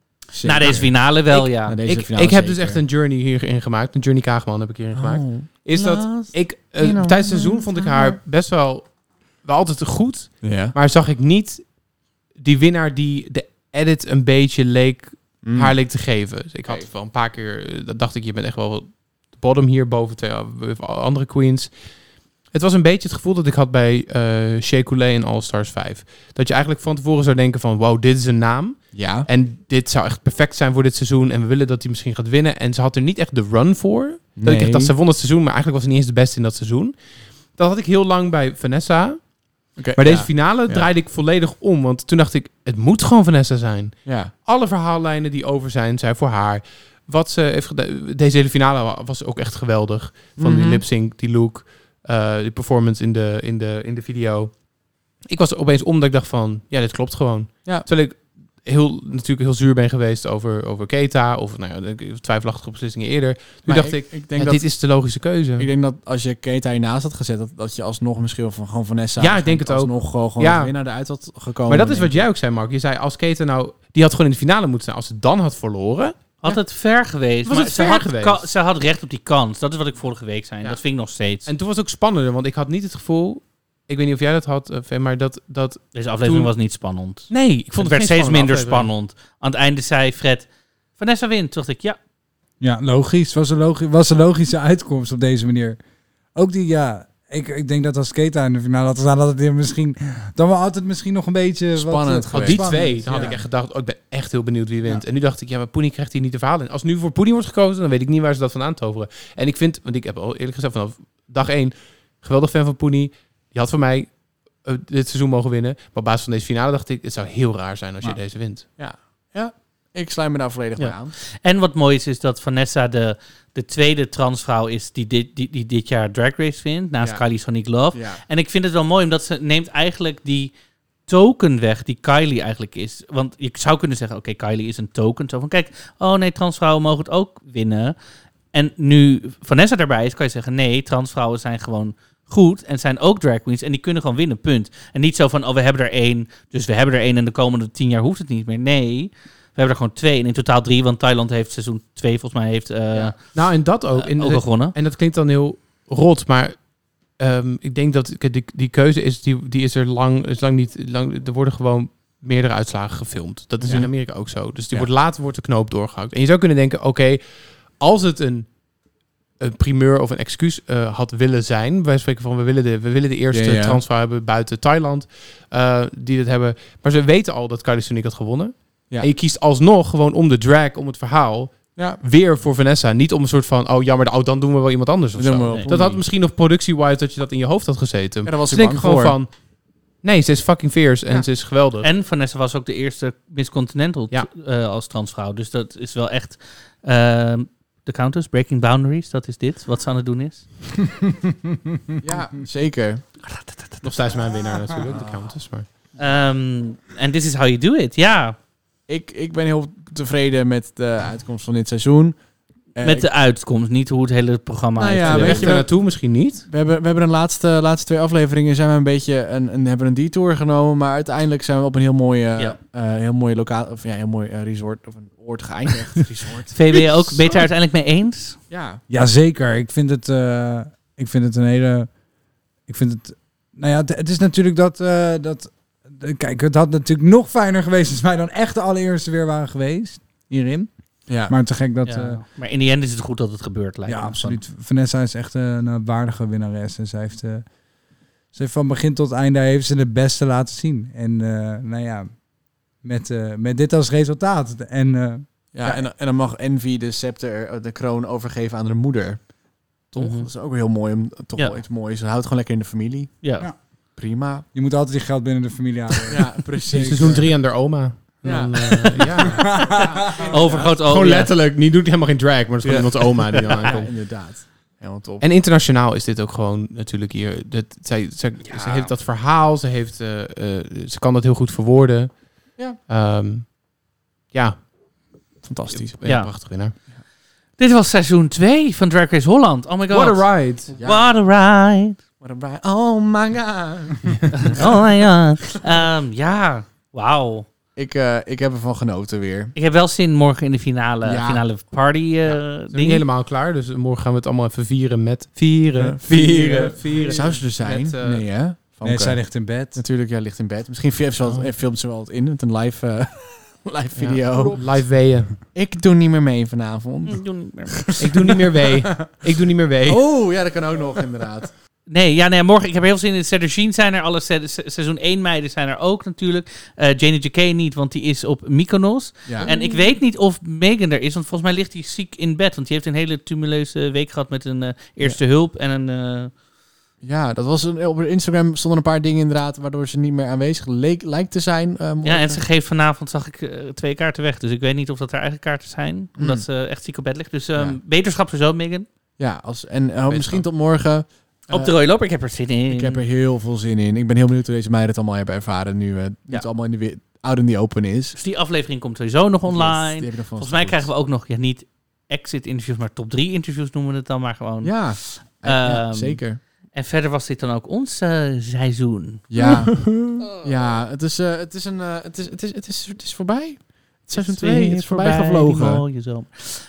B: Na deze finale wel,
C: ik,
B: ja.
A: Na deze
C: Ik,
A: finale
C: ik heb
A: zeker.
C: dus echt een journey hierin gemaakt. Een Journey Kaagman heb ik hierin gemaakt.
A: Oh.
C: Is dat ik uh, tijdens het seizoen vond ik haar best wel, wel altijd goed.
A: Ja.
C: Maar zag ik niet die winnaar die de edit een beetje leek
A: Mm.
C: haar leek te geven. Dus ik had wel een paar keer, dat dacht ik, je bent echt wel de bottom hier boven twee andere queens. Het was een beetje het gevoel dat ik had bij uh, Shea Coulee en All Stars vijf. Dat je eigenlijk van tevoren zou denken van, wow, dit is een naam.
A: Ja.
C: En dit zou echt perfect zijn voor dit seizoen. En we willen dat hij misschien gaat winnen. En ze had er niet echt de run voor. Dat
A: Nee.
C: ik echt dacht, ze won het seizoen, maar eigenlijk was ze niet eens de beste in dat seizoen. Dat had ik heel lang bij Vanessa.
A: Okay,
C: maar deze
A: ja.
C: finale
A: Ja.
C: draaide ik volledig om. Want toen dacht ik, het moet gewoon Vanessa zijn.
A: Ja.
C: Alle verhaallijnen die over zijn, zijn voor haar. Wat ze heeft gedaan. Deze hele finale was ook echt geweldig. Van
A: Mhm.
C: die lip sync, die look, uh, die performance in de, in, de, in de video. Ik was er opeens om dat ik dacht van, ja, dit klopt gewoon.
A: Ja.
C: Terwijl ik heel, natuurlijk heel zuur ben geweest over, over Keita. Of nou ja, twijfelachtige beslissingen eerder. Toen
A: Maar
C: dacht
A: ik-
C: ik,
A: ik denk
C: ja,
A: dat-
C: dit is de logische keuze.
A: Ik denk dat als je Keita hiernaast had gezet, dat, dat je alsnog misschien van gewoon Vanessa...
C: Ja, ik denk het ook.
A: Alsnog gewoon, gewoon
C: Ja.
A: als winnaar eruit had gekomen.
C: Maar dat is wat
A: denk
C: jij ook zei, Mark. Je zei, als Keita nou... Die had gewoon in de finale moeten staan. Als ze dan had verloren...
B: Had het ver geweest.
C: Was
B: maar
C: het
B: ze,
C: ver
B: had
C: geweest?
B: ka- ze had recht op die kans. Dat is wat ik vorige week zei.
C: Ja.
B: Dat vind ik nog steeds.
C: En toen was het ook spannender. Want ik had niet het gevoel... Ik weet niet of jij dat had, uh, Fen, maar dat... dat
B: Deze aflevering
C: toen-
B: was niet spannend.
C: Nee, ik vond het,
B: het werd
C: geen
B: steeds
C: spannende
B: minder
C: aflevering.
B: spannend. Aan het einde zei Fred, Vanessa wint. Toen dacht ik, ja.
E: Ja, logisch. Was een, logi- was een logische uitkomst op deze manier. Ook die, ja... Ik, ik denk dat als Keita in de finale had gestaan, dat het hier misschien... Dan was altijd misschien nog een beetje...
A: Spannend
E: wat,
C: Had
E: uh,
C: die
E: spannend,
C: twee, dan had
E: ja.
C: ik echt gedacht... Oh, ik ben echt heel benieuwd wie wint.
E: Ja.
C: En nu dacht ik, ja, maar Poenie krijgt hier niet de verhalen in. Als nu voor Poenie wordt gekozen, dan weet ik niet waar ze dat vandaan toveren. En ik vind... Want ik heb al eerlijk gezegd vanaf dag één... Geweldig fan van Poenie. Die had voor mij uh, dit seizoen mogen winnen. Maar op basis van deze finale dacht ik... Het zou heel raar zijn als
A: Ja.
C: je deze wint.
A: Ja. Ja. Ik sluit me daar volledig
B: Ja.
A: bij aan.
B: En wat mooi is, is dat Vanessa de, de tweede transvrouw is die dit, die, die dit jaar Drag Race vindt. Naast
A: Ja.
B: Kylie Sonique Love.
A: Ja.
B: En ik vind het wel mooi, omdat ze neemt eigenlijk die token weg die Kylie eigenlijk is. Want je zou kunnen zeggen, oké, Kylie is een token. Zo van, kijk, oh nee, transvrouwen mogen het ook winnen. En nu Vanessa daarbij is, kan je zeggen, nee, transvrouwen zijn gewoon goed en zijn ook drag queens en die kunnen gewoon winnen, punt. En niet zo van, oh, we hebben er één, dus we hebben er één en de komende tien jaar hoeft het niet meer. Nee, we hebben er gewoon twee en in totaal drie, want Thailand heeft seizoen twee volgens mij heeft uh,
C: Ja. Nou, en dat ook.
B: uh,
C: In
B: ook
C: de-
B: al gewonnen.
C: En dat klinkt dan heel rot, maar um, ik denk dat die, die keuze is, die, die is er lang, is lang niet, lang, er worden gewoon meerdere uitslagen gefilmd. Dat is
A: Ja.
C: in Amerika ook zo. Dus die
A: Ja.
C: wordt later wordt de knoop doorgehakt. En je zou kunnen denken, oké, okay, als het een, een primeur of een excuus uh, had willen zijn, wij spreken van we willen de, we willen de eerste
A: Ja, ja.
C: transfer hebben buiten Thailand, uh, die dat hebben. Maar ze weten al dat Kylie Sonique had gewonnen.
A: Ja.
C: En je kiest alsnog gewoon om de drag, om het verhaal,
A: Ja.
C: weer voor Vanessa. Niet om een soort van, oh jammer, oh, dan doen we wel iemand anders of
A: Dan
C: zo.
A: doen we wel
C: Nee.
A: Poenie.
C: Dat had misschien nog productie-wise dat je dat in je hoofd had gezeten.
A: Ja, daar was
C: Ze
A: ik
C: denken
A: bang
C: gewoon
A: voor.
C: van, nee, ze is fucking fierce en
A: Ja.
C: ze is geweldig.
B: En Vanessa was ook de eerste Miss Continental
C: Ja.
B: t- uh, als transvrouw. Dus dat is wel echt... Uh, de Countess, Breaking Boundaries, dat is dit, wat ze aan het doen is.
A: Ja, zeker.
C: Nog steeds mijn winnaar natuurlijk, de Countess. Maar.
B: Um, and this is how you do it, ja.
A: Ik, ik ben heel tevreden met de uitkomst van dit seizoen.
B: Uh, Met de uitkomst, niet hoe het hele programma
C: nou
B: heeft.
C: Ja, de weg daar naartoe misschien niet.
A: We hebben, we hebben de laatste, laatste twee afleveringen zijn we een beetje een, een, hebben een detour genomen, maar uiteindelijk zijn we op een heel mooie, ja. uh, heel mooie lokaal, of ja, heel mooi uh, resort of een oord geëindigd. resort.
B: V B ook, ben je het uiteindelijk mee eens?
A: Ja,
E: ja zeker. Ik vind het, uh, ik vind het een hele, ik vind het, nou ja, het, het is natuurlijk dat, uh, dat, kijk, het had natuurlijk nog fijner geweest als wij dan echt de allereerste weer waren geweest hierin.
A: Ja.
E: Maar te gek dat...
B: Ja.
E: Uh,
B: maar in die end is het goed dat het gebeurt, lijkt
E: ja,
B: me.
E: absoluut. Van. Vanessa is echt een, een waardige winnares. En zij heeft, uh, ze heeft van begin tot einde heeft ze het beste laten zien. En uh, nou ja, met, uh, met dit als resultaat. En, uh,
A: ja,
E: ja,
A: en, en dan mag Envy de scepter, de kroon overgeven aan haar moeder. Toch? Mm-hmm. Dat is ook weer heel mooi. Om, toch ja. wel iets moois. Ze houdt gewoon lekker in de familie.
B: Ja. ja.
A: Prima.
E: Je moet altijd je geld binnen de familie houden.
A: Ja, precies.
C: Seizoen drie aan haar oma.
A: Ja.
C: Dan, uh, ja.
B: Overgroot oma.
C: Gewoon letterlijk. Die doet helemaal geen drag, maar het is gewoon ja. iemands oma die dan aankomt.
A: Ja, inderdaad. Helemaal top.
C: En internationaal is dit ook gewoon natuurlijk hier. Dat, zij, zij, ja. Ze heeft dat verhaal. Ze, heeft, uh, uh, ze kan dat heel goed verwoorden.
A: Ja.
C: Um, ja.
A: Fantastisch.
C: Ja, ja. Prachtig winnaar.
B: Dit was seizoen twee van Drag Race Holland. Oh my god.
C: What a ride.
B: Ja. What a ride.
A: What a ride. Oh my god.
B: oh my god. Um, ja. Wauw.
A: Ik, uh, ik heb ervan genoten weer.
B: Ik heb wel zin morgen in de finale, ja. finale party uh,
C: ja, we zijn niet helemaal klaar, dus morgen gaan we het allemaal even vieren met vieren, uh, vieren, vieren. vieren.
A: Zou ze er zijn? Met, uh, nee, hè?
E: Van nee, zij ligt in bed.
A: Natuurlijk, ja, ligt in bed. Misschien filmt ze, wel, filmt ze wel wat in met een live, uh, live video.
C: Ja, live weeën.
A: Ik doe niet meer mee vanavond.
B: Ik doe niet meer,
C: ik doe niet meer wee. Ik doe niet meer wee.
A: Oh, ja, dat kan ook nog, inderdaad.
B: Nee, ja, nee, morgen. Ik heb heel veel zin in Sedergine zijn er. Alle se- se- seizoen één meiden zijn er ook natuurlijk. Uh, Jane J K niet, want die is op Mykonos. Ja. En ik weet niet of Megan er is, want volgens mij ligt hij ziek in bed. Want die heeft een hele tumuleuze week gehad met een uh, eerste ja. hulp en een... Uh...
A: Ja, dat was een, op Instagram stonden een paar dingen inderdaad, waardoor ze niet meer aanwezig leek, lijkt te zijn. Uh,
B: ja, en ze geeft vanavond, zag ik, uh, twee kaarten weg. Dus ik weet niet of dat haar eigen kaarten zijn, omdat mm. ze echt ziek op bed ligt. Dus um, ja. beterschap sowieso, Megan.
A: Ja, als, en uh, misschien tot morgen...
B: Op de rode loper, ik heb er zin in.
A: Ik heb er heel veel zin in. Ik ben heel benieuwd hoe deze meiden het allemaal hebben ervaren nu uh, ja. het allemaal in de out in the open is.
B: Dus die aflevering komt sowieso nog online. Yes, Volgens mij krijgen we ook nog, ja, niet exit interviews, maar top drie interviews noemen we het dan maar gewoon.
A: Ja, um, ja zeker.
B: En verder was dit dan ook ons uh, seizoen.
A: Ja, ja, het is, uh, het is een, uh, het is, het is, het is, het is voorbij. Het seizoen twee, het is voorbij, voorbij gevlogen.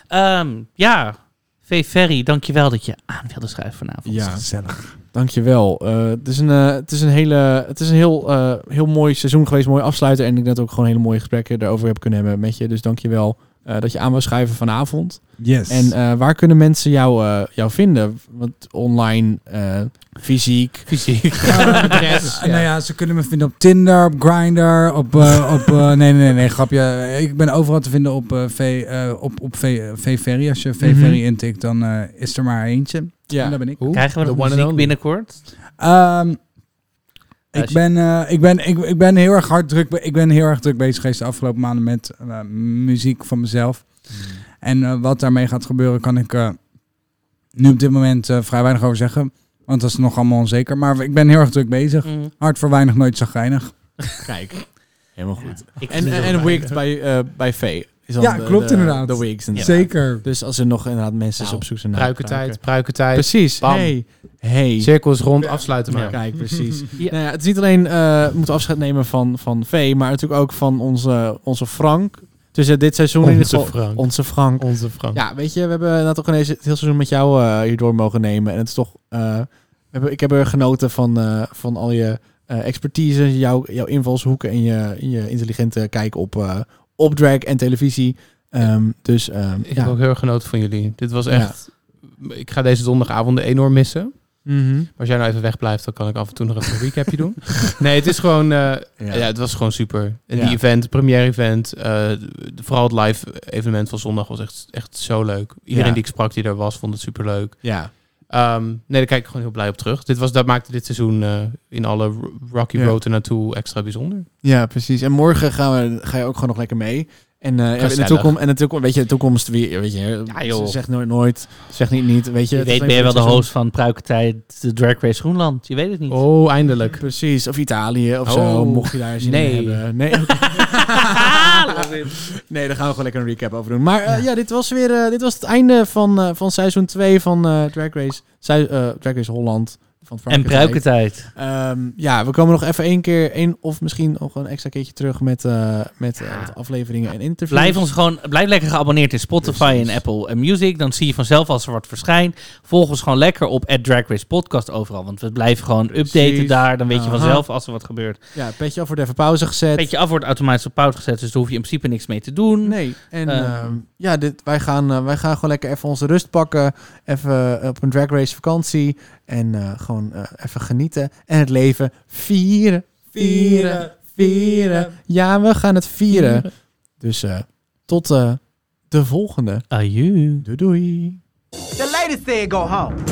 B: Um, ja. V. Ferry, dankjewel dat je aan wilde schrijven vanavond.
A: Ja, gezellig. Dankjewel. Uh, het is een, uh, het is een hele, het is een heel, uh, heel mooi seizoen geweest, mooi afsluiten. En ik net ook gewoon hele mooie gesprekken daarover heb kunnen hebben met je. Dus dankjewel uh, dat je aan wil schrijven vanavond.
E: Yes.
A: En uh, waar kunnen mensen jou, uh, jou vinden? Want online, uh, fysiek.
B: Fysiek.
E: Uh, adres, ja. Nou ja, ze kunnen me vinden op Tinder, op Grindr, op, uh, op uh, nee, nee, nee, grapje. Ik ben overal te vinden op uh, V, uh, op, op V, V Ferry. Als je V Ferry mm-hmm. intikt, dan uh, is er maar eentje.
A: Ja.
E: En daar ben ik.
B: Hoe? Krijgen we de muziek binnenkort?
E: Um, ik, ben, uh, ik, ben, ik, ik ben heel erg hard druk. Ik ben heel erg druk bezig geweest de afgelopen maanden met uh, muziek van mezelf. Mm. En uh, wat daarmee gaat gebeuren, kan ik uh, nu op dit moment uh, vrij weinig over zeggen. Want dat is nog allemaal onzeker. Maar ik ben heel erg druk bezig. Mm. Hard voor weinig, nooit chagrijnig.
A: Kijk, helemaal goed. Ja, en en, en wigged bij, uh, bij V. Is
E: ja, de, klopt
A: de,
E: inderdaad.
A: De wigs en
E: zeker.
A: Dus als er nog inderdaad mensen nou, op zoek zijn naar
C: pruikentijd, pruikentijd.
A: Precies.
C: Bam.
A: Hey. Hey.
C: Cirkels rond, afsluiten maar.
A: Ja. Kijk, precies. Ja. Nou ja, het is niet alleen uh, we moeten afscheid nemen van, van V, maar natuurlijk ook van onze, onze Frank. Dus uh, dit seizoen
C: onze
A: in ieder geval,
C: Frank.
A: Onze Frank.
C: Onze Frank.
A: Ja, weet je, we hebben nou toch ineens het hele seizoen met jou uh, hierdoor mogen nemen. En het is toch, uh, we hebben, ik heb er genoten van, uh, van al je uh, expertise, jouw, jouw invalshoeken en je, je intelligente kijk op, uh, op drag en televisie. Um, dus, um,
C: ik
A: ja.
C: heb ook heel erg genoten van jullie. Dit was echt... Ja. Ik ga deze donderdagavonden enorm missen.
A: Mm-hmm.
C: Maar als jij nou even wegblijft, dan kan ik af en toe nog even een recapje doen. Nee, het is gewoon... Uh, ja. ja, het was gewoon super. En ja. die event, première event, uh, vooral het live evenement van zondag was echt, echt zo leuk. Iedereen ja. die ik sprak die er was, vond het super leuk.
A: Ja.
C: Um, nee, daar kijk ik gewoon heel blij op terug. Dit was, dat maakte dit seizoen uh, in alle Rocky ja. Road ernaartoe extra bijzonder.
A: Ja, precies. En morgen gaan we, ga je ook gewoon nog lekker mee. En, uh, in de toekomst, en de toekomst, weet je, de toekomst weer, weet je, ja, zeg nooit, nooit, zeg niet niet, weet je.
B: Je weet, ben je wel de host van Pruikentijd, de Drag Race Groenland? Je weet het niet.
C: Oh, eindelijk.
A: Precies, of Italië of oh. zo, mocht je daar zin
C: nee.
A: in hebben. Nee, nee, daar gaan we gewoon lekker een recap over doen. Maar uh, ja. ja, dit was weer, uh, dit was het einde van, uh, van seizoen twee van uh, Drag Race, Zij, uh, Drag Race Holland.
B: En Pruikentijd.
A: Um, ja, we komen nog even één keer, één of misschien nog een extra keertje terug met, uh, met, uh, met afleveringen en interviews.
B: Blijf ons gewoon, blijf lekker geabonneerd in Spotify Precies. en Apple Music. Dan zie je vanzelf als er wat verschijnt. Volg ons gewoon lekker op at Drag Race Podcast overal. Want we blijven gewoon updaten Precies. daar. Dan weet je Aha. vanzelf als er wat gebeurt.
A: Ja, petje af wordt even pauze gezet.
B: Petje af wordt automatisch op pauze gezet. Dus daar hoef je in principe niks mee te doen.
A: Nee. En uh, uh, ja, dit, wij, gaan, uh, wij gaan gewoon lekker even onze rust pakken. Even op een Drag Race vakantie. En uh, gewoon uh, even genieten. En het leven vieren. Vieren. Vieren. Ja, we gaan het vieren. vieren. Dus uh, tot uh, de volgende.
B: Aju.
A: Doei doei.
N: The ladies say go home.